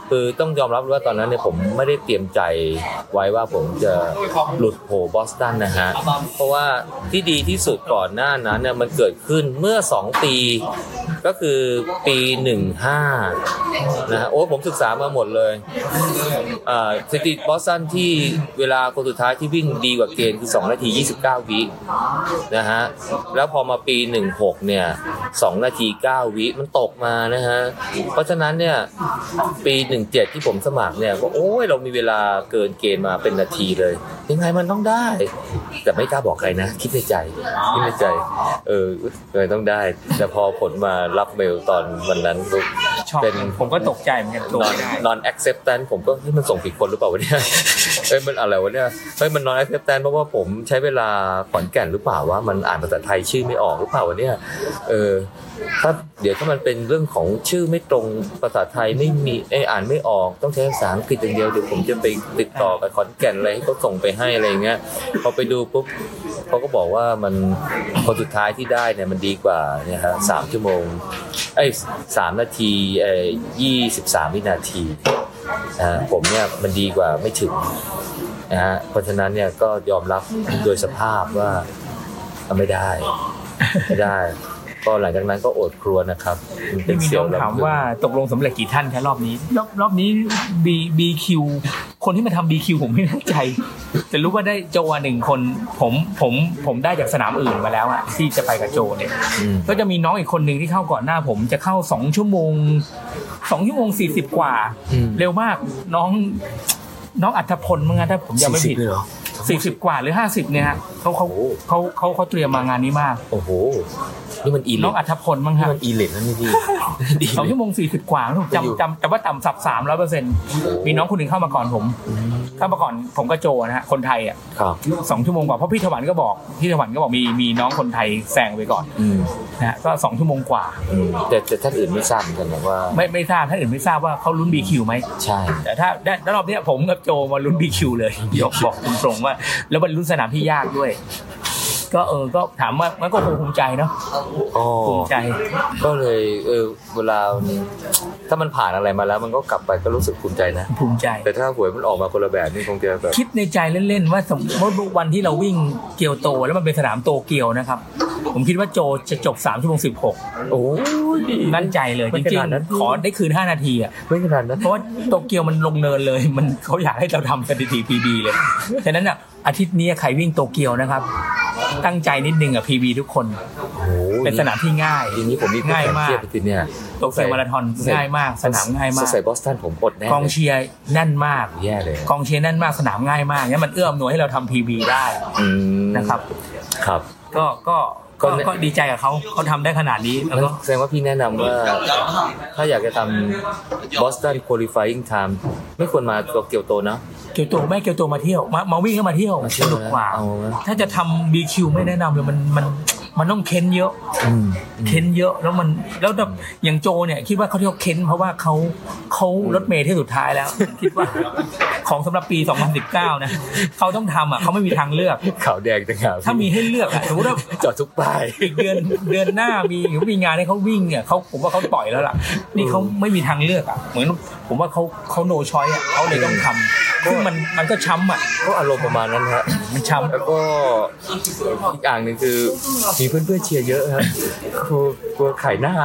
คือต้องยอมรับว่าตอนนั้นเนี่ยผมไม่ได้เตรียมใจไว้ว่าผมจะหลุดโผบอสตันนะฮะเพราะว่าที่ดีที่สุดก่อนหน้านั้นเนี่ยมันเกิดขึ้นเมื่อสองปีก็คือปีสิบห้านะฮะโอ้ผมศึกษามาหมดเลยอ่าสถิติบอสตันที่เวลาคนสุดท้ายที่วิ่งดีกว่าเกณฑ์คือสองนาทียี่สิบเก้าวินะฮะแล้วพอมาปีสิบหกเนี่ยสองนาทีเก้าวิมันตกมานะฮะเพราะฉะนั้นเนี่ยปีสิบเจ็ดที่ผมสมัครเนี่ยก็โอ้ยเรามีเวลาเกินเกณฑ์มาเป็นนาทีเลยยังไงมันต้องได้แต่ไม่กล้าบอกใครนะคิดในใจคิดในใจเออเลยต้องได้แต่พอผลมารับเมลตอนวันนั้นเป็นผมก็ตกใจเหมือนกันตัวได้ non acceptance ผมก็ที่มันส่งผิดคนหรือเปล่าวะเนี่ยเอ้ยมันอะไรวะเนี่ยเฮ้ยมัน non acceptance เพราะว่าผมใช้เวลาขอนแก่นหรือเปล่าวะมันอ่านภาษาไทยชื่อไม่ออกหรือเปล่าวะเนี่ยเออถ้าเดี๋ยวถ้ามันเป็นเรื่องของชื่อไม่ตรงภาษาไทยไม่มีไอ้อ่านไม่ออกต้องใช้ภาษาอังกฤษอย่างเดียวเดี๋ยวผมจะไปติดต่อกับขอนแก่นอะไรให้เขาส่งไปให้อะไรเงี้ยพอไปดูปุ๊บเขาก็บอกว่ามันคนสุดท้ายที่ได้เนี่ยมันดีกว่าเนี่ยฮะสามชั่วโมงไอ้สามนาทีเอ่อยี่สิบสามวินาทีอ่าผมเนี่ยมันดีกว่าไม่ถึงนะฮะเพราะฉะนั้นเนี่ยก็ยอมรับโดยสภาพว่าไม่ได้ไม่ได้ก็หลังจากนั้นก็อดครัวนะครับเป็นเสี่ยวถามว่าตกลงสำเร็จกี่ท่านแค่รอบนี้รอบรอบนี้ B BQ คนที่มาทำ บี คิว ผมไม่แน่ใจแต่รู้ว่าได้โจหนึ่งคนผมผมผมได้จากสนามอื่นมาแล้วอะที่จะไปกับโจเนี่ยก็จะมีน้องอีกคนนึงที่เข้าก่อนหน้าผมจะเข้าสองชั่วโมงสองชั่วโมงสี่สิบกว่าเร็วมากน้องน้องอัธพลมั้งถ้าผมจำไม่ผิดสี่สิบกว่าหรือห้าสิบเนี่ยฮะเขาเขาเขาเขาเขาเตรียมมางานนี้มากโอ้โหนี่มันอีลิทน้องอัธพลมั้งฮะนี่มันอีลิทนั่นนี่พี่สองชั่วโมงสี่สิบกว่าจำจำแต่ว่าต่ำสับสามร้อยเปอร์เซ็นต์มีน้องคนหนึ่งเข้ามาก่อนผมเข้ามาก่อนผมก็โจนะฮะคนไทยอ่ะสองชั่วโมงกว่าเพราะพี่ถวันก็บอกพี่ถวันก็บอกมีมีน้องคนไทยแซงไปก่อนนะก็สองชั่วโมงกว่าแต่แต่ท่านอื่นไม่ทราบเหมือนกันนะว่าไม่ไม่ทราบท่านอื่นไม่ทราบว่าเขาลุ้น บี คิว ไหมใช่แต่ถ้าได้รอบนี้ผมกับโจมาลุ้น บี คิว เลยยกบอกตรงๆว่าแล้วมันลุ้นสนามที่ยากด้วยก็เออก็ถามว่ามันก็ภูมิใจเนาะภูมิใจก็เลยเออเวลาถ้ามันผ่านอะไรมาแล้วมันก็กลับไปก็รู้สึกภูมิใจนะภูมิใจแต่ถ้าหวยมันออกมาคนละแบบนี่คงจะแบบคิดในใจเล่นๆว่าสมมติวันที่เราวิ่งเกียวโตแล้วมันเป็นสนามโตเกียวนะครับผมคิดว่าโจจะจบสามชั่วโมงสิบหกโอ้ยมั่นใจเลยจริงๆขอได้คืนห้านาทีอ่ะไม่ขนาดนั้นเพราะว่าโตเกียวมันลงเนินเลยมันเขาอยากให้เราทำสถิติ พี บี เลยฉะนั้นอ่ะอาทิตย์นี้ใครวิ่งโตเกียวนะครับตั้งใจนิดนึงอ่ะ พี บี ทุกคนเป็นสนามที่ง่ายทีนี้ผมมีง่ายมากทีเนี่ยโตเกียวมาราธอนง่ายมากสนามง่ายมากใส่บอสตันผมอดแน่กองเชียร์แน่นมากแย่เลยกองเชียร์แน่นมากสนามง่ายมากเนี่ยมันเอื้ออำนวยให้เราทำ พี บี ได้นะครับครับก็ก็ก็ดีใจกับเขาเขาทำได้ขนาดนี้แล้วก็แสดงว่าพี่แนะนำว่าถ้าอยากจะทำ Boston Qualifying Time ไม่ควรมาโตเกียวโตนะเกียวโตไม่เกียวโตมาเที่ยวมามาวิ่งก็มาเที่ยวสนุกกว่าถ้าจะทำ บี คิว ไม่แนะนำเลยมันมันมันต้องเค้นเยอะเค้นเยอะแล้วมันแล้วแบบอย่างโจเนี่ยคิดว่าเขาเที่ยวเค้นเพราะว่าเขาเขารถเมล์ที่สุดท้ายแล้วคิดว่าของสำหรับปีสองพันสิบเก้านะเขาต้องทำอ่ะเขาไม่มีทางเลือกขาวแดงต่างหากถ้ามีให้เลือกอ่ะสมมติว่าจอดทุกป้ายอีกเดือนเดือนหน้ามีหรือมีงานให้เขาวิ่งเนี่ยเขาผมว่าเขาปล่อยแล้วล่ะนี่เขาไม่มีทางเลือกอ่ะเหมือนผมว่าเขาเขาโนชอยอ่ะเขาเลยต้องทำซึ่งมันมันก็ช้ำอ่ะก็อารมณ์ประมาณนั้นฮะมันช้ำแล้วก็อีกอย่างนึงคือมีเพื่อนๆเชียร์เยอะครับกลัวกลัวไข่หน้า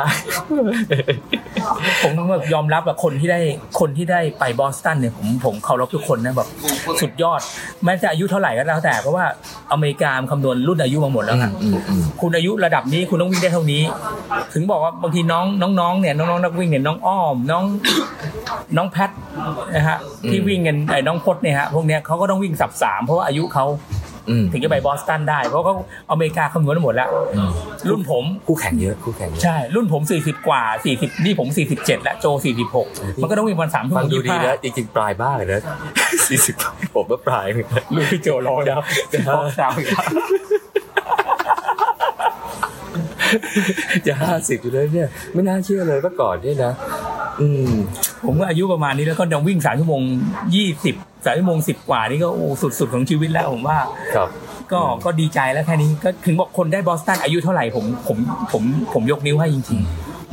ผมต้องยอมรับว่าคนที่ได้คนที่ได้ไปบอสตันเนี่ยผมผมเคารพทุกคนนะแบบสุดยอดแม้จะอายุเท่าไหร่ก็แล้วแต่เพราะว่าอเมริกาคำนวณรุ่นอายุมาหมดแล้วค่ะคุณอายุระดับนี้คุณต้องวิ่งได้เท่านี้ถึงบอกว่าบางทีน้องน้องๆเนี่ยน้องๆนักวิ่งเนี่ยน้องอ้อมน้องน้องแพทนะฮะที่วิ่งกันไอ้น้องพจน์เนี่ยฮะพวกเนี้ยเขาก็ต้องวิ่งสับสามเพราะว่าอายุเขาถึงจะไปบอสตันได้เพราะเขาอเมริกาคำนวณหมดแล้วรุ่นผมคู่แข่งเยอะคู่แข่งเยอะใช่รุ่นผมสี่สิบกว่าสี่สิบนี่ผมสี่สิบเจ็ดแล้วโจสี่สิบหกมันก็ต้องวิ่งวันสามชั่วโมงยี่สิบห้าจริงๆปลายบ้าเลยนะสี่สิบผมก็ปลายลูกพี่โจรอแล้วจะบอสตันจะห้าสิบอยู่เลยเนี่ยไม่น่าเชื่อเลยว่าก่อนเนี่ยนะอืมผมก็อายุประมาณนี้แล้วก็ยังวิ่งสามชั่วโมงยี่สิบสามชั่วโมงสิบกว่านี่ก็โอ้สุดๆของชีวิตแล้วผมว่าครับก็ก็ดีใจแล้วแค่นี้ก็ถึงบอกคนได้บอสตันอายุเท่าไหร่ผมผมผมผมยกนิ้วให้จริงๆมัน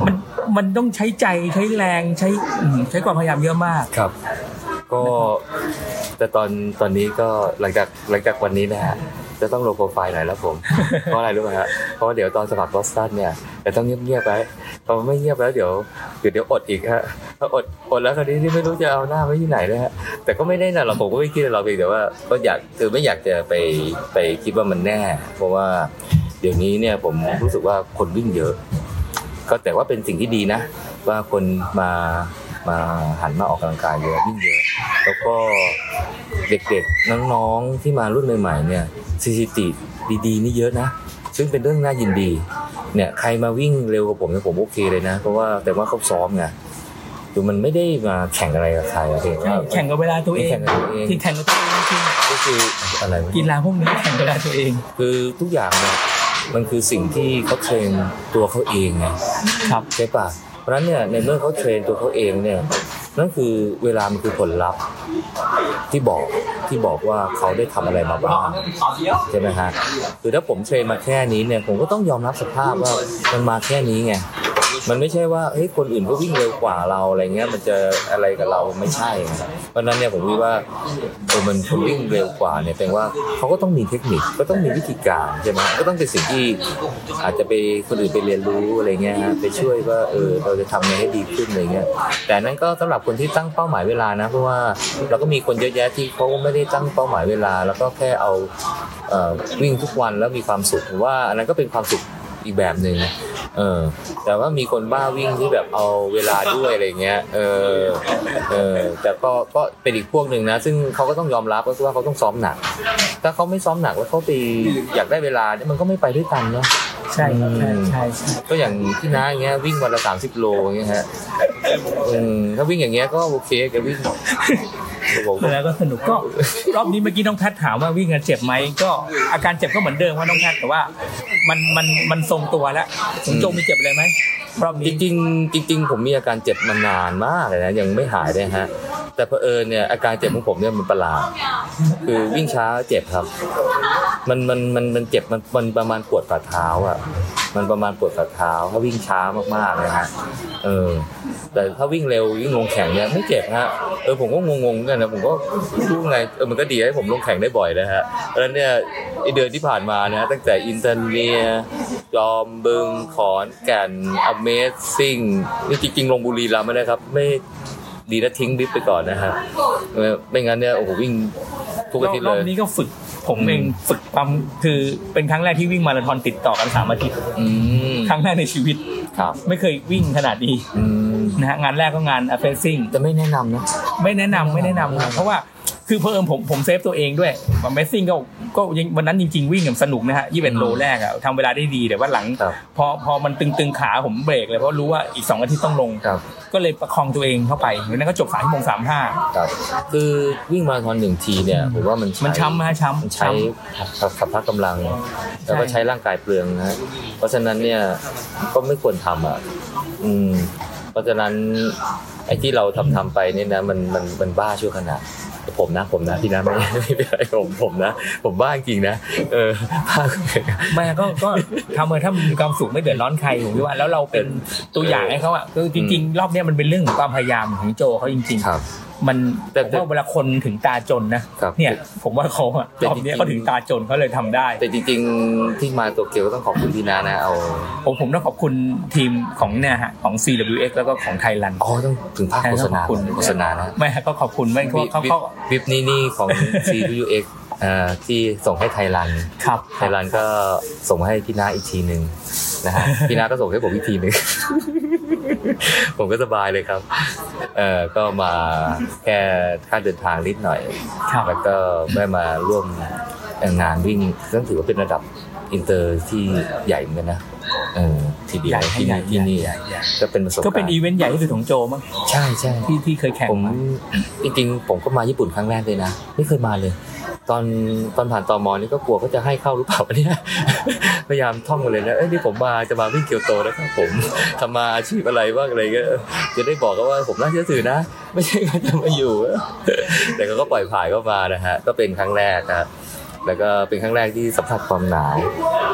มันต้องใช้ใจใช้แรงใช้ใช้ความพยายามเยอะมากครับก็แต่ตอนตอนนี้ก็หลังจากหลังจากวันนี้นะฮะจะต้องลงโปรไฟล์หน่อยแล้วผมเพราะอะไรรู้ไหมฮะเพราะว่าเดี๋ยวตอนสมัครบอสตันเนี่ยจะต้องเงียบๆไว้พอไม่เงียบแล้วเดี๋ยวเดี๋ยวเดี๋ยวอดอีกฮะถ้าอดอดแล้วคราวนี้ที่ไม่รู้จะเอาหน้าไว้ที่ไหนเลยฮะแต่ก็ไม่ได้นะเราผมก็ไม่คิดเราเพียงแต่ว่าก็อยากคือไม่อยากจะไปไปคิดว่ามันแน่เพราะว่าเดี๋ยวนี้เนี่ยผมรู้สึกว่าคนวิ่งเยอะก็แต่ว่าเป็นสิ่งที่ดีนะว่าคนมามาหันมาออกกำลังกายเยอะวิ่งเยอะแล้วก็เด็กๆน้องๆที่มารุ่นใหม่ๆเนี่ยสถิติดีๆนี่เยอะนะซึ่งเป็นเรื่องน่ายินดีเนี่ยใครมาวิ่งเร็วกว่าผมเนี่ยผมโอเคเลยนะเพราะว่าแต่ว่าเขาซ้อมไงคือมันไม่ได้มาแข่งอะไรกับใครอะเพียงว่าแข่งกับเวลาตัวเองที่แข่งกับตัวเองจริงก็คืออะไรกีฬาพวกนี้แข่งเวลาตัวเองคือทุกอย่างเนี่ยมันคือสิ่งที่เขาเทรนตัวเขาเองไงครับใช่ป่ะเพราะฉะนั้นเนี่ยในเมื่อเขาเทรนตัวเขาเองเนี่ยนั่นคือเวลามันคือผลลัพธ์ที่บอกที่บอกว่าเขาได้ทำอะไรมาบ้างใช่ไหมฮะคือถ้าผมเทรนมาแค่นี้เนี่ยผมก็ต้องยอมรับสภาพว่ามันมาแค่นี้ไงมันไม่ใช่ว่าเฮ้ยคนอื่นก็วิ่งเร็วกว่าเราอะไรเงี้ยมันจะอะไรกับเราไม่ใช่เพราะนั้นเนี่ยผมคิดว่าเออมันคนวิ่งเร็วกว่าเนี่ยแปลว่าเขาก็ต้องมีเทคนิคก็ต้องมีวิธีการใช่ไหมก็ต้องเป็นสิ่งที่อาจจะไปคนอื่นไปเรียนรู้อะไรเงี้ยฮะไปช่วยว่าเออเราจะทำยังไงให้ดีขึ้นอะไรเงี้ยแต่นั้นก็สำหรับคนที่ตั้งเป้าหมายเวลานะเพราะว่าเราก็มีคนเยอะแยะที่เขาไม่ได้ตั้งเป้าหมายเวลาแล้วก็แค่เอาเอ่อวิ่งทุกวันแล้วมีความสุขผมว่าอันนั้นก็เป็นความสุขอีกแบบนึงเออแต่ว่ามีคนบ้าวิ่งที่แบบเอาเวลาด้วยอะไรเงี้ยเออเออแต่ก็ก็เป็นอีกพวกนึงนะซึ่งเขาก็ต้องยอมรับก็คือว่าเขาต้องซ้อมหนักถ้าเขาไม่ซ้อมหนักแล้วเขาไปอยากได้เวลาเนี่ยมันก็ไม่ไปด้วยกันเนาะใช่ครับใช่ใช่ก็อย่างที่น้าอย่างเงี้ยวิ่งวันละสามสิบโลอย่างเงี้ยฮะอืมถ้าวิ่งอย่างเงี้ยก็โอเคแกวิ่งแล้วก็สนุกก็รอบนี้เมื่อกี้น้องแพทถามว่าวิ่งกันเจ็บไหมก็อาการเจ็บก็เหมือนเดิมว่าน้องแพทแต่ว่ามันมันมันทรงตัวแล้วคุณโจมีเจ็บอะไรไหมรอบนี้จริงๆจริงๆผมมีอาการเจ็บมานานมากเลยนะยังไม่หายเลยฮะแต่เผอิญเนี่ยอาการเจ็บของผมเนี่ยมันประหลาดคือวิ่งช้าเจ็บครับมันมันมันมันเจ็บมันมันประมาณปวดฝ่าเท้าอ่ะมันประมาณปวดฝ่าเท้าถ้าวิ่งช้ามากๆเลยฮะเออแต่ถ้าวิ่งเร็ววิ่งลงแข่งเนี่ยไม่เจ็บฮะเออผมก็งงๆกันนะผมก็รู้ไงเออมันก็ดีให้ผมลงแข่งได้บ่อยนะฮะเพราะฉะนั้นเนี่ยไอเดือนที่ผ่านมานะตั้งแต่อินเตอร์เนียจอมบึงขอนแก่น Amazing นี่จริงๆลงบุรีรัมย์ไม่ได้ครับไม่ดีนะทิ้งบิ๊บไปก่อนนะฮะไม่งั้นเนี่ยโอ้โหวิ่งทุกอาทิตย์เลยรอบนี้ก็ฝึกผมเองฝึกความคือเป็นครั้งแรกที่วิ่งมาราธอนติดต่อกันสามอาทิตย์ครั้งแรกในชีวิตไม่เคยวิ่งขนาดนี้นะฮะงานแรกก็งาน Amazing แต่ไม่แนะนำนะไม่แนะนำไม่แนะนำนะเพราะว่าคือเพิ่มผมผมเซฟตัวเองด้วย Amazing ก็ก็วันนั้นจริงๆวิ่งอย่างสนุกนะฮะยี่สิบเอ็ดโลแรกอ่ะทำเวลาได้ดีแต่ว่าหลังพอพอมันตึงๆขาผมเบรกเลยเพราะรู้ว่าอีกสองอาทิตย์ต้องลงก็เลยประคองตัวเองเข้าไปแล้วนั้นก็จบสามชั่วโมงสามสิบห้าครับคือวิ่งมาราธอนหนึ่งทีเนี่ยผมว่ามันมันช้ำฮะช้ำใช้ขับพักกำลังแล้วก็ใช้ร่างกายเปลืองนะเพราะฉะนั้นเนี่ยก็ไม่ควรทำอ่ะอืมเพราะฉะนั้นไอ้ที่เราทำทำไปเนี่ยนะมันมันมันบ้าชั่วขณะผมนะผมนะพี่นะไม่ไม่เป็นไรผมผมนะผมบ้าจริงนะเออบ้าไม่ก็ก็ทำเมื่อถ้ามีความสุขไม่เดือดร้อนใครผมว่าแล้วเราเป็นตัวอย่างให้เขาอ่ะคือจริงๆรอบนี้มันเป็นเรื่องของความพยายามของโจเขาจริงๆมันแต่ว่าเวลาคนถึงตาจนนะเนี่ยผมว่าเขาอ่ะรอบนี้เขาถึงตาจนเขาเลยทำได้แต่จริงๆที่มาโตเกียวก็ต้องขอบคุณพี่นานะเอาผมผมต้องขอบคุณทีมของเนี่ยฮะของ ซี ดับเบิลยู เอ็กซ์ แล้วก็ของไทยรันอ๋อต้องถึงภาคโฆษณาโฆษณานะไม่ฮะก็ขอบคุณไม่เขาเขาวิปนี่นี่ของ ซี ดับเบิลยู เอ็กซ์ อ่าที่ส่งให้ไทยรันครับไทยรันก็ส่งให้พี่นาอีกทีนึงนะฮะพี่นาก็ส่งให้ผมอีกทีนึงผมก็สบายเลยครับเอ่อก็มาแค่ค่าเดินทางนิดหน่อยแล้วก็ได้มาร่วมงานวิ่งซึ่งถือว่าเป็นระดับอินเตอร์ที่ใหญ่เหมือนกันนะเออทีเดียวที่นี่ที่นี่ก็เป็นประสบการณ์ก็เป็นอีเวนต์ใหญ่ที่สุดของโจมั้งใช่ใช่ที่ที่เคยแข่งผมจริงๆผมก็มาญี่ปุ่นครั้งแรกเลยนะไม่เคยมาเลยตอนตอนผ่านตม.นี่ก็กลัวเขาจะให้เข้าหรือเปล่าเนี่ยพยายามท่องมาเลยนะเอ้ยนี่ผมมาจะมาวิ่งเกียวโตนะครับผมทำมาอาชีพอะไรบ้างอะไรก็จะได้บอกเขาว่าผมน่าเชื่อถือนะไม่ใช่เขาจะมาอยู่แต่เขาก็ปล่อยผ่านเข้ามานะฮะก็เป็นครั้งแรกนะแล้วก็เป็นครั้งแรกที่สัมผัสความหนาว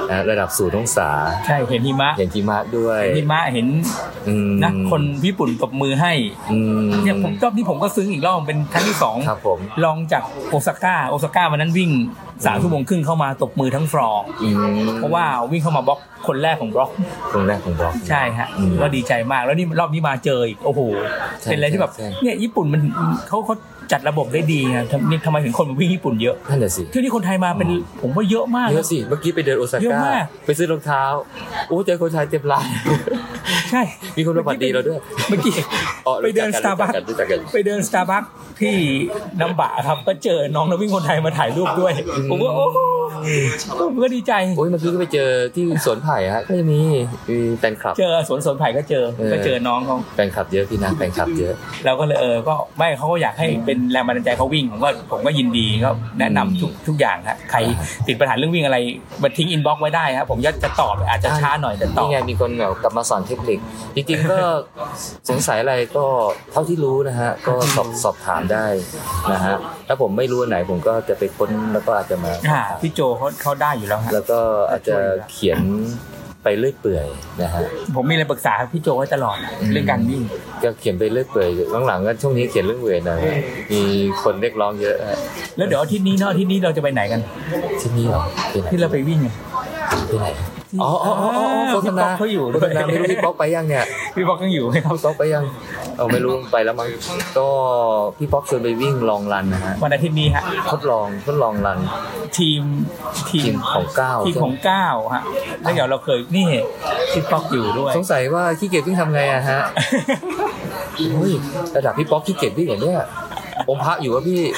นะระดับศูนย์องศาใช่เห็นหิมะเห็นหิมะด้วยเห็นหิมะเห็นนะคนญี่ปุ่นตบมือให้เนี่ยผมรอบนี้ผมก็ซึ้งอีกรอบเป็นครั้งที่สองครับผมลองจากโอซาก้าโอซาก้าวันนั้นวิ่งสามชั่วโมงครึ่งเข้ามาตบมือทั้งฟลอร์เพราะว่าวิ่งเข้ามาบล็อกคนแรกของบล็อกคนแรกของบล็อกใช่ฮะก็ดีใจมากแล้วนี่รอบนี้มาเจออีกโอ้โหเป็นอะไรที่แบบเนี่ยญี่ปุ่นมันเขาเขาจัดระบบได้ดีไงนี่ทำไมถึงคนมาวิ่งญี่ปุ่นเยอะนั่นแหละสิที่นี่คนไทยมาเป็นผมว่าเยอะมากเยอะสิเมื่อกี้ไปเดินโอซาก้าไปซื้อรองเท้าโอ้เจอคนไทยเต็มร้านใช่มีคนมาบัดดีเราด้วยเมื่อกี้ไปเดิน Starbucks ไปเดิน Starbucks ที่น้ำบะครับก็เจอน้องนักวิ่งคนไทยมาถ่ายรูปด้วยผมก็โอ้ผมก็ดีใจโอ้ยเมื่อกี้ก็ไปเจอที่สวนไผ่ฮะก็จะมีมีแฟนคลับเจอสวนสวนไผ่ก็เจอก็เจอน้องเขาแฟนคลับเยอะพี่นะแฟนคลับเยอะเราก็เลยเออก็ไม่เขาก็อยากให้เป็นแรงบันดาลใจเขาวิ่งผมก็ผมก็ยินดีก็แนะนำทุกทุกอย่างครับใครติดปัญหาเรื่องวิ่งอะไรมาทิ้งอินบ็อกซ์ไว้ได้ครับผมจะตอบอาจจะช้าหน่อยแต่ตอบนี่ไงมีคนแบบกลับมาสอนเทคนิคจริงๆก็สงสัยอะไรก็เท่าที่รู้นะฮะก็สอบสอบถามได้นะฮะถ้าผมไม่รู้อันไหนผมก็จะไปค้นแล้วก็อาจจะมาพี่โจเขาเขาได้อยู่แล้วฮะแล้วก็อาจจะเขียนไปเรื่อยเปื่อยนะฮะผมมีอะไรปรึกษาพี่โจไว้ตลอดเรื่องการวิ่งก็เขียนไปเรื่อยเปื่อยหลังๆก็ช่วงนี้เขียนเรื่องเวทนะมีคนเรียกร้องเยอะแล้วเดี๋ยวอาทิตย์นี้เนาะอาทิตย์นี้เราจะไปไหนกันที่นี่เหรอที่เราไปวิ่งไงที่ไหนอ๋ออ๋ออ๋อโฆษณาเขาอยู่โฆษณาไม่รู้พี่ป๊อกไปยังเนี่ยพี่ป๊อกยังอยู่ไหมครับพี่ป๊อกไปยังเออไม่รู้ไปแล้วมั้งก็พี่ป๊อกชวนไปวิ่งลองรันนะฮะวันอาทิตย์นี้ฮะทดลองทดลองรันทีมทีมของเก้าทีมของเก้าฮะแล้วเดี๋ยวเราเคยนี่พี่ป๊อกอยู่ด้วยสงสัยว่าขี้เกียจวิ่งทำไงอะฮะโอ้ยระดับพี่ป๊อกขี้เกียจวิ่งอย่างเนี้ยอมพระอยู่วะพี่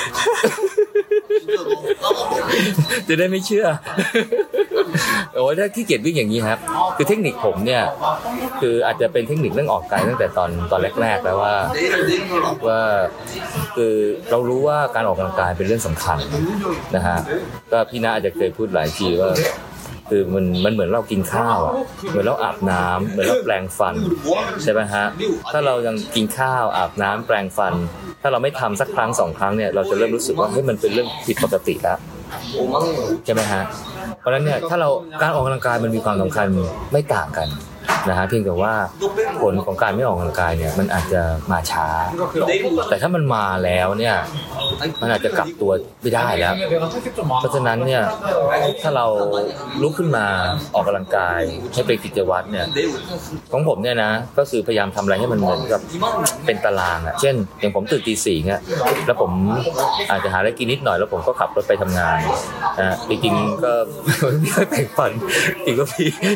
จะได้ไม่เชื่อโอ้ยถ้าขี้เกียจวิ่งอย่างนี้ครับคือเทคนิคผมเนี่ยคืออาจจะเป็นเทคนิคเรื่องออกกายตั้งแต่ตอนตอนแรกๆแล้วว่าว่าคือเรารู้ว่าการออกกำลังกายเป็นเรื่องสำคัญนะฮะก็พี่ณอาจจะเคยพูดหลายทีว่าคือมันมันเหมือนเรากินข้าวอ่ะเหมือนเราอาบน้ำเหมือนเราแปรงฟันใช่ไหมฮะถ้าเรายังกินข้าวอาบน้ำแปรงฟันถ้าเราไม่ทำสักครั้งสองครั้งเนี่ยเราจะเริ่มรู้สึกว่าเฮ้ยมันเป็นเรื่องผิดปกติแล้วใช่ไหมฮะเพราะฉะนั้นเนี่ยถ้าเราการออกกำลังกายมันมีความสำคัญไม่ต่างกันนะฮะเพียงแต่ว่าผลของการไม่ออกกำลังกายเนี่ยมันอาจจะมาช้าแต่ถ้ามันมาแล้วเนี่ยมันอาจจะกลับตัวไม่ได้แล้วเพราะฉะนั้นเนี่ยถ้าเราลุกขึ้นมาออกกำลังกายให้เป็นกิจวัตรเนี่ยของผมเนี่ยนะก็คือพยายามทำอะไรให้มันเหมือนกับเป็นตารางอ่ะเช่นอย่างผมตื่นตีสี่เนี่ยแล้วผมอาจจะหาอะไรกินนิดหน่อยแล้วผมก็ขับรถไปทำงานนะจริงๆก็ไม่ค่อยแปลงฟันกินกาแฟ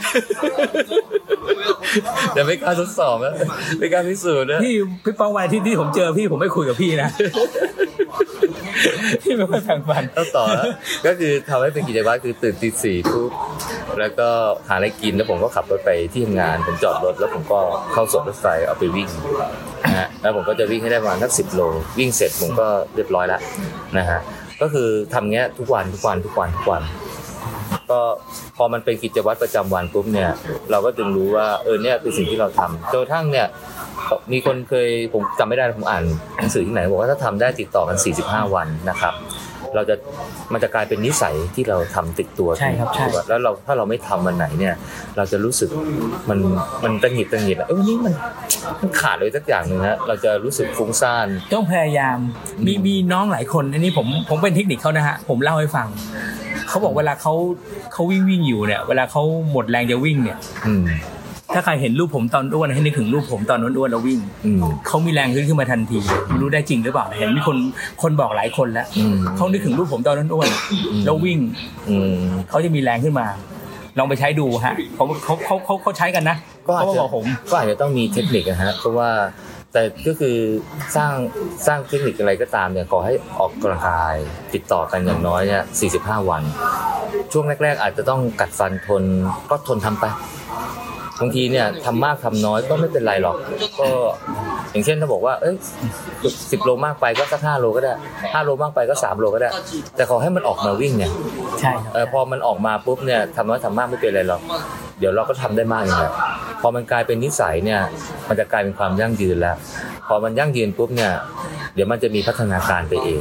แต่ไม่กล้าทดสอบนะไม่กล้าพิสูจน์นะพี่พี่ป้องวันที่ที่ผมเจอพี่ผมไม่คุยกับพี่นะพี่ไม่ค่อยแปลงฟันต้องต่อแล้วก็คือทำให้เป็นกิจวัตรคือตื่นตีสี่ปุ๊บแล้วก็หาอะไรกินแล้วผมก็ขับรถไปที่ทำงานผมจอดรถแล้วผมก็เข้าสวนรถไฟเอาไปวิ่งนะฮะแล้วผมก็จะวิ่งให้ได้ประมาณสักสิบโลวิ่งเสร็จผมก็เรียบร้อยแล้วนะฮะก็คือทำเงี้ยทุกวันทุกวันทุกวันทุกวันก็พอมันเป็นกิจวัตรประจำวันปุ๊บเนี่ยเราก็จึงรู้ว่าเออเนี่ยคือสิ่งที่เราทำจนกระทั่งเนี่ยมีคนเคยผมจำไม่ได้ผมอ่านหนังสือที่ไหนบอกว่าถ้าทำได้ติดต่อกันสี่สิบห้าวันนะครับเราจะมันจะกลายเป็นนิสัยที่เราทำติดตัวใช่ครับใช่แล้วเราถ้าเราไม่ทำวันไหนเนี่ยเราจะรู้สึกมันมันตังหิดตังหิดเออวันนี้มันมันขาดเลยสักอย่างนึงฮะเราจะรู้สึกฟุ้งซ่านต้องพยายามมีมีน้องหลายคนอันนี้ผมผมเป็นเทคนิคเขานะฮะผมเล่าให้ฟังเขาบอกเวลาเขาเขาวิ่งวิ่งอยู่เนี่ยเวลาเขาหมดแรงจะวิ่งเนี่ยถ้าใครเห็นรูปผมตอนอ้วนให้นึกถึงรูปผมตอนอ้วนๆแล้ววิ่งเขามีแรงขึ้นขึ้นมาทันทีไม่รู้ได้จริงหรือเปล่าเห็นมีคนคนบอกหลายคนแล้วเขานึกถึงรูปผมตอนอ้วนๆแล้ววิ่งเขาจะมีแรงขึ้นมาลองไปใช้ดูฮะเขาเขาเขาเขาเขาใช้กันนะเขาบอกผมก็อาจจะต้องมีเทคนิคนะฮะเพราะว่าแต่ก็คือสร้างสร้างเทคนิคอะไรก็ตามเนี่ยขอให้ออกกำลังกายติดต่อกันอย่างน้อยเนี่ยสี่สิบห้าวันช่วงแรกๆอาจจะต้องกัดฟันทนก็ทนทำไปบางทีเนี่ยทำมากทำน้อยก็ไม่เป็นไรหรอกก็อย่างเช่นถ้าบอกว่าเอ้ยสิบโลมากไปก็สักห้าโลก็ได้ห้าโลมากไปก็สามโลก็ได้แต่ขอให้มันออกมาวิ่งเนี่ยใช่เออพอมันออกมาปุ๊บเนี่ยทำน้อยทำมากไม่เป็นไรหรอกเดี๋ยวเราก็ทำได้มากเองแหละพอมันกลายเป็นนิสัยเนี่ยมันจะกลายเป็นความยั่งยืนแล้วพอมันยั่งยืนปุ๊บเนี่ยเดี๋ยวมันจะมีพัฒนาการไปเอง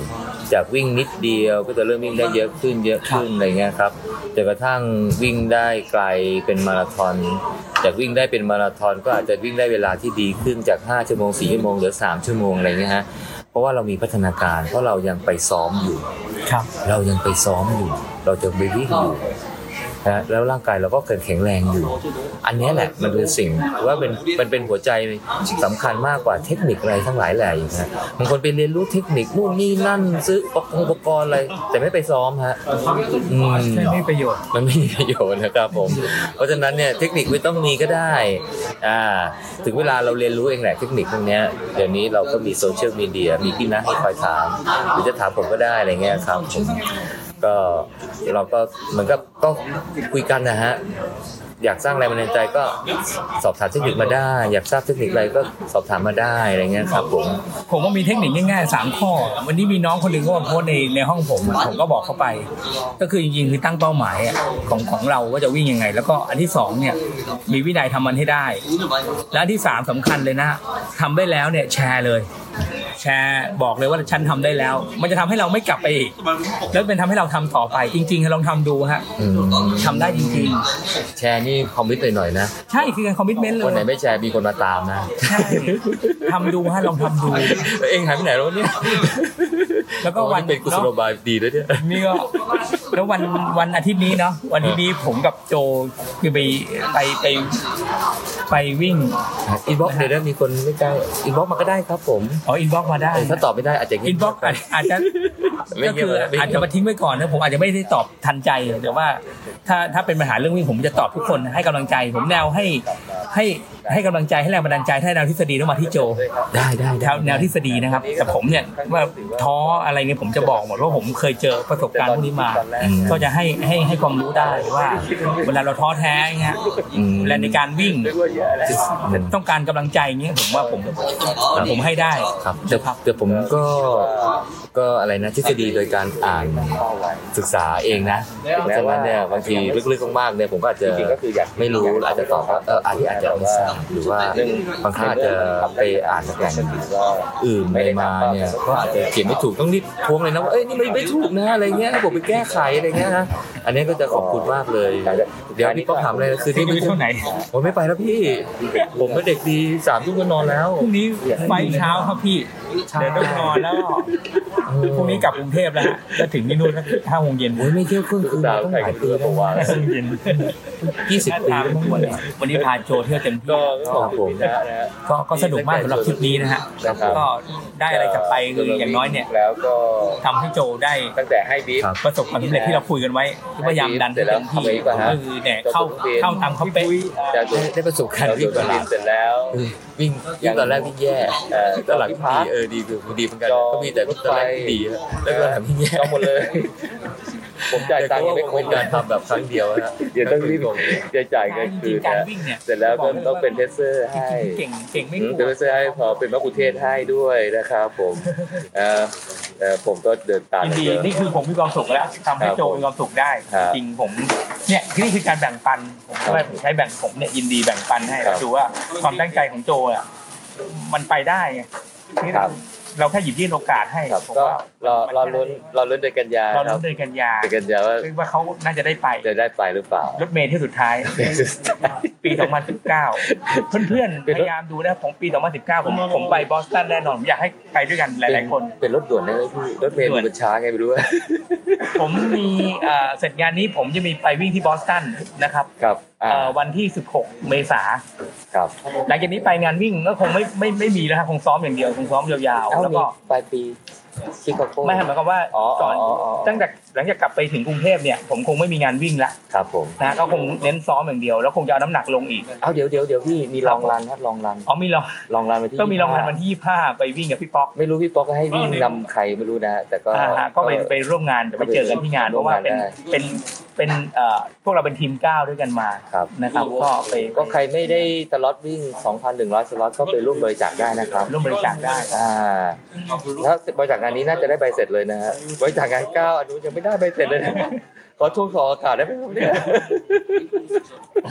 จากวิ่งนิดเดียวก็จะเริ่มวิ่งได้เยอะขึ้นเยอะขึ้นอะไรเงี้ยครับจนกระทั่งวิ่งได้ไกลเป็นมาราธอนจากวิ่งได้เป็นมาราธอนก็อาจจะวิ่งได้เวลาที่ดีขึ้นจากห้าชั่วโมงสี่ชั่วโมงเหลือสามชั่วโมงอะไรเงี้ยฮะเพราะว่าเรามีพัฒนาการเพราะเรายังไปซ้อมอยู่ครับเรายังไปซ้อมอยู่เราจะไปวิ่งอยู่นะแล้วร่างกายเราก็แข็งแรงอยู่อันนี้แหละมันเป็นสิ่งว่าเป็นมันเป็นหัวใจสำคัญมากกว่าเทคนิคอะไรทั้งหลายแหล่อย่างเงี้ยบางคนไปเรียนรู้เทคนิคนู่นนี่นั่นซื้ออุปกรณ์อะไรแต่ไม่ไปซ้อมฮะไม่มีประโยชน์มันไม่มีประโยชน์นะครับผมเพราะฉะนั้นเนี่ยเทคนิคไม่ต้องมีก็ได้อ่าถึงเวลาเราเรียนรู้เองแหละเทคนิคพวกนี้เดี๋ยวนี้เราก็มีโซเชียลมีเดียมีพี่นักให้คอยถามหรือจะถามผมก็ได้อะไรเงี้ยครับผมก็เราก็มันก็ก็คุยกันนะฮะอยากสร้างแรงบันดาลใจก็สอบถามเทคนิคมาได้อยากทราบเทคนิคอะไรก็สอบถามมาได้อะไรเงี้ยครับผมผมก็มีเทคนิคง่ายๆสามข้อวันนี้มีน้องคนนึงก็มาโพสในในห้องผมผมก็บอกเขาไปก็คือจริงๆคือตั้งเป้าหมายของของเราว่าจะวิ่งยังไงแล้วก็อันที่สองเนี่ยมีวินัยทำมันให้ได้และอันที่สามสำคัญเลยนะทำได้แล้วเนี่ยแชร์เลยแชร์บอกเลยว่าฉันทำได้แล้วมันจะทำให้เราไม่กลับไปอีกแล้วเป็นทำให้เราทำต่อไปจริงๆลองทำดูฮะทำได้จริงๆแชร์นี่คอมมิตหน่อยๆนะใช่คือการคอมมิตเมนต์เลยวันไหนไม่แชร์มีคนมาตามนะใช่ทำดูฮะลองทำดูเองหายไปไหนแล้วเนี่ยแล้วก็วันเป็นกุศโลบายดีด้วยเนี่ยนี่ก็แล้ววันวันอาทิตย์นี้เนาะวันอาทิตย์นี้ผมกับโจคือไปไปไปไปวิ่งอินบ็อกซ์เดี๋ยวมีคนไม่กล้าอินบ็อกซ์มาก็ได้ครับผมอ๋ออินบ็อกซ์มาได้ถ้าตอบไม่ได้อาจจะอินบ็อกซ์อาจจะก็คืออาจจะมาทิ้งไว้ก่อนนะผมอาจจะไม่ได้ตอบทันใจแต่ว่าถ้าถ้าเป็นปัญหาเรื่องวิ่งผมจะตอบทุกคนให้กำลังใจผมแนวให้ให้ให้กำลังใจให้แรงบันดาลใจให้แนวทฤษฎีต้องมาที่โจได้ได้แนวทฤษฎีนะครับแต่ผมเนี่ยว่าท้ออะไรเนี่ยผมจะบอกหมดว่าผมเคยเจอประสบการณ์พวกนี้มาก็จะให้ให้ให้ความรู้ได้ว่าเวลาเราท้อแท้เงี้ยเวลาในการวิ่งต้องการกำลังใจเงี้ยผมว่าผมผมให้ได้ครับแต่แต่ผมก็ก็อะไรนะทฤษฎีโดยการอ่านศึกษาเองนะเพราะฉะนั้นเนี่ยบางทีลึกๆมากๆเนี่ยผมก็อาจจะไม่รู้อาจจะตอบว่าเอออาจจะอาจจะไม่ทราบหรือว่าบางครั้งอาจจะไปอ่านจากแหล่งอื่นไปมาเนี่ยก็อาจจะเขียนไม่ถูกต้องรีบทวงเลยนะว่าเอ้ยนี่ไม่ถูกนะอะไรเงี้ยให้ผมไปแก้ไขอะไรเงี้ยนะอันนี้ก็จะขอบคุณมากเลยเดี๋ยวพี่ก็ถามเลยคือที่เท่าไหนผมไม่ไปแล้วพี่ผมเป็นเด็กดีสามทุ่มก็นอนแล้วพรุ่งนี้ไปเช้าครับพี่เดี๋ยวต้องนอนแล้วพรุ่งนี้กลับกรุงเทพแล้วจะถึงที่นู่นสักห้าโมงเย็นโอ้ยไม่เที่ยวครึ่งคืนต้องหลายปีแล้วว่าห้าโมงเย็นยี่สิบปีวันนี้พาโจเที่ยวเต็มที่ก็ผมนะก็ก็สนุกมากสำหรับทริปนี้นะฮะก็ได้อะไรกลับไปคืออย่างน้อยเนี่ยแล้วก็ทำให้โจได้ตั้งแต่ให้บีฟประสบความสำเร็จที่เราคุยกันไว้พยายามดันเต็มที่ก็คือเนี่ยเข้าเข้าตามเขาเป๊ะได้ประสบการณ์วิ่งเสร็จแล้ววิ่งวิ่งตอนแรกวิ่งแย่ตอนหลังดีเออดีคือดีเหมือนกันก็มีแต่ตอนแรกดีแล้วก็วิ่งแย่หมดเลยผมจ่ายตังค์ยังไม่คุ้มการทำแบบครั้งเดียวนะเดี๋ยวต้องรีบจะจ่ายเงินคืนนะเสร็จแล้วก็ต้องเป็นเทสเซอร์ให้เก่งเก่งไม่ถูกเป็นเทสเซอร์ให้พอเป็นมะกุเทศให้ด้วยนะครับผมเอ่อเอ่อผมก็เดินตามดีนี่คือผมมีความสุขแล้วทำให้โจมีความสุขได้จริงผมเนี่ยนี่คือการแบ่งปันผมว่าใช้แบ่งผมเนี่ยยินดีแบ่งปันให้ดูว่าความตั้งใจของโจอ่ะมันไปได้ไงเราแค่หยิบยื่นโอกาสให้ผมว่าเราเราลุ้นเราลุ้นเดือนกันยาเราลุ้นเดือนกันยาเดือนกันยาว่าว่าเขาน่าจะได้ไปจะได้ไปหรือเปล่ารถเมล์ที่สุดท้ายปีสองพันสิบเก้าเพื่อนๆพยายามดูนะของปีสองพันสิบเก้าผมผมไปบอสตันแน่นอนผมอยากให้ไปด้วยกันหลายๆคนเป็นรถด่วนได้ไหมพี่รถเมล์มันช้าไงไม่รู้ผมมีเสร็จงานนี้ผมจะมีไปวิ่งที่บอสตันนะครับครับวันที่สิบหกเมษายนครับหลังจากนี้ไปงานวิ่งก็คงไม่ไม่ไม่มีแล้วครับคงซ้อมอย่างเดียวคงซ้อมยาวๆแล้วก็ปลายปีชิคาโกไม่หมายความว่าก่อนตั้งแต่หลังจากกลับไปถึงกรุงเทพเนี่ยผมคงไม่มีงานวิ่งละครับผมนะก็คงเน้นซ้อมอย่างเดียวแล้วคงจะเอาน้ำหนักลงอีกเอาเดี๋ยวเดี๋ยวเดี๋ยวพี่มีลองรันครับลองรันอ๋อมีลองลองรันวันที่ต้องมีลองรันวันที่ยี่สิบห้าไปวิ่งกับพี่ป๊อกไม่รู้พี่ป๊อกก็ให้วิ่งนำใครไม่รู้นะแต่ก็ก็ไปไปร่วมงานแต่ไปเจอกันที่งานเพราะว่าเป็นเป็นเป็นเอ่อพวกเราเป็นทีมเก้าด้วยกันมานะครับก็ไปก็ใครไม่ได้สล็อตวิ่ง สองพันหนึ่งร้อย สล็อตก็ไปร่วมบริจาคได้นะครับร่วมบริจาคได้อ่าถ้าบริจาคงานนี้น่าจะได้ใบเสร็จเลยนะฮะบริจาคงานเก้าอนุยังไม่ได้ใบเสร็จเลยนะขอทวงขอขาดได้ไหมครับเนี่ย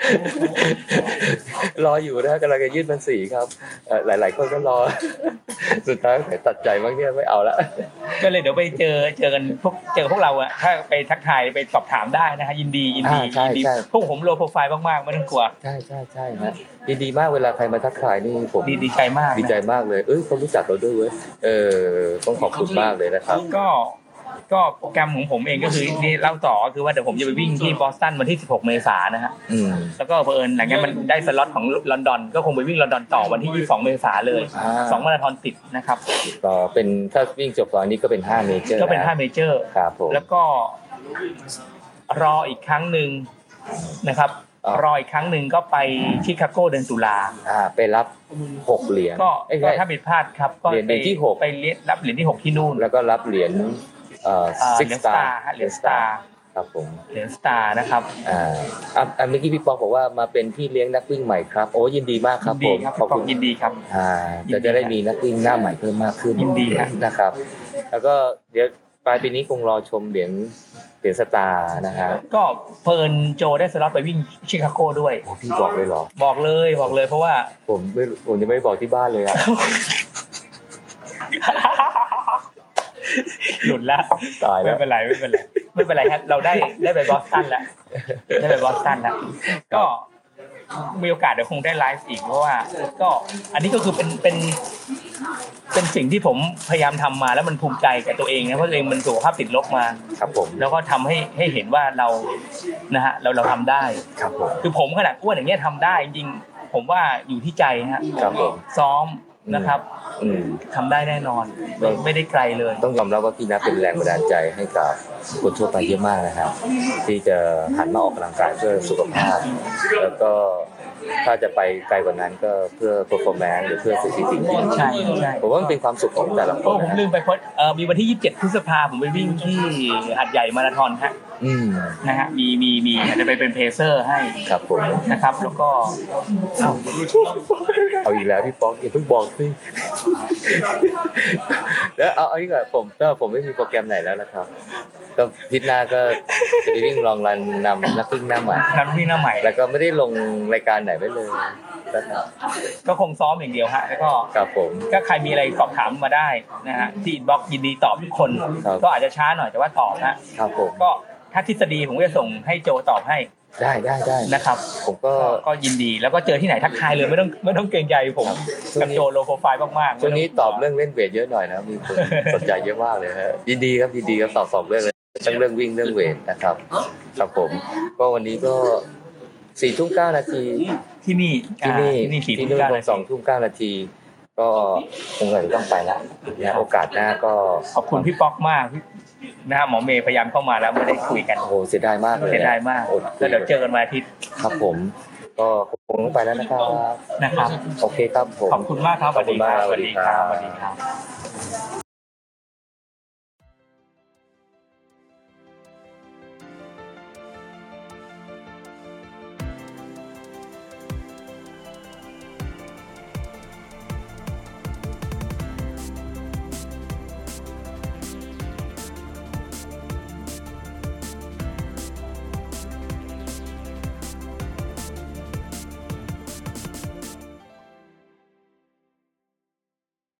รออยู่นะกำลังจะยื่นภาษีครับหลายๆคนก็รอสุดท้ายตัดใจบ้างเนี่ยไม่เอาละก็เลยเดี๋ยวไปเจอเจอกันพวกเจอพวกเราอะถ้าไปทักทายไปสอบถามได้นะฮะยินดียินดียินดีพวกผมโลโปรไฟล์มากๆไม่ต้องกลัวใช่ใช่ใช่ฮะยินดีมากเวลาใครมาทักทายนี่ผมดีใจมากดีใจมากเลยเอ้ยเขารู้จักเราด้วยเว้ยเออต้องขอบคุณมากเลยนะครับก็ก็โปรแกรมของผมเองก็คือนี่เล่าต่อก็คือว่าเดี๋ยวผมจะไปวิ่งที่บอสตันวันที่สิบหกเมษายนนะฮะแล้วก็เผอิญหลังจากนั้นมันได้สล็อตของลอนดอนก็คงไปวิ่งลอนดอนต่อวันที่ยี่สิบสองเมษายนเลยสองมาราธอนติดนะครับก็เป็นถ้าวิ่งจบตอนนี้ก็เป็นห้าเมเจอร์ก็เป็นห้าเมเจอร์ครับผมแล้วก็รออีกครั้งนึงนะครับรออีกครั้งนึงก็ไปชิคาโกเดือนตุลาอ่าไปรับหกเหรียญก็ก็ถ้าผิดพลาดครับก็เหรียญที่หกไปรับเหรียญที่หกที่นู่นแล้วก็รับเหรียญเอ่อซิกสตาร์เหรียญสตาร์ครับผมเหรียญสตาร์นะครับอ่าอ่ะเมื่อกี้พี่ปองบอกว่ามาเป็นพี่เลี้ยงนักวิ่งใหม่ครับโอ้ยินดีมากครับผมขอบคุณยินดีครับอ่าจะจะได้มีนักวิ่งหน้าใหม่เพิ่มมากขึ้นยินดีนะครับแล้วก็เดี๋ยวปลายปีนี้คงรอชมเหรียญเหรียญสตาร์นะฮะก็เพิ่นโจได้สล็อตไปวิ่งชิคาโกด้วยโอ้พี่บอกเลยเหรอบอกเลยบอกเลยเพราะว่าผมไม่ผมยังไม่บอกที่บ้านเลยอ่ะหลุดละไม่เป็นไรไม่เป็นไรไม่เป็นไรครับเราได้ได้ไปบอสตันแล้วได้ไปบอสตันแล้วก็มีโอกาสเดี๋ยวคงได้ไลฟ์อีกเพราะว่าก็อันนี้ก็คือเป็นเป็นเป็นสิ่งที่ผมพยายามทำมาแล้วมันภูมิใจกับตัวเองนะเพราะตัวเองมันสุขภาพติดลบมาครับผมแล้วก็ทำให้ให้เห็นว่าเรานะฮะเราเราทำได้ครับผมคือผมขนาดอ้วนอย่างเงี้ยทำได้จริงผมว่าอยู่ที่ใจฮะครับผมซ้อมนะครับทำได้แน่นอนไม่ได้ไกลเลยต้องยอมรับว่าพี่นัทเป็นแรงบันดาลใจให้กับคนทั่วไปเยอะมากนะครับที่จะหันมาออกกำลังกายเพื่อสุขภาพแล้วก็ถ้าจะไปไกลกว่านั้นก็เพื่อ performance หรือเพื่อสถิติใช่ใช่ผมว่ามันเป็นความสุขของแต่ละคนผมลืมไปเพราะเอ่อมีวันที่ยี่สิบเจ็ดพฤษภาคมผมไปวิ่งที่หาดใหญ่มาราธอนฮะอืมนะฮะมีมีมีอาจจะไปเป็นเพเซอร์ให้ครับผมนะครับแล้วก็เอาเอาอีกแล้วพี่ป๊อกอย่าเพิ่งบอกสิแล้วเอาเอาอีกแล้วผมก็ผมไม่มีโปรแกรมไหนแล้วนะครับก็พิจารณาก็จะไปวิ่งลองรันนำนักวิ่งหน้าใหม่นักวิ่งหน้าใหม่แล้วก็ไม่ได้ลงรายการไหนไว้เลยนะครับก็คงซ้อมอย่างเดียวฮะแล้วก็ครับผมก็ใครมีอะไรสอบถามมาได้นะฮะที่อินบ็อกซ์ยินดีตอบทุกคนก็อาจจะช้าหน่อยแต่ว่าตอบนะครับผมก็ถ้าทฤษฎีผมจะส่งให้โจตอบให้ได้ได้ได้นะครับผมก็ก็ยินดีแล้วก็เจอที่ไหนทักทายเลยไม่ต้องไม่ต้องเกรงใจผมกับโจโลโปรไฟล์มากๆช่วงนี้ตอบเรื่องเล่นเวทเยอะหน่อยนะมีคนสนใจเยอะมากเลยฮะยินดีครับยินดีครับตอบสองเรื่องเลยทั้งเรื่องวิ่งเรื่องเวทนะครับครับผมก็วันนี้ก็สี่ทุ่มเก้านาทีที่นี่ที่นี่ที่นี่สองทุ่มเก้านาทีก็คงเลยต้องไปแล้วนะโอกาสหน้าก็ขอบคุณพี่ป๊อกมากนะฮะหมอเมย์พยายามเข้ามาแล้วไม่ได้คุยกันโอ้เสียดายมากเลยเสียดายมากแล้วเดี๋ยวเจอกันวันอาทิตย์ครับผมก็คงต้องไปแล้วนะครับนะครับโอเคครับผมขอบคุณมากครับสวัสดีครับสวัสดีครับสวัสดีครับ